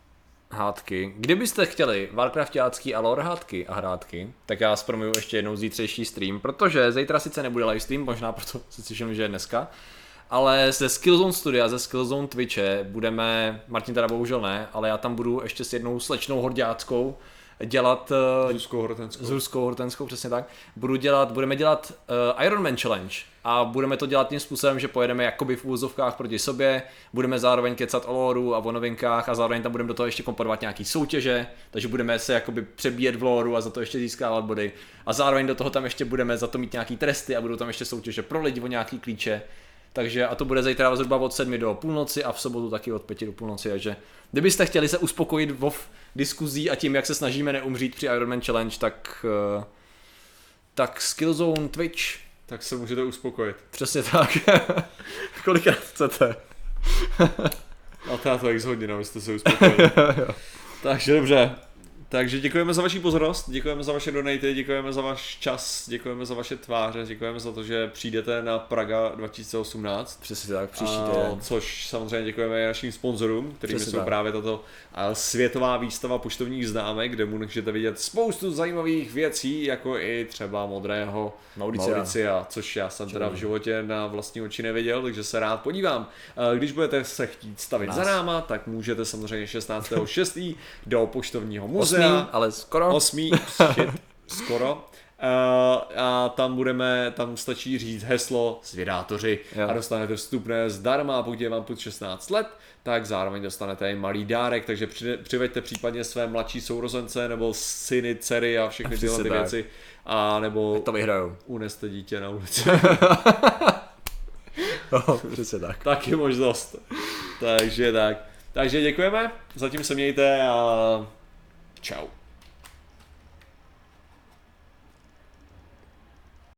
hádky. Kdybyste chtěli Warcraftácký a lore hádky a hrátky, tak já zpromuju ještě jednou zítřejší stream, protože zítra sice nebude livestream, možná proto si slyším, že je dneska, ale ze Skillzone Studia, ze Skillzone Twitche budeme, Martin teda bohužel ne, ale já tam budu ještě s jednou slečnou horďáckou dělat s Ruskou Hortenskou, přesně tak. Budeme dělat Iron Man Challenge a budeme to dělat tím způsobem, že pojedeme jakoby v úvozovkách proti sobě, budeme zároveň kecat o lóru a o novinkách a zároveň tam budeme do toho ještě komponovat nějaký soutěže, takže budeme se jakoby přebíjet v lóru a za to ještě získávat body a zároveň do toho tam ještě budeme za to mít nějaký tresty a budou tam ještě soutěže pro lidi o nějaký klíče. Takže a to bude zítra zhruba od 7 do půlnoci a v sobotu taky od 5 do půlnoci, takže kdybyste chtěli se uspokojit diskuzí a tím, jak se snažíme neumřít při Iron Man Challenge, tak Skillzone Twitch. Tak se můžete uspokojit. Přesně tak. Kolikrát chcete. A to x hodin, abyste se uspokojili. Takže dobře. Takže děkujeme za vaši pozornost, děkujeme za vaše donaty, děkujeme za váš čas, děkujeme za vaše tváře, děkujeme za to, že přijdete na Praga 2018. Přesně tak, příští den. Což samozřejmě děkujeme i našim sponzorům, kterými jsou právě tato světová výstava poštovních známek, kde můžete vidět spoustu zajímavých věcí, jako i třeba modrého Mauricia, což já jsem teda v životě na vlastní oči neviděl, takže se rád podívám. Když budete se chtít stavit za náma, tak můžete samozřejmě 16.6. do poštovního muzea. 8. ale skoro. 8. skoro. A tam stačí říct heslo Zvědátoři a dostanete vstupné zdarma, a pokud je vám pod 16 let, tak zároveň dostanete i malý dárek, takže přiveďte případně své mladší sourozence nebo syny, dcery a všechny tyhle ty věci, a nebo to vyhrajou. Uneste dítě na ulici. Přesně tak. Taky možnost. Takže děkujeme, zatím se mějte a čau.